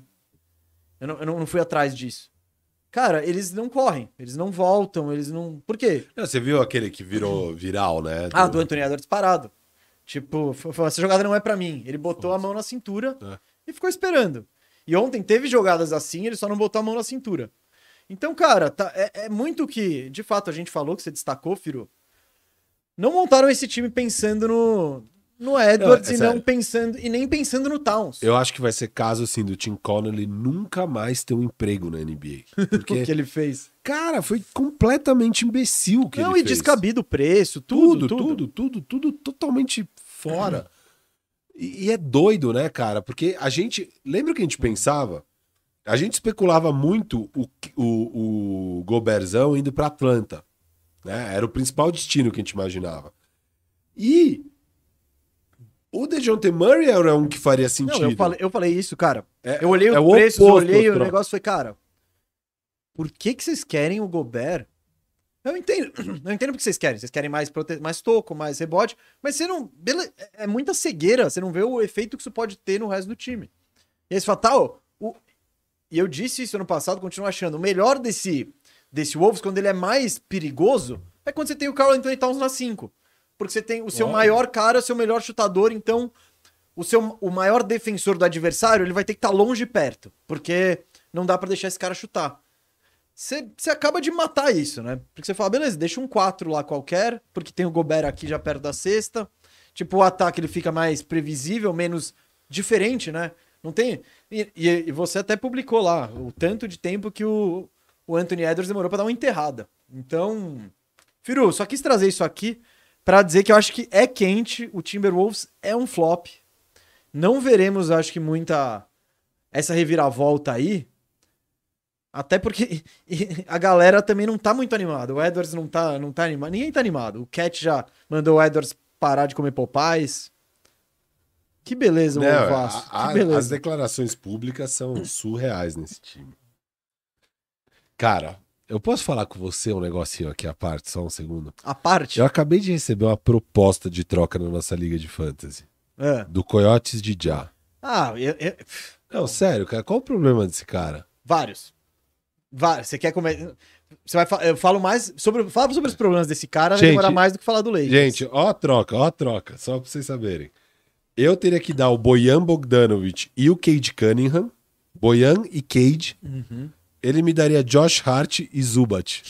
eu não fui atrás disso. Cara, eles não correm, eles não voltam, eles não. Por quê? Não, você viu aquele que virou viral, né? Do Anthony Edwards parado. Tipo, essa jogada não é pra mim. Ele botou a mão na cintura e ficou esperando. E ontem teve jogadas assim, ele só não botou a mão na cintura. Então, cara, é muito que, de fato, a gente falou, que você destacou, Firu. Não montaram esse time pensando no Edwards e nem pensando no Towns. Eu acho que vai ser caso, assim, do Tim Connelly nunca mais ter um emprego na NBA. Porque, o que ele fez. Cara, foi completamente imbecil o que ele fez. Não, e descabido o preço, tudo totalmente fora. E é doido, né, cara? Porque a gente... Lembra que a gente pensava? A gente especulava muito o Gobertzão indo pra Atlanta. Né? Era o principal destino que a gente imaginava. E o DeJounte Murray era um que faria sentido. Não, eu falei isso, cara. Eu olhei os preços, eu olhei o negócio e falei, cara, por que vocês querem o Gobert? Eu entendo porque vocês querem. Vocês querem mais toco, mais rebote, mas você não... É muita cegueira, você não vê o efeito que isso pode ter no resto do time. E aí você fala, e eu disse isso ano passado, continuo achando, o melhor desse Wolves, quando ele é mais perigoso, é quando você tem o Karl Anthony Towns na 5. Porque você tem o seu maior cara, o seu melhor chutador, então o maior defensor do adversário, ele vai ter que estar longe e perto, porque não dá pra deixar esse cara chutar. Você acaba de matar isso, né? Porque você fala, beleza, deixa um 4 lá qualquer, porque tem o Gobert aqui já perto da cesta. Tipo, o ataque ele fica mais previsível, menos diferente, né? Não tem... E você até publicou lá o tanto de tempo que o Anthony Edwards demorou pra dar uma enterrada. Então, Firu, só quis trazer isso aqui pra dizer que eu acho que é quente, o Timberwolves é um flop. Não veremos, acho que, muita essa reviravolta aí. Até porque a galera também não tá muito animada. O Edwards não tá animado. Ninguém tá animado. O Cat já mandou o Edwards parar de comer Popeyes. Que beleza, o Vasco. Que beleza. As declarações públicas são surreais nesse time. Cara, eu posso falar com você um negocinho aqui à parte, só um segundo? À parte? Eu acabei de receber uma proposta de troca na nossa liga de fantasy. Do Coyotes de Já. Não, sério, cara, qual o problema desse cara? Vários. Você quer comer... Eu falo mais sobre os problemas desse cara, vai demorar mais do que falar do Lakers. Gente, ó a troca, só pra vocês saberem. Eu teria que dar o Bojan Bogdanovic e o Cade Cunningham, Bojan e Cade. Ele me daria Josh Hart e Zubat.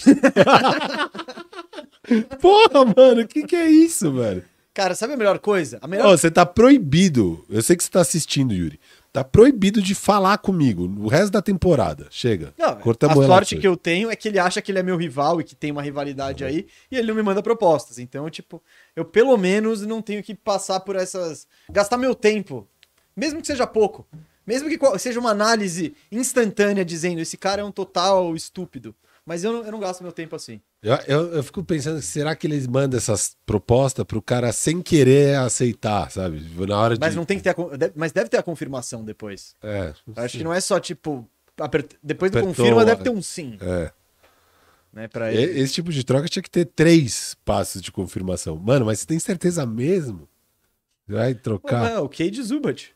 Porra, mano, o que é isso, velho? Cara, sabe a melhor coisa? Você tá proibido. Eu sei que você tá assistindo, Yuri. Tá proibido de falar comigo o resto da temporada. Chega. Não, a sorte que eu tenho é que ele acha que ele é meu rival e que tem uma rivalidade aí, e ele não me manda propostas. Então, tipo, eu pelo menos não tenho que passar por essas... Gastar meu tempo. Mesmo que seja pouco. Mesmo que seja uma análise instantânea dizendo esse cara é um total estúpido. Mas eu não gasto meu tempo assim. Eu fico pensando, será que eles mandam essas propostas pro cara sem querer aceitar, sabe? Na hora Mas não tem que ter mas deve ter a confirmação depois. Acho que não é só tipo... Depois do confirma deve ter um sim. Né, pra ele. Esse tipo de troca tinha que ter 3 passos de confirmação. Mano, mas você tem certeza mesmo? Vai trocar? O Cade Zubat.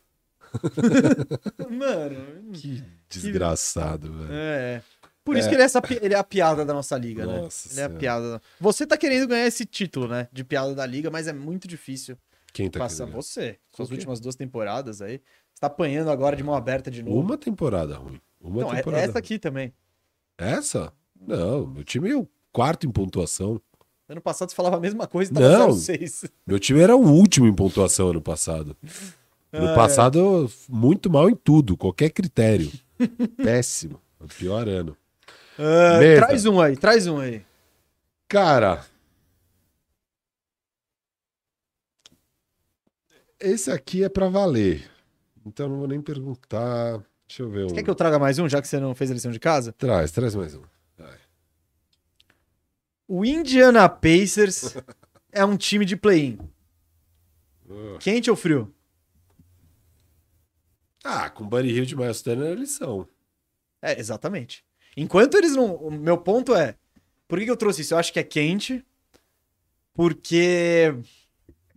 Mano... Que desgraçado, velho. Por isso que ele é a piada da nossa liga, né? Ele é a piada. Você tá querendo ganhar esse título, né? De piada da liga, mas é muito difícil. Quem tá passar querendo? Você. Suas últimas 2 temporadas aí. Você tá apanhando agora de mão aberta de novo. Uma temporada ruim. Essa aqui também. Essa? Não, meu time é o 4º em pontuação. Ano passado você falava a mesma coisa e tava 0-6. Meu time era o último em pontuação ano passado. Ano passado, muito mal em tudo, qualquer critério. Péssimo. O pior ano. Traz um aí. Cara, esse aqui é pra valer. Então não vou nem perguntar. Deixa eu ver. Você quer que eu traga mais um, já que você não fez a lição de casa? Traz mais um. Vai. O Indiana Pacers é um time de play-in. Quente ou frio? Com Buddy Hield e Miles Turner eles são. Exatamente. Enquanto eles não... O meu ponto é... Por que eu trouxe isso? Eu acho que é quente. Porque...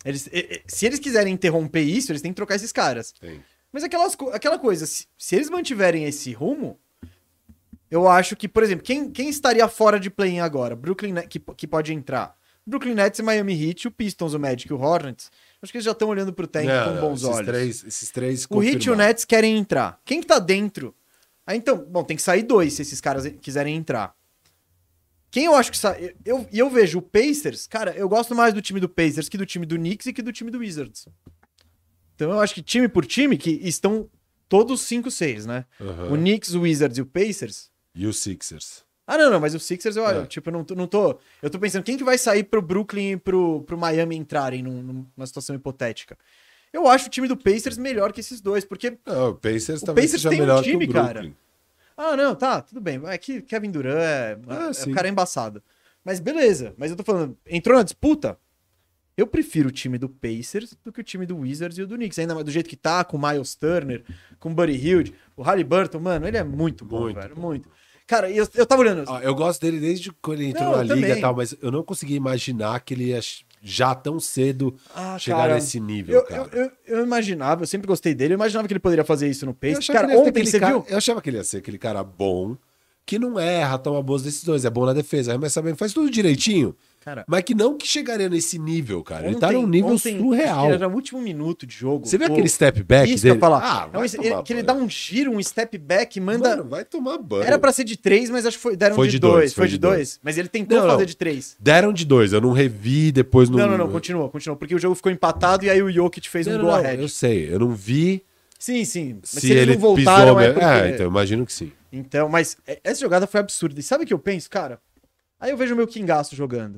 Se eles quiserem interromper isso, eles têm que trocar esses caras. Tem. Mas aquela coisa, se eles mantiverem esse rumo, eu acho que, por exemplo, quem estaria fora de play-in agora? Brooklyn Nets, que pode entrar. Brooklyn Nets, Miami Heat, o Pistons, o Magic e o Hornets. Acho que eles já estão olhando pro tank com bons olhos. Esses três o Heat e o Nets querem entrar. Quem que tá dentro? Aí então, bom, tem que sair 2 se esses caras quiserem entrar. Quem eu acho que sai... Eu vejo o Pacers, cara, eu gosto mais do time do Pacers que do time do Knicks e que do time do Wizards. Então eu acho que time por time, que estão todos 5-6, né? O Knicks, o Wizards e o Pacers. E os Sixers. Não, mas o Sixers, tipo, não tô... Eu tô pensando, quem que vai sair pro Brooklyn e pro Miami entrarem numa situação hipotética? Eu acho o time do Pacers melhor que esses dois, porque... Não, o Pacers o talvez Pacers seja tem melhor um time, que o Brooklyn. cara. Não, tá, tudo bem. É que Kevin Durant o cara é embaçado. Mas beleza, mas eu tô falando, entrou na disputa? Eu prefiro o time do Pacers do que o time do Wizards e o do Knicks. Ainda mais do jeito que tá, com o Miles Turner, com o Buddy Hield. O Halliburton, mano, ele é muito bom, velho. Muito. Cara, eu tava olhando... Eu gosto dele desde quando ele entrou na liga e tal, mas eu não conseguia imaginar que ele ia já tão cedo chegar nesse nível, cara. Eu imaginava, eu sempre gostei dele, eu imaginava que ele poderia fazer isso no Pacers. Cara, ontem você viu? Eu achava que ele ia ser aquele cara bom, que não erra, toma boas decisões, é bom na defesa, mas sabe, faz tudo direitinho. Cara, mas que não que chegaria nesse nível, cara. Ele tá num nível surreal. Era o último minuto de jogo. Você viu aquele step back isso dele? Que eu ia falar. Ele dá um giro, um step back, manda... Mano, vai tomar banho. Era pra ser de 3, mas acho que deram de 2. Foi de 2. Mas ele tentou fazer de 3. Deram de 2, eu não revi, depois não... Não, continuou. Porque o jogo ficou empatado e aí o Jokic fez um gol ahead. Eu sei, eu não vi... Sim. Mas se ele não voltaram, pisou... então eu imagino que sim. Então, mas essa jogada foi absurda. E sabe o que eu penso, cara? Aí eu vejo o meu Kingaço jogando.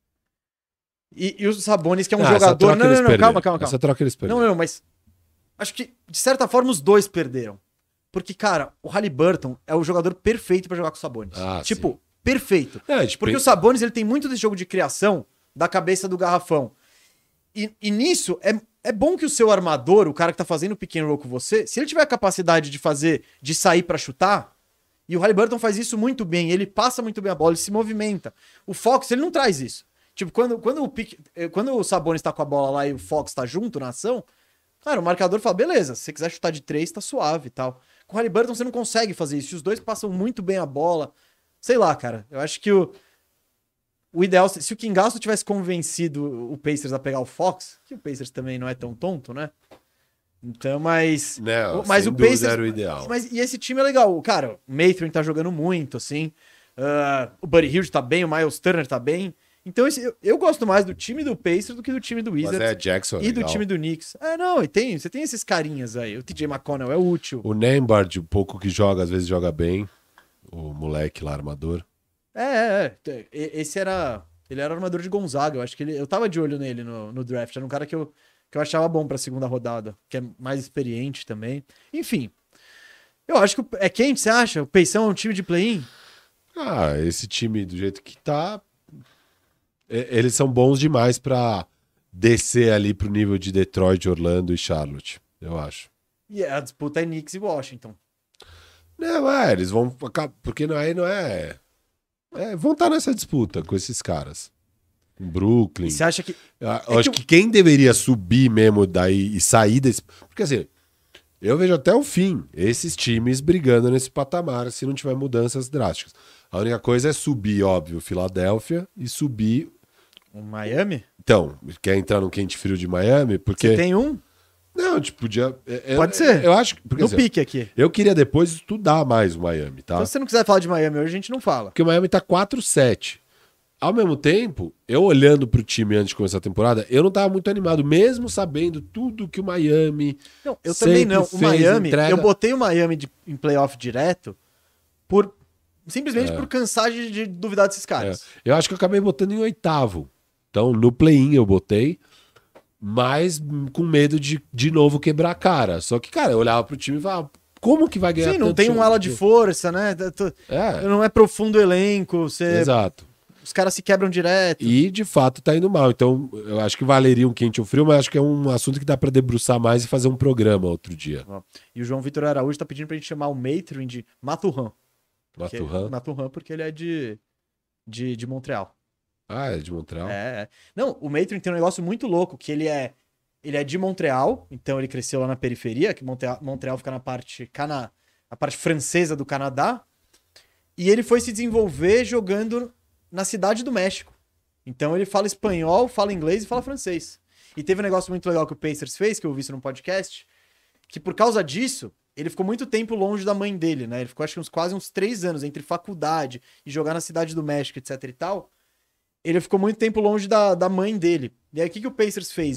E o Sabonis, que é um jogador... Não, calma. Essa troca eles perderam. Não, mas... Acho que, de certa forma, os dois perderam. Porque, cara, o Halliburton é o jogador perfeito pra jogar com o Sabonis. Tipo, perfeito. Porque o Sabonis, ele tem muito desse jogo de criação da cabeça do garrafão. E nisso, é bom que o seu armador, o cara que tá fazendo o pick and roll com você, se ele tiver a capacidade de sair pra chutar, e o Halliburton faz isso muito bem, ele passa muito bem a bola, ele se movimenta. O Fox, ele não traz isso. Tipo, quando o Sabonis tá com a bola lá e o Fox tá junto na ação, cara, o marcador fala, beleza, se você quiser chutar de 3, tá suave e tal. Com o Halliburton você não consegue fazer isso. E os dois passam muito bem a bola. Sei lá, cara. Eu acho que o ideal, se o Kingaço tivesse convencido o Pacers a pegar o Fox, que o Pacers também não é tão tonto, né? Então, mas sem o Pacers era o ideal. E esse time é legal. Cara, o Mathurin tá jogando muito, assim. O Buddy Hield tá bem, o Miles Turner tá bem. Então, eu gosto mais do time do Pacers do que do time do Wizards. Jackson e do time do Knicks. Não, você tem esses carinhas aí. O TJ McConnell é útil. O Nembhard, um pouco que joga, às vezes joga bem. O moleque lá, armador. Esse era... Ele era armador de Gonzaga. Eu acho que eu tava de olho nele no draft. Era um cara que eu achava bom pra segunda rodada. Que é mais experiente também. Enfim. Eu acho que é quente, você acha? O Peição é um time de play-in? Esse time do jeito que tá... Eles são bons demais pra descer ali pro nível de Detroit, Orlando e Charlotte, eu acho. E a disputa é Knicks e Washington. Não, eles vão... Porque aí não é... vão estar nessa disputa com esses caras. Com Brooklyn. E você acha que... Eu acho que quem deveria subir mesmo daí e sair desse... Porque assim, eu vejo até o fim esses times brigando nesse patamar se não tiver mudanças drásticas. A única coisa é subir, óbvio, Filadélfia e subir... O Miami? Então, quer entrar no quente frio de Miami? Porque... Você tem um? Não, tipo, podia... Pode ser. Eu acho... Porque, no assim, pique aqui. Eu queria depois estudar mais o Miami, tá? Então, se você não quiser falar de Miami hoje, a gente não fala. Porque o Miami tá 4-7. Ao mesmo tempo, eu olhando pro time antes de começar a temporada, eu não tava muito animado, mesmo sabendo tudo que o Miami... Não, eu também não. O Miami, eu botei o Miami em playoff direto simplesmente por cansar de duvidar desses caras. Eu acho que eu acabei botando em 8º. Então, no play-in eu botei, mas com medo de novo quebrar a cara. Só que, cara, eu olhava pro time e falava, como que vai ganhar Sim, não tem um ala de força, né? Não é profundo o elenco. Exato. Os caras se quebram direto. E, de fato, tá indo mal. Então, eu acho que valeria um quente ou frio, mas acho que é um assunto que dá pra debruçar mais e fazer um programa outro dia. E o João Vitor Araújo tá pedindo pra gente chamar o Mathurin de Mathurin. Mathurin? Mathurin porque ele é de Montreal. Ah, é de Montreal? É. Não, o Mathurin tem um negócio muito louco, que ele é de Montreal, então ele cresceu lá na periferia, que Montreal fica na parte, a parte francesa do Canadá, e ele foi se desenvolver jogando na cidade do México. Então ele fala espanhol, fala inglês e fala francês. E teve um negócio muito legal que o Pacers fez, que eu vi isso num podcast, que por causa disso, ele ficou muito tempo longe da mãe dele, né? Ele ficou acho que quase uns 3 anos entre faculdade e jogar na cidade do México, etc e tal. Ele ficou muito tempo longe da mãe dele. E aí o que o Pacers fez?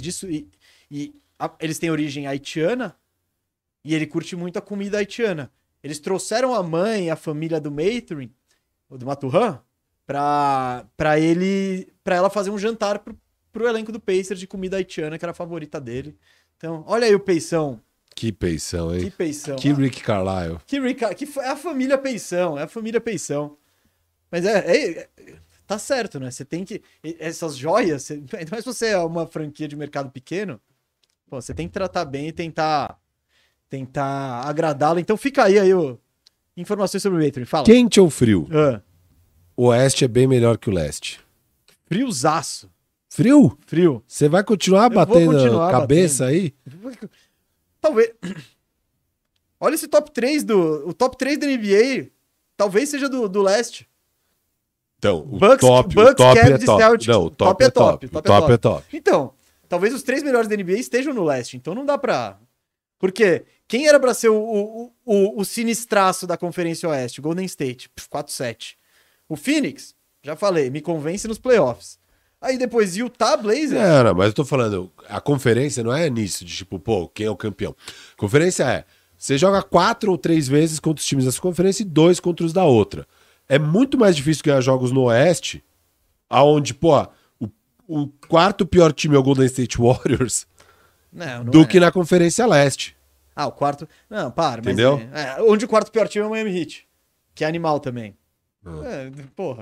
Eles têm origem haitiana e ele curte muito a comida haitiana. Eles trouxeram a mãe, a família do Mathurin, do Mathurin, pra ela fazer um jantar pro elenco do Pacers de comida haitiana, que era a favorita dele. Então, olha aí o Peição. Que Peição, hein? Que Peição. Que Rick Carlisle. É a família Peição, é a família Peição. Mas tá certo, né? Você tem que... Essas joias, ainda mais se você é uma franquia de mercado pequeno, pô, você tem que tratar bem e tentar agradá-lo. Então fica aí informações sobre o Mathurin. Fala. Quente ou frio? Ah. O Oeste é bem melhor que o Leste. Friozaço. Frio? Frio. Você vai continuar batendo a cabeça aí? Talvez. Olha esse top 3 o top 3 da NBA. Talvez seja do Leste. Então, Bucks, top é top. Celtics. Não, o top é top. O top é top. Então, talvez os 3 melhores da NBA estejam no Leste. Então não dá pra... Porque quem era pra ser o sinistraço da Conferência Oeste? Golden State, 4-7. O Phoenix, já falei, me convence nos playoffs. Aí depois Utah, Blazers. Não, mas eu tô falando, a conferência não é nisso, de tipo, pô, quem é o campeão? Conferência é, você joga 4 ou 3 vezes contra os times dessa conferência e 2 contra os da outra. É muito mais difícil ganhar jogos no Oeste, aonde, pô, o quarto pior time é o Golden State Warriors, do que na Conferência Leste. Ah, o quarto... Não, para. Entendeu? Mas, onde o quarto pior time é o Miami Heat, que é animal também. Porra.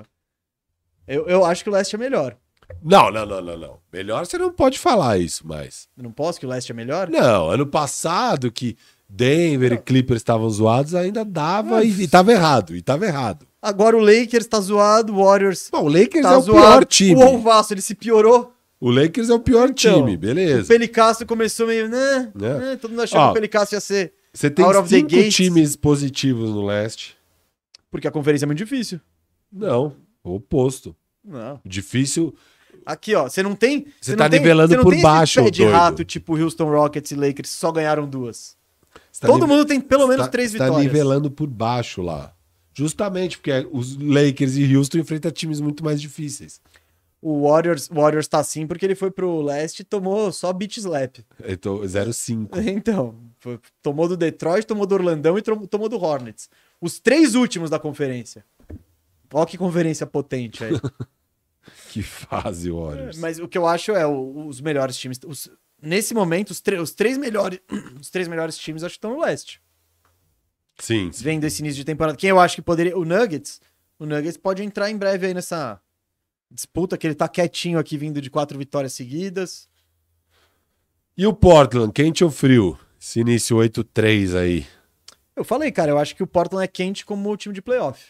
Eu acho que o Leste é melhor. Não. Melhor você não pode falar isso, mas... Eu não posso que o Leste é melhor? Não, ano passado que Denver e Clippers estavam zoados, ainda dava e tava errado, Agora o Lakers tá zoado, o Warriors... Bom, o Lakers tá é o pior time. O Alvaço, ele se piorou. O Lakers é o pior time, beleza. O Pelicastro começou meio... todo mundo achou que o Pelicastro ia ser... Você tem 5 times positivos no Leste. Porque a conferência é muito difícil. Não, o oposto. Não. Difícil... Aqui, ó, você não tem... Você tá nivelando por baixo, esse pé de rato, tipo Houston Rockets e Lakers, só ganharam 2. Todo mundo tem pelo menos 3 vitórias. Tá nivelando por baixo lá. Justamente porque os Lakers e Houston enfrentam times muito mais difíceis. O Warriors tá assim porque ele foi pro leste e tomou só beat slap. Então, 0-5. Então, tomou do Detroit, tomou do Orlandão e tomou do Hornets. Os 3 últimos da conferência. Olha que conferência potente aí. Que fase, Warriors. Mas o que eu acho é os melhores times... Nesse momento, os 3 melhores times acho que estão no leste. Sim. Vendo esse início de temporada. Quem eu acho que poderia... O Nuggets pode entrar em breve aí nessa disputa, que ele tá quietinho aqui, vindo de 4 vitórias seguidas. E o Portland, quente ou frio? Esse início 8-3 aí. Eu falei, cara, eu acho que o Portland é quente como o time de playoff.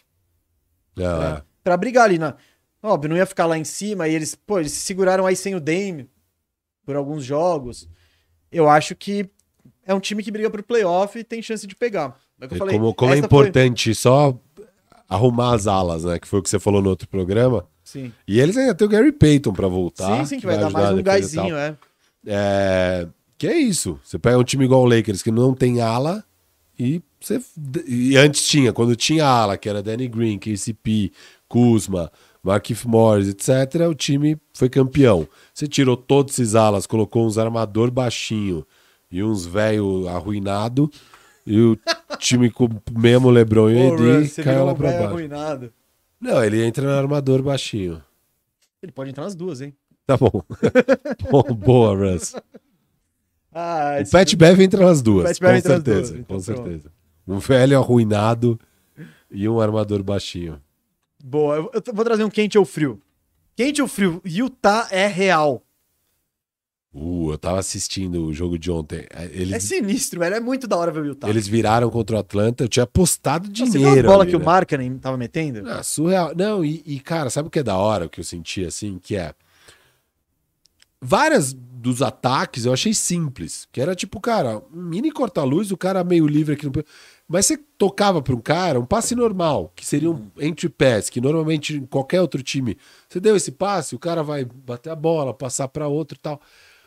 Pra brigar ali, óbvio, não ia ficar lá em cima, e eles se seguraram aí sem o Dame por alguns jogos. Eu acho que é um time que briga pro playoff e tem chance de pegar. É o que eu falei, como é importante só arrumar as alas, né? Que foi o que você falou no outro programa. Sim. E eles ainda tem o Gary Payton pra voltar. Sim, que vai dar mais um gásinho, Que é isso. Você pega um time igual o Lakers, que não tem ala, e antes tinha, quando tinha ala, que era Danny Green, KCP, Kuzma, Markieff Morris, etc., o time foi campeão. Você tirou todos esses alas, colocou uns armador baixinho e uns velho arruinado, e o time com o mesmo LeBron e o AD caiu lá pra baixo. Arruinado. Não, ele entra no armador baixinho. Ele pode entrar nas duas, hein? Tá bom. Boa, Russ. O Pat Bev entra nas duas, com certeza. Então, com certeza. Um velho arruinado e um armador baixinho. Boa, eu vou trazer um quente ou frio. Quente ou frio? Utah é real. Eu tava assistindo o jogo de ontem. É sinistro, velho. É muito da hora ver o Utah. Eles viraram contra o Atlanta. Eu tinha apostado dinheiro. Você viu a bola ali, que o né? Markkanen tava metendo? Surreal. Não, cara, sabe o que é da hora, o que eu senti assim? Que é... Várias dos ataques eu achei simples. Que era tipo, cara, um mini corta-luz, o cara meio livre aqui no... Mas você tocava para um cara, um passe normal, que seria um entry pass, que normalmente em qualquer outro time, você deu esse passe, o cara vai bater a bola, passar para outro e tal.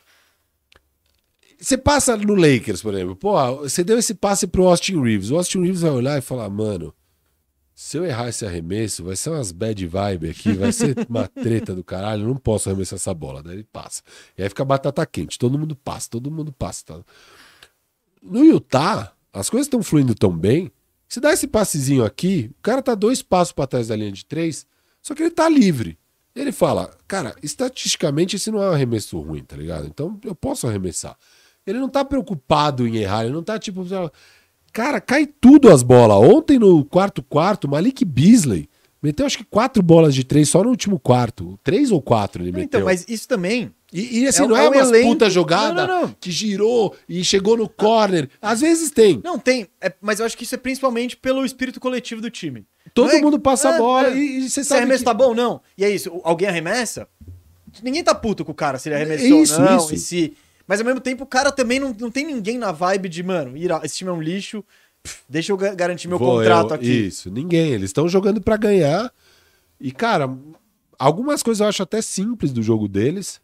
Você passa no Lakers, por exemplo, pô, você deu esse passe pro Austin Reeves. O Austin Reeves vai olhar e falar, mano, se eu errar esse arremesso, vai ser umas bad vibe aqui, vai ser uma treta do caralho, eu não posso arremessar essa bola. Daí ele passa. E aí fica batata quente, todo mundo passa. Tá? No Utah, as coisas estão fluindo tão bem, se dá esse passezinho aqui, o cara tá 2 passos para trás da linha de 3, só que ele tá livre. Ele fala, cara, estatisticamente esse não é um arremesso ruim, tá ligado? Então eu posso arremessar. Ele não tá preocupado em errar, ele não tá tipo... Cara, cai tudo as bolas. Ontem no quarto, Malik Beasley meteu acho que 4 bolas de 3 só no último quarto. 3 ou 4 ele meteu. Então, mas isso também... E assim, não é uma elenco... puta jogada não. que girou e chegou no corner. Às vezes tem. Não, tem. Mas eu acho que isso é principalmente pelo espírito coletivo do time. Todo mundo passa a bola e você sabe arremesso que... tá bom? Não. E é isso. Alguém arremessa? Ninguém tá puto com o cara se ele arremessou ou não. Isso. E se... Mas ao mesmo tempo o cara também não tem ninguém na vibe de, mano, esse time é um lixo, deixa eu garantir meu contrato aqui. Isso, ninguém. Eles estão jogando pra ganhar. E, cara, algumas coisas eu acho até simples do jogo deles.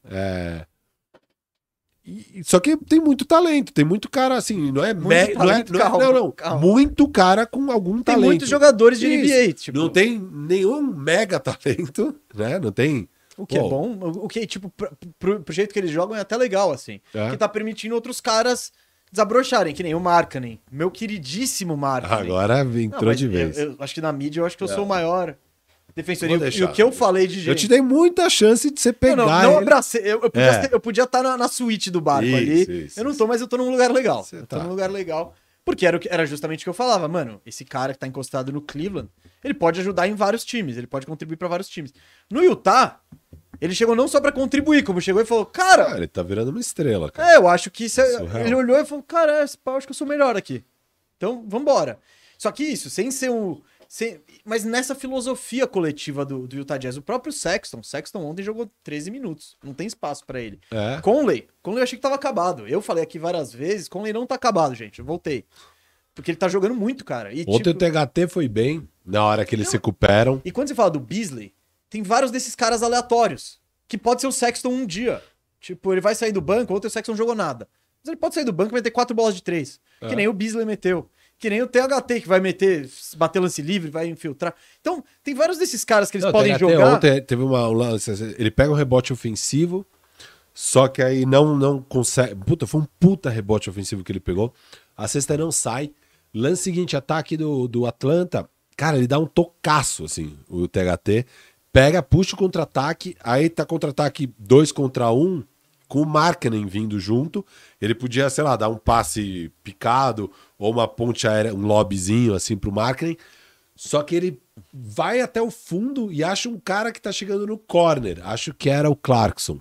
Só que tem muito talento, tem muito cara assim, não é... Calma. Muito cara com algum talento. Tem muitos jogadores de NBA. Tipo... Não tem nenhum mega talento, né? Não tem... O que é bom, o que, tipo, pro jeito que eles jogam é até legal, assim. Que tá permitindo outros caras desabrocharem, que nem o Markkanen. Meu queridíssimo Markkanen. Agora entrou de vez. Eu acho que na mídia eu acho que eu sou o maior defensor. E o que eu falei de gente... Eu te dei muita chance de você pegar não abracei. Eu podia estar na suíte do barco ali. Eu não tô, mas eu tô num lugar legal. Tô num lugar legal. Porque era justamente o que eu falava. Mano, esse cara que tá encostado no Cleveland, ele pode ajudar em vários times. Ele pode contribuir pra vários times. No Utah... Ele chegou não só pra contribuir, como chegou e falou, cara... ele tá virando uma estrela, cara. Eu acho que... Ele olhou e falou, cara, eu acho que eu sou melhor aqui. Então, vambora. Só que isso, sem ser um... Mas nessa filosofia coletiva do Utah Jazz, o próprio Sexton ontem jogou 13 minutos. Não tem espaço pra ele. Conley eu achei que tava acabado. Eu falei aqui várias vezes, Conley não tá acabado, gente. Eu voltei. Porque ele tá jogando muito, cara. E, ontem o THT foi bem, na hora que eles se recuperam. E quando você fala do Beasley... Tem vários desses caras aleatórios, que pode ser o Sexton um dia. Tipo, ele vai sair do banco, ontem o Sexton não jogou nada. Mas ele pode sair do banco e meter 4 bolas de 3. Que nem o Beasley meteu. Que nem o THT, que vai bater lance livre, vai infiltrar. Então, tem vários desses caras que eles podem jogar. Ontem teve um lance, ele pega um rebote ofensivo, só que aí não consegue... Puta, foi um puta rebote ofensivo que ele pegou. A cesta não sai. Lance seguinte, ataque do Atlanta. Cara, ele dá um tocaço, assim, o THT. Pega, puxa o contra-ataque, aí tá contra-ataque 2 contra 1, com o Markkanen vindo junto. Ele podia, sei lá, dar um passe picado ou uma ponte aérea, um lobbyzinho assim pro Markkanen. Só que ele vai até o fundo e acha um cara que tá chegando no corner. Acho que era o Clarkson.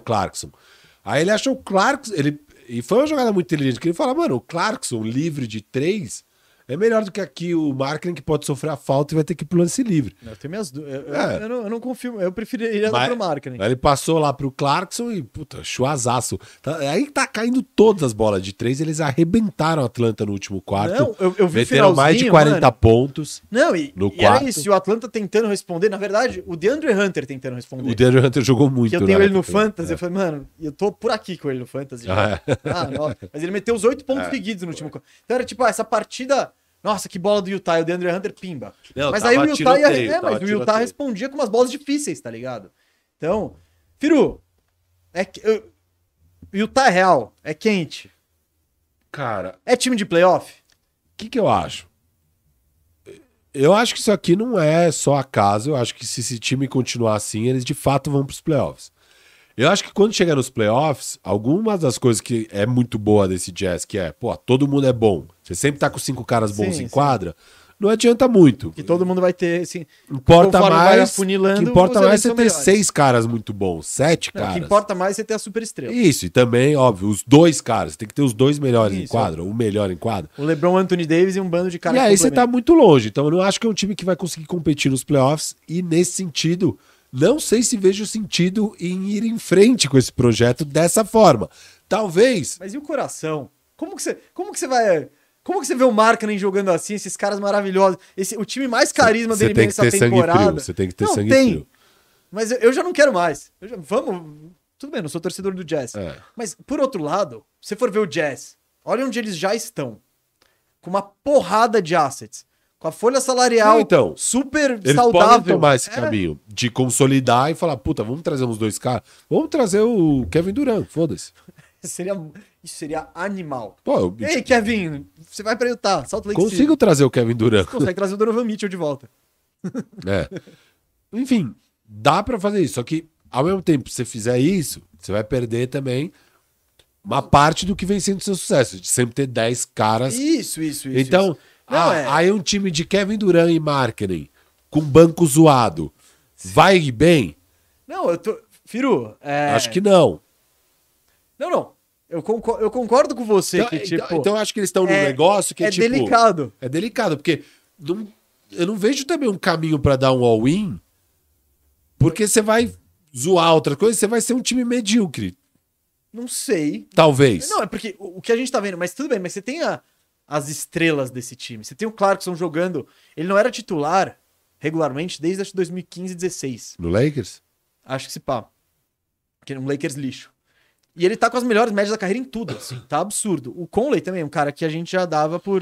Aí ele achou o Clarkson, e foi uma jogada muito inteligente, que ele fala, mano, o Clarkson livre de 3... É melhor do que aqui o Markkanen, que pode sofrer a falta e vai ter que ir pro lance livre. Eu tenho minhas dúvidas. Eu não confio. Eu preferiria dar pro Markkanen. Ele passou lá pro Clarkson e, puta, chuazaço. Aí tá caindo todas as bolas de 3. Eles arrebentaram o Atlanta no último quarto. Não, eu vi meteram mais de 40 pontos. Não, e era isso. O Atlanta tentando responder. Na verdade, o DeAndre Hunter tentando responder. O DeAndre Hunter jogou muito. Que eu tenho ele no Fantasy. Eu falei, mano, eu tô por aqui com ele no Fantasy. Mas ele meteu os 8 pontos seguidos no último quarto. Então era tipo, essa partida... Nossa, que bola do Utah, e o DeAndre Hunter pimba. Não, mas aí o Utah mas o Utah respondia com umas bolas difíceis, tá ligado? Então, Firu, Utah é real, é quente. Cara, é time de playoff? O que eu acho? Eu acho que isso aqui não é só acaso. Eu acho que se esse time continuar assim, eles de fato vão pros playoffs. Eu acho que quando chegar nos playoffs, algumas das coisas que é muito boa desse Jazz, que é, pô, todo mundo é bom. Você sempre tá com 5 caras bons em quadra. não adianta muito. Que todo mundo vai ter, assim... Importa conforme vai mais, afunilando, que importa os mais eventos você são ter melhores. 6 caras muito bons, 7 Não, o que caras. importa mais é você ter a super estrela. Isso, e também, óbvio, os 2 caras. Tem que ter os 2 melhores em Isso, quadra, o melhor em quadra. O LeBron, Anthony Davis e um bando de caras E que aí você tá complementam. muito longe. Então eu não acho que é um time que vai conseguir competir nos playoffs. E nesse sentido, não sei se vejo sentido em ir em frente com esse projeto dessa forma. Talvez. Mas e o coração? Como que você vai... Como que você vê o Markkanen jogando assim, esses caras maravilhosos? O time mais carisma Você dele tem que ter sangue temporada. frio. Você tem que ter Não, sangue tem. frio. Mas eu já não quero mais. Vamos... Tudo bem, não sou torcedor do Jazz. É. Mas, por outro lado, se for ver o Jazz, olha onde eles já estão. Com uma porrada de assets. Com a folha salarial Não, então, super Eles saudável. podem tomar esse É, caminho de consolidar e falar, puta, vamos trazer uns 2 caras. Vamos trazer o Kevin Durant, foda-se. Isso seria animal. Pô, eu Ei, Kevin, você vai pra Utah, Salt Lake City. consigo trazer o Kevin Durant. Consegue trazer o Donovan Mitchell de volta. É. Enfim, dá pra fazer isso. Só que, ao mesmo tempo que você fizer isso, você vai perder também uma parte do que vem sendo seu sucesso. De sempre ter 10 caras. Isso. Então, Não, aí um time de Kevin Durant e Markkanen com banco zoado vai ir bem? Não, eu tô... Firu, Acho que não. Não. Eu concordo com você Então, que, tipo... então eu acho que eles estão num é- negócio que é tipo, delicado. É delicado, porque eu não vejo também um caminho pra dar um all-in, porque você vai zoar outra coisa, você vai ser um time medíocre. Não sei. Talvez. Não, é porque o que a gente tá vendo... Mas tudo bem, mas você tem as estrelas desse time. Você tem o Clarkson jogando... Ele não era titular regularmente desde acho, 2015, 16. No Lakers? Acho que se pá. Que é um Lakers lixo. E ele tá com as melhores médias da carreira em tudo, assim. Tá absurdo. O Conley também, um cara que a gente já dava por...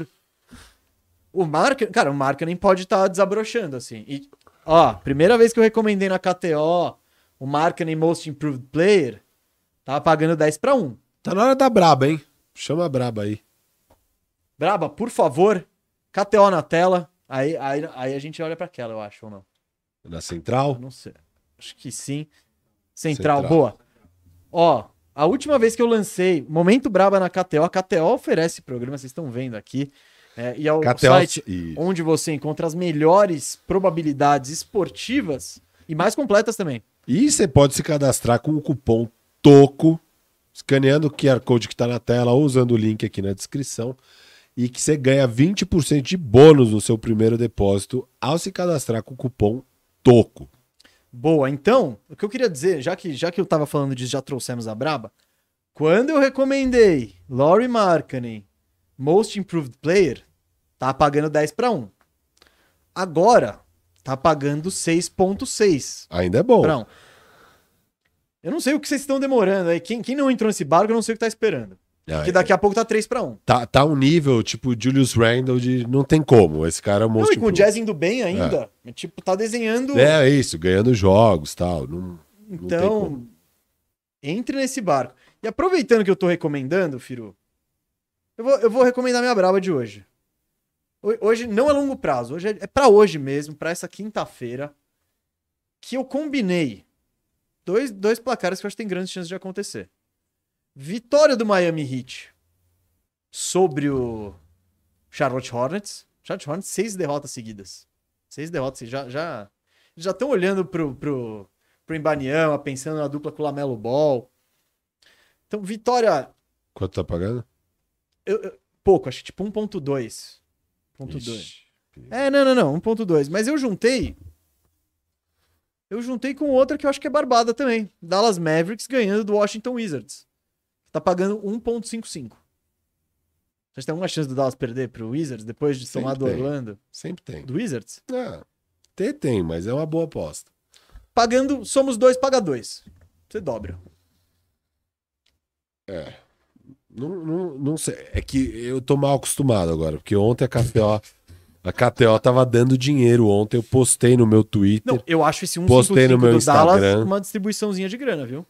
O Markkanen pode estar desabrochando, assim. E, ó, primeira vez que eu recomendei na KTO o Markkanen Most Improved Player, tava pagando 10-1. Tá na hora da braba, hein? Chama a braba aí. Braba, por favor, KTO na tela. Aí a gente olha pra aquela, eu acho, ou não? Na Eu Central? não sei. Acho que sim. Central. Boa. Ó, a última vez que eu lancei Momento Braba na KTO, a KTO oferece programa, vocês estão vendo aqui. E é o KTO site e- onde você encontra as melhores probabilidades esportivas e mais completas também. E você pode se cadastrar com o cupom TOCO, escaneando o QR Code que tá na tela ou usando o link aqui na descrição, e que você ganha 20% de bônus no seu primeiro depósito ao se cadastrar com o cupom TOCO. Boa, então, o que eu queria dizer, já que eu tava falando disso, já trouxemos a braba, quando eu recomendei Lauri Markkanen Most Improved Player, tá pagando 10-1. Agora, tá pagando 6,6 Ainda é bom. pra 1. Eu não sei o que vocês estão demorando aí. Quem não entrou nesse barco, eu não sei o que tá esperando. Porque daqui a pouco tá 3-1. Tá um nível tipo Julius Randle de não tem como. Esse cara é o Não, most e com o improved. Jazz indo bem ainda, tipo, tá desenhando... É isso, ganhando jogos e tal. Não tem Então, como. entre nesse barco. E aproveitando que eu tô recomendando, Firu, eu vou recomendar minha braba de hoje. Hoje não é longo prazo, hoje é pra hoje mesmo, pra essa quinta-feira, que eu combinei dois placares que eu acho que tem grandes chances de acontecer. Vitória do Miami Heat sobre o Charlotte Hornets. Charlotte Hornets, 6 derrotas seguidas. 6 derrotas, já estão olhando pro Embanyama, pensando na dupla com o Lamelo Ball. Então, vitória... Quanto tá pagando? pouco, acho que tipo 1.2. 1.2. Ixi. Não, 1.2. Mas eu juntei com outra que eu acho que é barbada também. Dallas Mavericks ganhando do Washington Wizards. Tá pagando 1.55. Vocês têm alguma chance do Dallas perder pro Wizards depois de Sempre tomar do tem. Orlando? Sempre tem. Do Wizards? Tem, mas é uma boa aposta. Pagando, somos 2, paga 2. Você dobra. Não sei. É que eu tô mal acostumado agora, porque ontem a KTO tava dando dinheiro ontem. Eu postei no meu Twitter. Não, eu acho esse Postei no 1.55 meu do Dallas Instagram. uma distribuiçãozinha de grana, viu?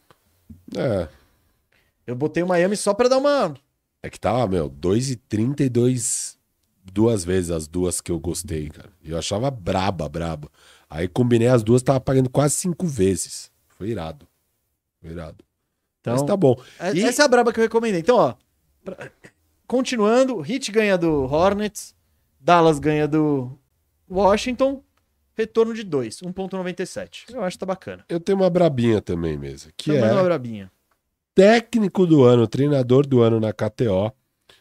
É Eu botei o Miami só pra dar uma... que tava, 2,32 duas vezes as duas que eu gostei, cara. Eu achava braba. Aí combinei as duas, tava pagando quase 5 vezes. Foi irado. Então, Mas tá bom. E- essa é a braba que eu recomendei. Então, ó, continuando, o Heat ganha do Hornets, Dallas ganha do Washington, retorno de 2, 1,97. Eu acho que tá bacana. Eu tenho uma brabinha também mesmo, que Também é uma brabinha. técnico do ano, treinador do ano na KTO.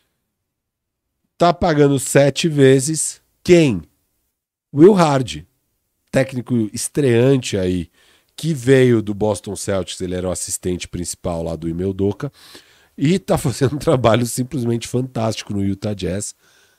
Tá pagando 7 vezes. Quem? Will Hardy, técnico estreante aí, que veio do Boston Celtics, ele era o assistente principal lá do Ime Udoka, e tá fazendo um trabalho simplesmente fantástico no Utah Jazz.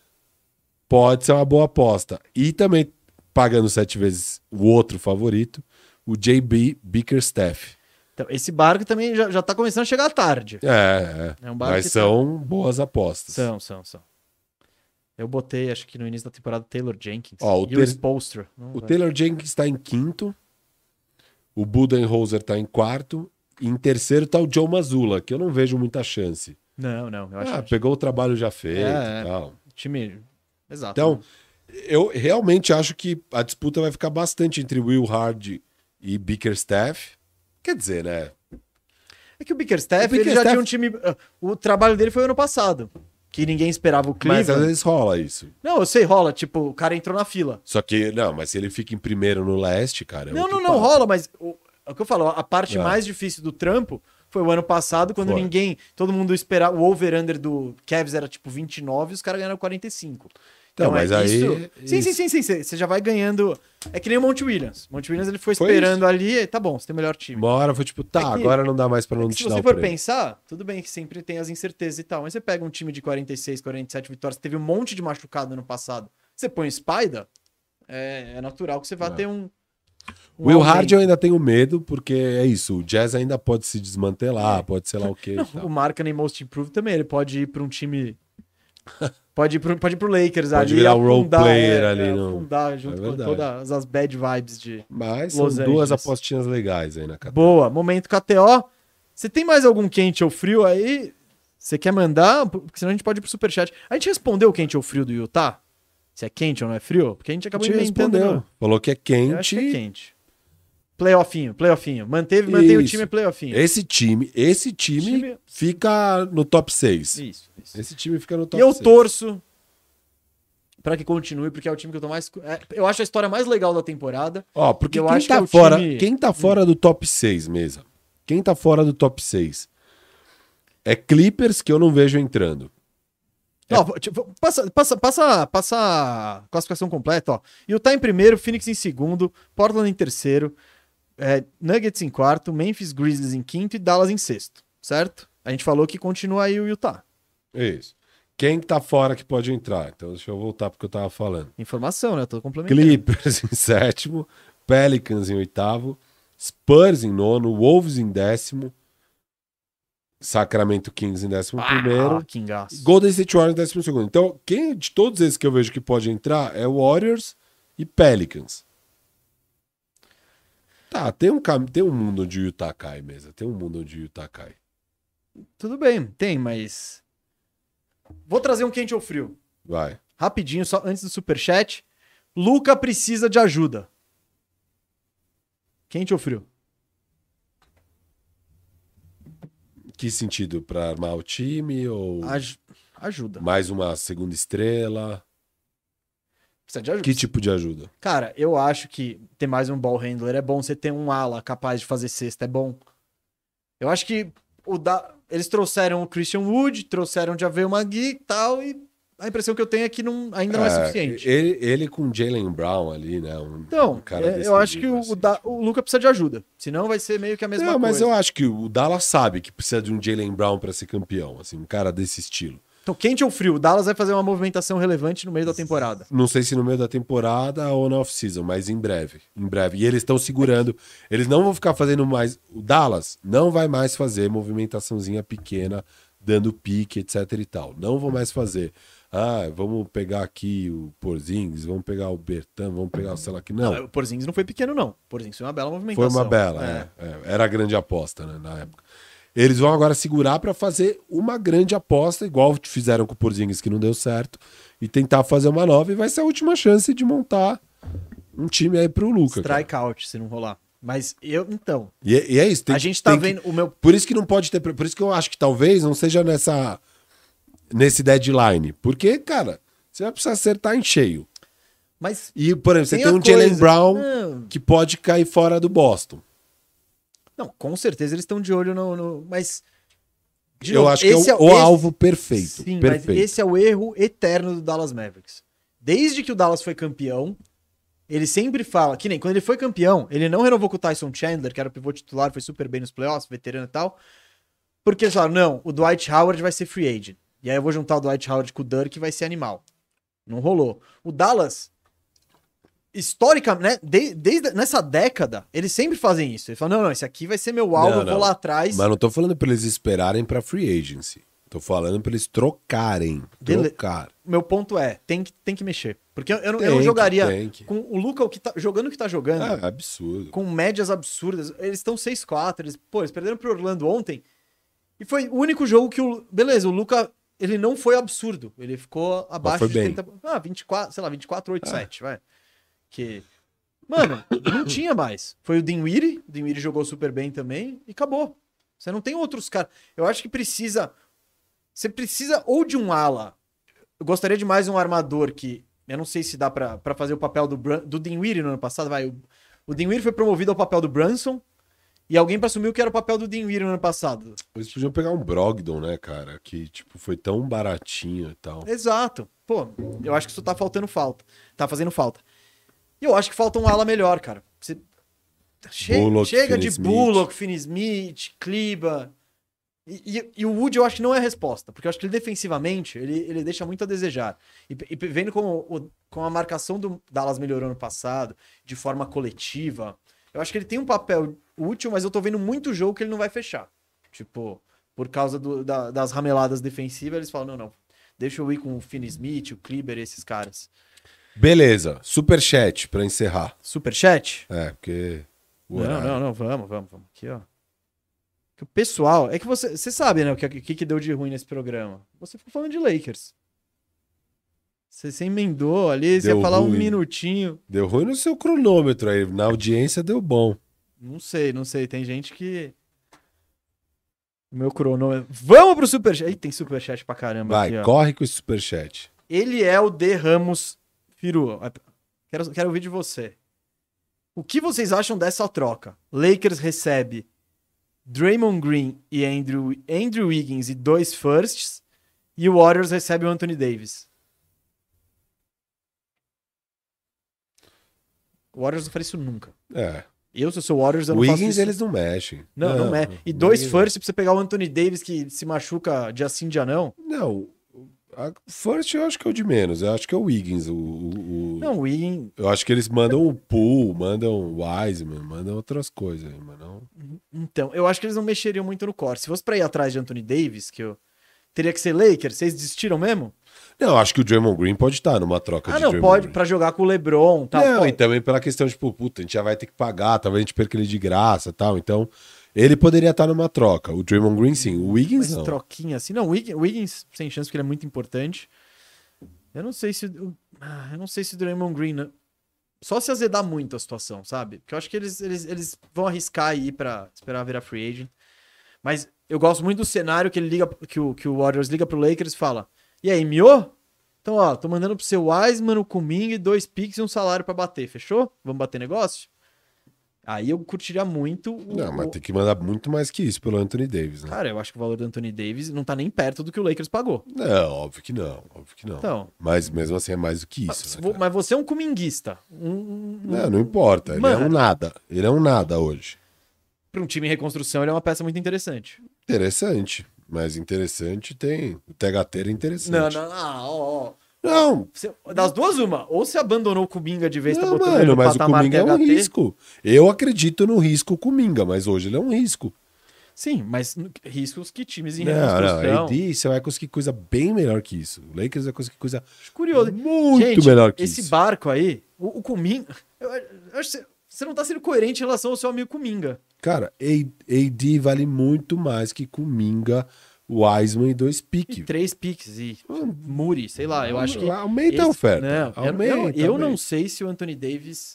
Pode ser uma boa aposta. E também pagando 7 vezes o outro favorito, o JB Bickerstaff. Então, esse barco também já tá começando a chegar tarde. É um barco mas que são boas apostas. São. Eu botei, acho que no início da temporada, Taylor Jenkins. Ó, e o Spoelstra. O Taylor Jenkins está em quinto, o Budenholzer está em quarto, e em terceiro está o Joe Mazzulla, que eu não vejo muita chance. Não, eu acho que... Pegou o trabalho já feito e tal. Time... Exato. Então, eu realmente acho que a disputa vai ficar bastante entre Will Hardy e Bickerstaff. Quer dizer, né? É que o Bickerstaff, ele já tinha um time... O trabalho dele foi ano passado, que ninguém esperava o Cleveland. Mas às vezes rola isso. Não, eu sei, rola. Tipo, o cara entrou na fila. Só que, não, mas se ele fica em primeiro no leste, cara... Não, rola, mas... É o que eu falo, a parte mais difícil do trampo foi o ano passado, quando todo mundo esperava... O over-under do Cavs era tipo 29 e os caras ganharam 45. Então, mas aí... Sim. Você já vai ganhando... É que nem o Monte Williams. O Monte Williams, ele foi esperando ali, e tá bom, você tem o melhor time. Uma hora foi tipo, agora não dá mais pra não te dar o Se você for prêmio. pensar, tudo bem que sempre tem as incertezas e tal, mas você pega um time de 46, 47 vitórias, teve um monte de machucado no ano passado, você põe o Spider, é natural que você vá ter um Will Hardy eu ainda tenho medo, porque é isso, o Jazz ainda pode se desmantelar, pode ser lá o quê. O Markkanen Most Improved também, ele pode ir pra um time... Pode ir pro Lakers pode ali. virar um role player ali. Afundar junto com todas as bad vibes de Mas Los são Angeles. duas apostinhas legais aí na KTO. Boa, momento KTO. Você tem mais algum quente ou frio aí? Você quer mandar? Porque senão a gente pode ir pro superchat. A gente respondeu o quente ou frio do Utah? Se é quente ou não é frio? Porque a gente acabou inventando. Respondeu. Falou que é quente. Eu acho que é quente. Playoffinho. Mantém o time playoffinho. Esse time fica no top 6. Isso. Esse time fica no top 6. E eu torço pra que continue, porque é o time que eu tô mais... eu acho a história mais legal da temporada. Ó, porque quem tá fora do top 6 mesmo? Quem tá fora do top 6? É Clippers, que eu não vejo entrando. Passa a classificação completa, ó. Utah em primeiro, Phoenix em segundo, Portland em terceiro, Nuggets em quarto, Memphis Grizzlies em quinto e Dallas em sexto, certo? A gente falou que continua aí o Utah. Isso. Quem tá fora que pode entrar? Então deixa eu voltar porque eu tava falando. Informação, né? Eu tô complementando. Clippers em sétimo, Pelicans em oitavo, Spurs em nono, Wolves em décimo, Sacramento Kings em 11º, Kingaço. Golden State Warriors em 12º. Então, quem de todos esses que eu vejo que pode entrar é o Warriors e Pelicans. Tá, tem um mundo onde o Utah cai mesmo. Tem um mundo onde o Utah cai. Tudo bem, tem, mas... Vou trazer um quente ou frio. Vai. Rapidinho, só antes do superchat. Luka precisa de ajuda. Quente ou frio? Que sentido? Pra armar o time ou... Ajuda. Mais uma segunda estrela? Precisa de ajuda. Que tipo de ajuda? Cara, eu acho que ter mais um ball handler é bom. Você ter um ala capaz de fazer cesta é bom. Eu acho que eles trouxeram o Christian Wood, trouxeram o JaVale McGee e tal, e a impressão que eu tenho é que ainda não é suficiente. Ele com Jaylen Brown ali, né? Eu acho que o Luka precisa de ajuda. Senão vai ser meio que a mesma coisa. Mas eu acho que o Dallas sabe que precisa de um Jaylen Brown para ser campeão, assim, um cara desse estilo. Então, quente ou frio, o Dallas vai fazer uma movimentação relevante no meio da temporada. Não sei se no meio da temporada ou na off-season, mas em breve. E eles estão segurando. Eles não vão ficar fazendo mais... O Dallas não vai mais fazer movimentaçãozinha pequena, dando pique, etc e tal. Não vão mais fazer. Vamos pegar aqui o Porzingis, vamos pegar o Bertan, vamos pegar o sei lá que não. O Porzingis não foi pequeno, não. O Porzingis foi uma bela movimentação. Foi uma bela, Era a grande aposta, né, na época. Eles vão agora segurar para fazer uma grande aposta, igual fizeram com o Porzingis, que não deu certo, e tentar fazer uma nova, e vai ser a última chance de montar um time aí pro Luka. Strikeout, se não rolar. Mas então... E é isso. A gente tá vendo o meu... Por isso que não pode ter... Por isso que eu acho que talvez não seja nesse deadline. Porque, cara, Você vai precisar acertar em cheio. Mas E, por exemplo, você tem tem a um Jaylen coisa- Brown Não. que pode cair fora do Boston. Não, com certeza eles estão de olho no... Mas... de Eu novo, acho que é esse o alvo perfeito. Sim, perfeito. mas esse é o erro eterno do Dallas Mavericks. Desde que o Dallas foi campeão, ele sempre fala, que nem quando ele foi campeão, ele não renovou com o Tyson Chandler, que era o pivô titular, foi super bem nos playoffs, veterano e tal, porque eles falaram, não, o Dwight Howard vai ser free agent. E aí eu vou juntar o Dwight Howard com o Dirk, que vai ser animal. Não rolou. O Dallas, historicamente, né, desde nessa década, eles sempre fazem isso. Eles falam, não, esse aqui vai ser meu alvo, Não, eu vou não. lá atrás. Mas não tô falando pra eles esperarem pra free agency. Tô falando pra eles trocarem. Bele- Trocar. Meu ponto é, tem que mexer. Porque eu não Tem que, jogaria tem que. com o Luka jogando o que tá jogando. Ah, absurdo. Com médias absurdas. Eles estão 6-4. Eles perderam pro Orlando ontem. E foi o único jogo que Beleza, o Luka, ele não foi absurdo. Ele ficou abaixo foi de bem. 30. 24, sei lá, 24, 8, 7, vai. Que. Mano, não tinha mais. Foi o Dinwiddie. O Dinwiddie jogou super bem também. E acabou. Você não tem outros caras. Eu acho que precisa. Você precisa ou de um ala. Eu gostaria de mais um armador que. Eu não sei se dá pra fazer o papel do Dinwiddie no ano passado. Vai, o Dinwiddie foi promovido ao papel do Brunson. E alguém pra assumir o que era o papel do Dinwiddie no ano passado. Eles podiam pegar um Brogdon, né, cara? Que, tipo, foi tão baratinho e tal. Exato. Pô, eu acho que isso tá fazendo falta. E eu acho que falta um ala melhor, cara. Você... Bullock, chega de Finney-Smith. Bullock, Finney-Smith, Kleber. E o Wood eu acho que não é a resposta. Porque eu acho que ele defensivamente, ele deixa muito a desejar. E vendo como a marcação do Dallas melhorou ano passado, de forma coletiva, eu acho que ele tem um papel útil, mas eu tô vendo muito jogo que ele não vai fechar. Tipo, por causa das rameladas defensivas, eles falam, não, deixa eu ir com o Finney-Smith, o Kleber e esses caras. Beleza. Superchat pra encerrar. Superchat? É, porque... o Não, horário. vamos. Aqui, ó. Que o pessoal... É que você sabe, né, o que deu de ruim nesse programa. Você ficou falando de Lakers. Você emendou ali, você Deu ia falar um ruim. minutinho. Deu ruim no seu cronômetro aí. Na audiência deu bom. Não sei. Tem gente que... O meu cronômetro... Vamos pro superchat. Ih, tem superchat pra caramba Vai, aqui, ó. corre com esse superchat. Ele é o D. Ramos Firu. Quero ouvir de você. O que vocês acham dessa troca? Lakers recebe Draymond Green e Andrew Wiggins e 2 firsts, e o Warriors recebe o Anthony Davis. O Warriors não faria isso nunca. É. Se eu sou o Warriors, eu O não faço Wiggins isso. eles não mexem. Não é. E 2 firsts pra você pegar o Anthony Davis, que se machuca dia sim, dia não. Não. A First eu acho que é o de menos. Eu acho que é o Wiggins. Não, o Wiggins... Eu acho que eles mandam o Poole, mandam o Wiseman, mandam outras coisas aí, mas não. Então, eu acho que eles não mexeriam muito no core. Se fosse pra ir atrás de Anthony Davis, que eu... Teria que ser Lakers, vocês desistiram mesmo? Não, acho que o Draymond Green pode estar numa troca de Não, Draymond pode, Green. pra jogar com o LeBron, tal. Não, pode. e também pela questão de, tipo, puta, a gente já vai ter que pagar, talvez a gente perca ele de graça e tal. Então, ele poderia estar numa troca. O Draymond Green, sim. O Wiggins, Mas não. troquinha assim. Não, o Wiggins sem chance, porque ele é muito importante. Eu não sei se o Draymond Green... Né? Só se azedar muito a situação, sabe? Porque eu acho que eles vão arriscar e ir pra esperar virar free agent. Mas eu gosto muito do cenário que ele liga, que o Warriors liga pro Lakers e fala: e aí, miou? Então, ó, tô mandando pro seu Wiseman, o Kuminga, 2 picks e um salário pra bater, fechou? Vamos bater negócio? Aí eu curtiria muito Não, mas tem que mandar muito mais que isso pelo Anthony Davis, né? Cara, eu acho que o valor do Anthony Davis não tá nem perto do que o Lakers pagou. Não, óbvio que não. Então, Mas mesmo assim é mais do que isso. Né, cara? mas você é um kuminguista. Não importa. Ele é Mano. um nada. Ele é um nada hoje. Pra um time em reconstrução, ele é uma peça muito interessante. Interessante. Mas interessante tem. O THT era interessante. Ó. Não, Das duas, uma. Ou você abandonou o Kuminga de vez, tá não, botando ele mano, no mas o patamar Kuminga é um THT. risco. Eu acredito no risco Kuminga, mas hoje ele é um risco. Sim, mas riscos que times em Não, reconstrução... AD, você vai conseguir coisa bem melhor que isso. O Lakers vai conseguir coisa Acho curioso. muito Gente, melhor que esse isso. barco aí, o Kuminga... Eu acho que você não tá sendo coerente em relação ao seu amigo Kuminga. Cara, AD vale muito mais que Kuminga, Wiseman e 2 E piques. 3 picks e Muri, sei lá, eu acho que... Aumenta a oferta. Não, Aumenta, eu não aumenta. sei se o Anthony Davis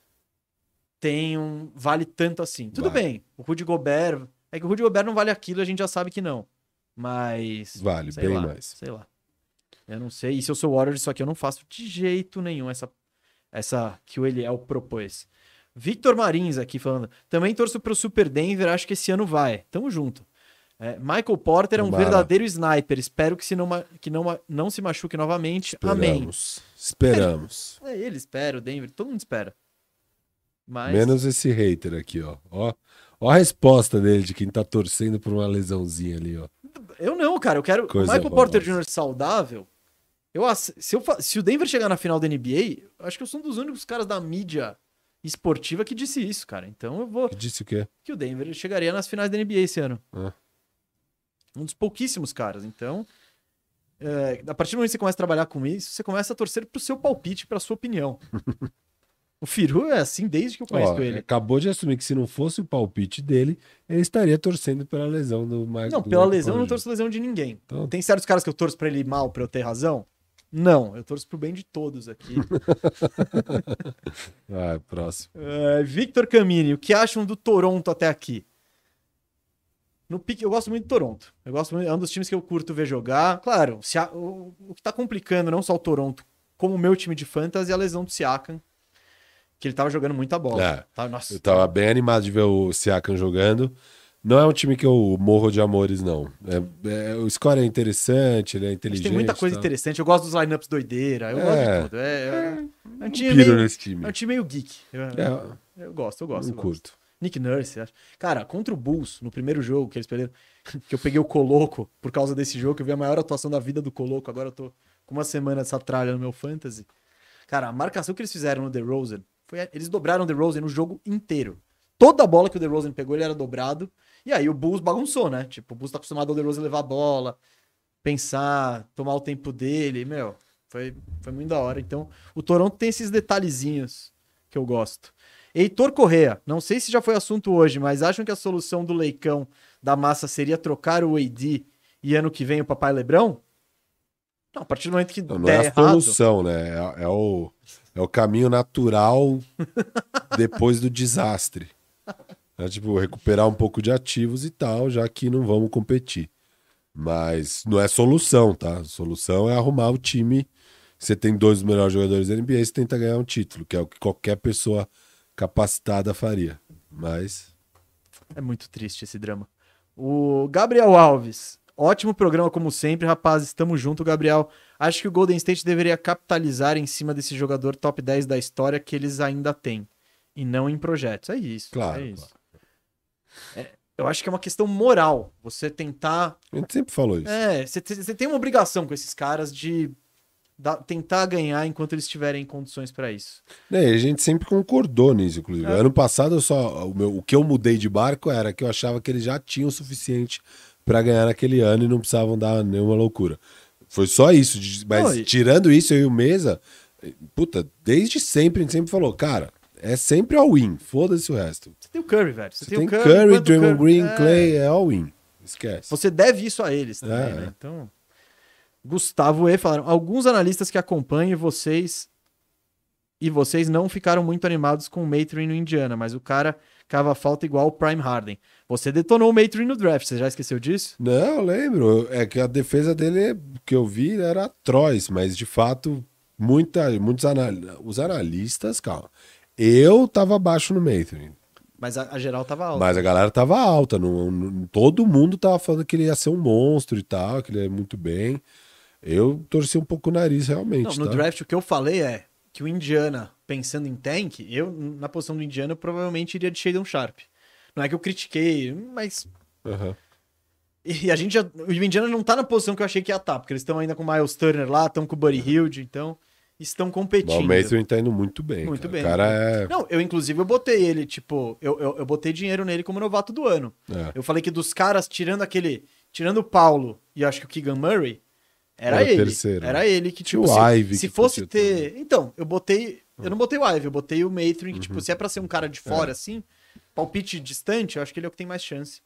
vale tanto assim. Tudo Vale. bem, o Rudy Gobert... É que o Rudy Gobert não vale aquilo, a gente já sabe que não. Mas... Vale, sei bem lá, mais. Sei lá. Eu não sei. E se eu sou Warriors, isso aqui eu não faço de jeito nenhum, essa que o Eliel propôs. Victor Marins aqui falando. Também torço pro Super Denver, acho que esse ano vai. Tamo junto. Michael Porter é um Tomara. verdadeiro sniper. Espero que não se machuque novamente. Amém. Esperamos. Ele espera, o Denver, todo mundo espera. Mas... Menos esse hater aqui, ó. Ó a resposta dele de quem tá torcendo por uma lesãozinha ali, ó. Eu não, cara. Eu quero Coisa o Michael boa, Porter Jr. saudável. Se o Denver chegar na final da NBA, eu acho que eu sou um dos únicos caras da mídia esportiva que disse isso, cara. Então eu vou... Que disse o quê? Que o Denver chegaria nas finais da NBA esse ano. Ah. Um dos pouquíssimos caras. Então, a partir do momento que você começa a trabalhar com isso, você começa a torcer pro seu palpite, pra sua opinião. O Firu é assim desde que eu conheço ele. Acabou de assumir que se não fosse o palpite dele, ele estaria torcendo pela lesão do Michael. Não, pela lesão eu não torço lesão de ninguém. Então... Tem certos caras que eu torço pra ele ir mal, pra eu ter razão? Não, eu torço pro bem de todos aqui. Próximo. Victor Camini, o que acham do Toronto até aqui? No pique, eu gosto muito do Toronto. É um dos times que eu curto ver jogar. Claro, o que tá complicando não só o Toronto, como o meu time de fantasy, é a lesão do Siakam. Que ele tava jogando muita bola. Eu tava bem animado de ver o Siakam jogando. Não é um time que eu morro de amores, não. O score é interessante, ele é inteligente. Tem muita coisa interessante. Eu gosto dos lineups doideira. Eu gosto de tudo. É um time nesse time. É um time meio geek. Eu gosto. Curto. Nick Nurse, acho. Cara, contra o Bulls, no primeiro jogo que eles perderam, que eu peguei o Coloco por causa desse jogo, que eu vi a maior atuação da vida do Coloco. Agora eu tô com uma semana dessa tralha no meu fantasy. Cara, a marcação que eles fizeram no DeRozan, eles dobraram o DeRozan no jogo inteiro. Toda a bola que o DeRozan pegou, ele era dobrado. E aí o Bulls bagunçou, né? Tipo, o Bulls tá acostumado ao DeRozan levar a bola, pensar, tomar o tempo dele. Meu, foi muito da hora. Então, o Toronto tem esses detalhezinhos que eu gosto. Heitor Correa, não sei se já foi assunto hoje, mas acham que a solução do Leicão da massa seria trocar o AD e ano que vem o Papai Lebrão? Não, a partir do momento que não é a solução, né? É o caminho natural depois do desastre. É tipo, recuperar um pouco de ativos e tal, já que não vamos competir. Mas não é solução, tá? A solução é arrumar o time. Você tem 2 dos melhores jogadores da NBA, você tenta ganhar um título, que é o que qualquer pessoa capacitada faria. Mas... é muito triste esse drama. O Gabriel Alves. Ótimo programa, como sempre, rapazes. Tamo junto, Gabriel. Acho que o Golden State deveria capitalizar em cima desse jogador top 10 da história que eles ainda têm. E não em projetos. É isso. Claro. É isso. Eu acho que é uma questão moral. Você tentar... a gente sempre falou isso. Você tem uma obrigação com esses caras de tentar ganhar enquanto eles tiverem condições pra isso. A gente sempre concordou nisso, inclusive. Ano passado, o que eu mudei de barco era que eu achava que eles já tinham o suficiente pra ganhar naquele ano e não precisavam dar nenhuma loucura. Foi só isso. Mas tirando isso, eu e o Mesa, desde sempre a gente sempre falou, cara, é sempre all-in, foda-se o resto. Você tem o Curry, velho. Você tem o Curry, Draymond Green, Clay, é all-in. Esquece. Você deve isso a eles também, né? Então, Gustavo E. falaram, alguns analistas que acompanham vocês não ficaram muito animados com o Mathurin no Indiana, mas o cara cava falta igual o Prime Harden. Você detonou o Mathurin no draft, você já esqueceu disso? Não, eu lembro. É que a defesa dele, que eu vi, era atroz, mas de fato, os analistas, calma. Eu tava abaixo no Mathurin. Mas a geral tava alta. Mas a galera tava alta. Todo mundo tava falando que ele ia ser um monstro e tal, que ele ia muito bem. Eu torci um pouco o nariz, realmente. No draft, o que eu falei é que o Indiana, pensando em tank, eu, na posição do Indiana, provavelmente iria de Shadon Sharp. Não é que eu critiquei, mas... E a gente já... O Indiana não tá na posição que eu achei que ia estar, porque eles estão ainda com o Miles Turner lá, estão com o Buddy Hield, então estão competindo. O Mathurin tá indo muito bem. Muito bem. O cara é... Não, inclusive eu botei ele, tipo... Eu botei dinheiro nele como novato do ano. Eu falei que dos caras, tirando o Paulo e acho que o Keegan Murray, era ele. Terceiro. Era ele que, tipo, o Ivy, se fosse ter... Também. Então, eu não botei o Ivy, eu botei o Mathurin, que, tipo, se é pra ser um cara de fora, assim, palpite distante, eu acho que ele é o que tem mais chance.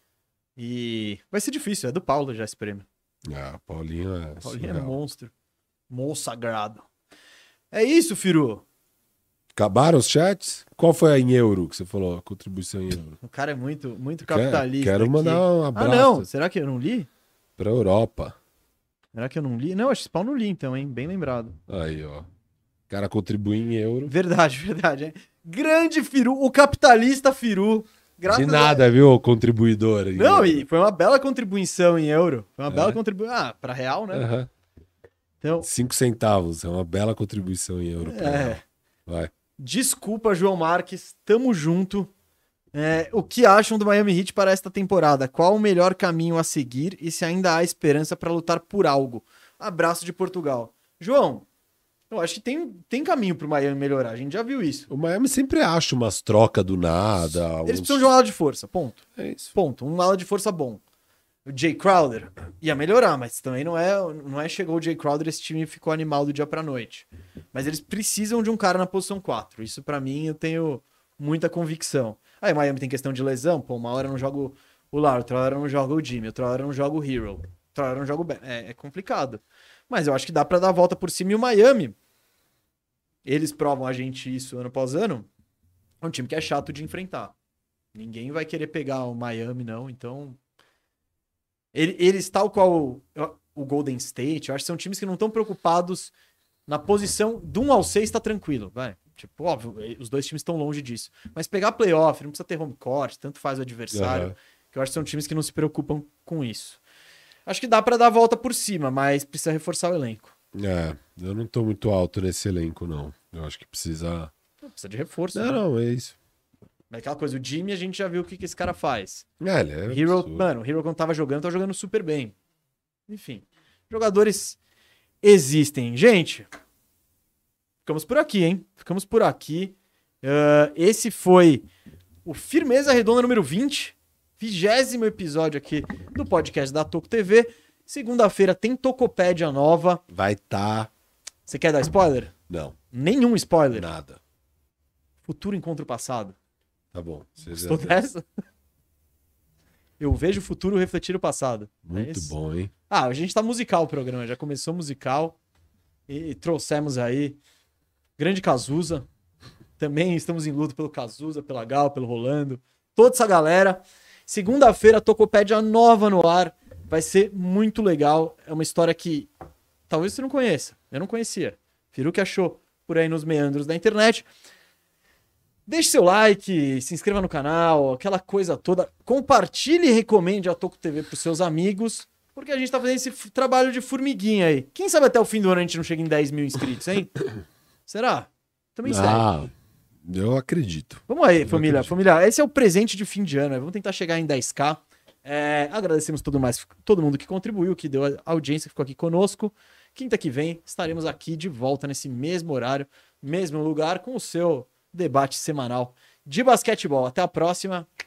E vai ser difícil, é do Paulo já esse prêmio. Paulinho é monstro. Monstro sagrado. É isso, Firu. Acabaram os chats? Qual foi a em euro que você falou? A contribuição em euro? O cara é muito capitalista. Quero mandar um abraço. Não. Será que eu não li? Pra Europa. Será que eu não li? Não, esse pau não li então, hein? Bem lembrado. Aí, ó. O cara contribui em euro. Verdade, verdade. Hein? Grande Firu, o capitalista Firu. De nada, viu, contribuidor? Não, e foi uma bela contribuição em euro. Foi uma bela contribuição. Ah, pra real, né? Uhum. Então, 5 centavos, é uma bela contribuição em euro. Vai. Desculpa, João Marques, tamo junto. O que acham do Miami Heat para esta temporada? Qual o melhor caminho a seguir e se ainda há esperança para lutar por algo? Abraço de Portugal. João, eu acho que tem caminho pro Miami melhorar, a gente já viu isso. O Miami sempre acha umas trocas do nada. Eles precisam de uma ala de força, ponto. É isso. Ponto, um ala de força bom. O Jay Crowder ia melhorar, mas também não é chegou o Jay Crowder esse time ficou animal do dia pra noite. Mas eles precisam de um cara na posição 4. Isso pra mim eu tenho muita convicção. Aí o Miami tem questão de lesão, pô, uma hora eu não jogo o Lar, outra hora eu não jogo o Jimmy, outra hora eu não jogo o Hero, outra hora eu não jogo o Ben. É complicado. Mas eu acho que dá pra dar a volta por cima e o Miami, eles provam a gente isso ano após ano, é um time que é chato de enfrentar. Ninguém vai querer pegar o Miami, não, então... Eles, tal qual o Golden State, eu acho que são times que não estão preocupados na posição do 1 ao 6 tá tranquilo, vai. Tipo, óbvio, os dois times estão longe disso. Mas pegar playoff, não precisa ter home court, tanto faz o adversário, que eu acho que são times que não se preocupam com isso. Acho que dá pra dar a volta por cima, mas precisa reforçar o elenco. Eu não tô muito alto nesse elenco, não. Eu acho que precisa... Precisa de reforço. Não, é isso. Mas aquela coisa, o Jimmy a gente já viu o que esse cara faz. Ele é Hero, mano, o Hero quando tava jogando super bem. Enfim, jogadores existem. Gente, ficamos por aqui, hein? Ficamos por aqui. Esse foi o Firmeza Redonda número 20, 20º episódio aqui do podcast da Toco TV. Segunda-feira tem Tocopédia nova. Vai tá... Você quer dar spoiler? Não. Nenhum spoiler? Nada. Futuro encontra o passado. Tá bom. Gostou dessa? Eu vejo o futuro refletir o passado. Muito bom, hein? A gente tá musical o programa. Já começou musical. E trouxemos aí grande Cazuza. Também estamos em luto pelo Cazuza, pela Gal, pelo Rolando. Toda essa galera. Segunda-feira, Tocopédia nova no ar. Vai ser muito legal. É uma história que talvez você não conheça. Eu não conhecia. Firu que achou por aí nos meandros da internet. Deixe seu like, se inscreva no canal, aquela coisa toda. Compartilhe e recomende a Toco TV para os seus amigos, porque a gente tá fazendo esse trabalho de formiguinha aí. Quem sabe até o fim do ano a gente não chega em 10 mil inscritos, hein? Será? Também sério. Eu acredito. Vamos aí, família. Esse é o presente de fim de ano. Vamos tentar chegar em 10k. Agradecemos todo mundo que contribuiu, que deu a audiência, que ficou aqui conosco. Quinta que vem estaremos aqui de volta nesse mesmo horário, mesmo lugar, com o seu debate semanal de basquetebol. Até a próxima.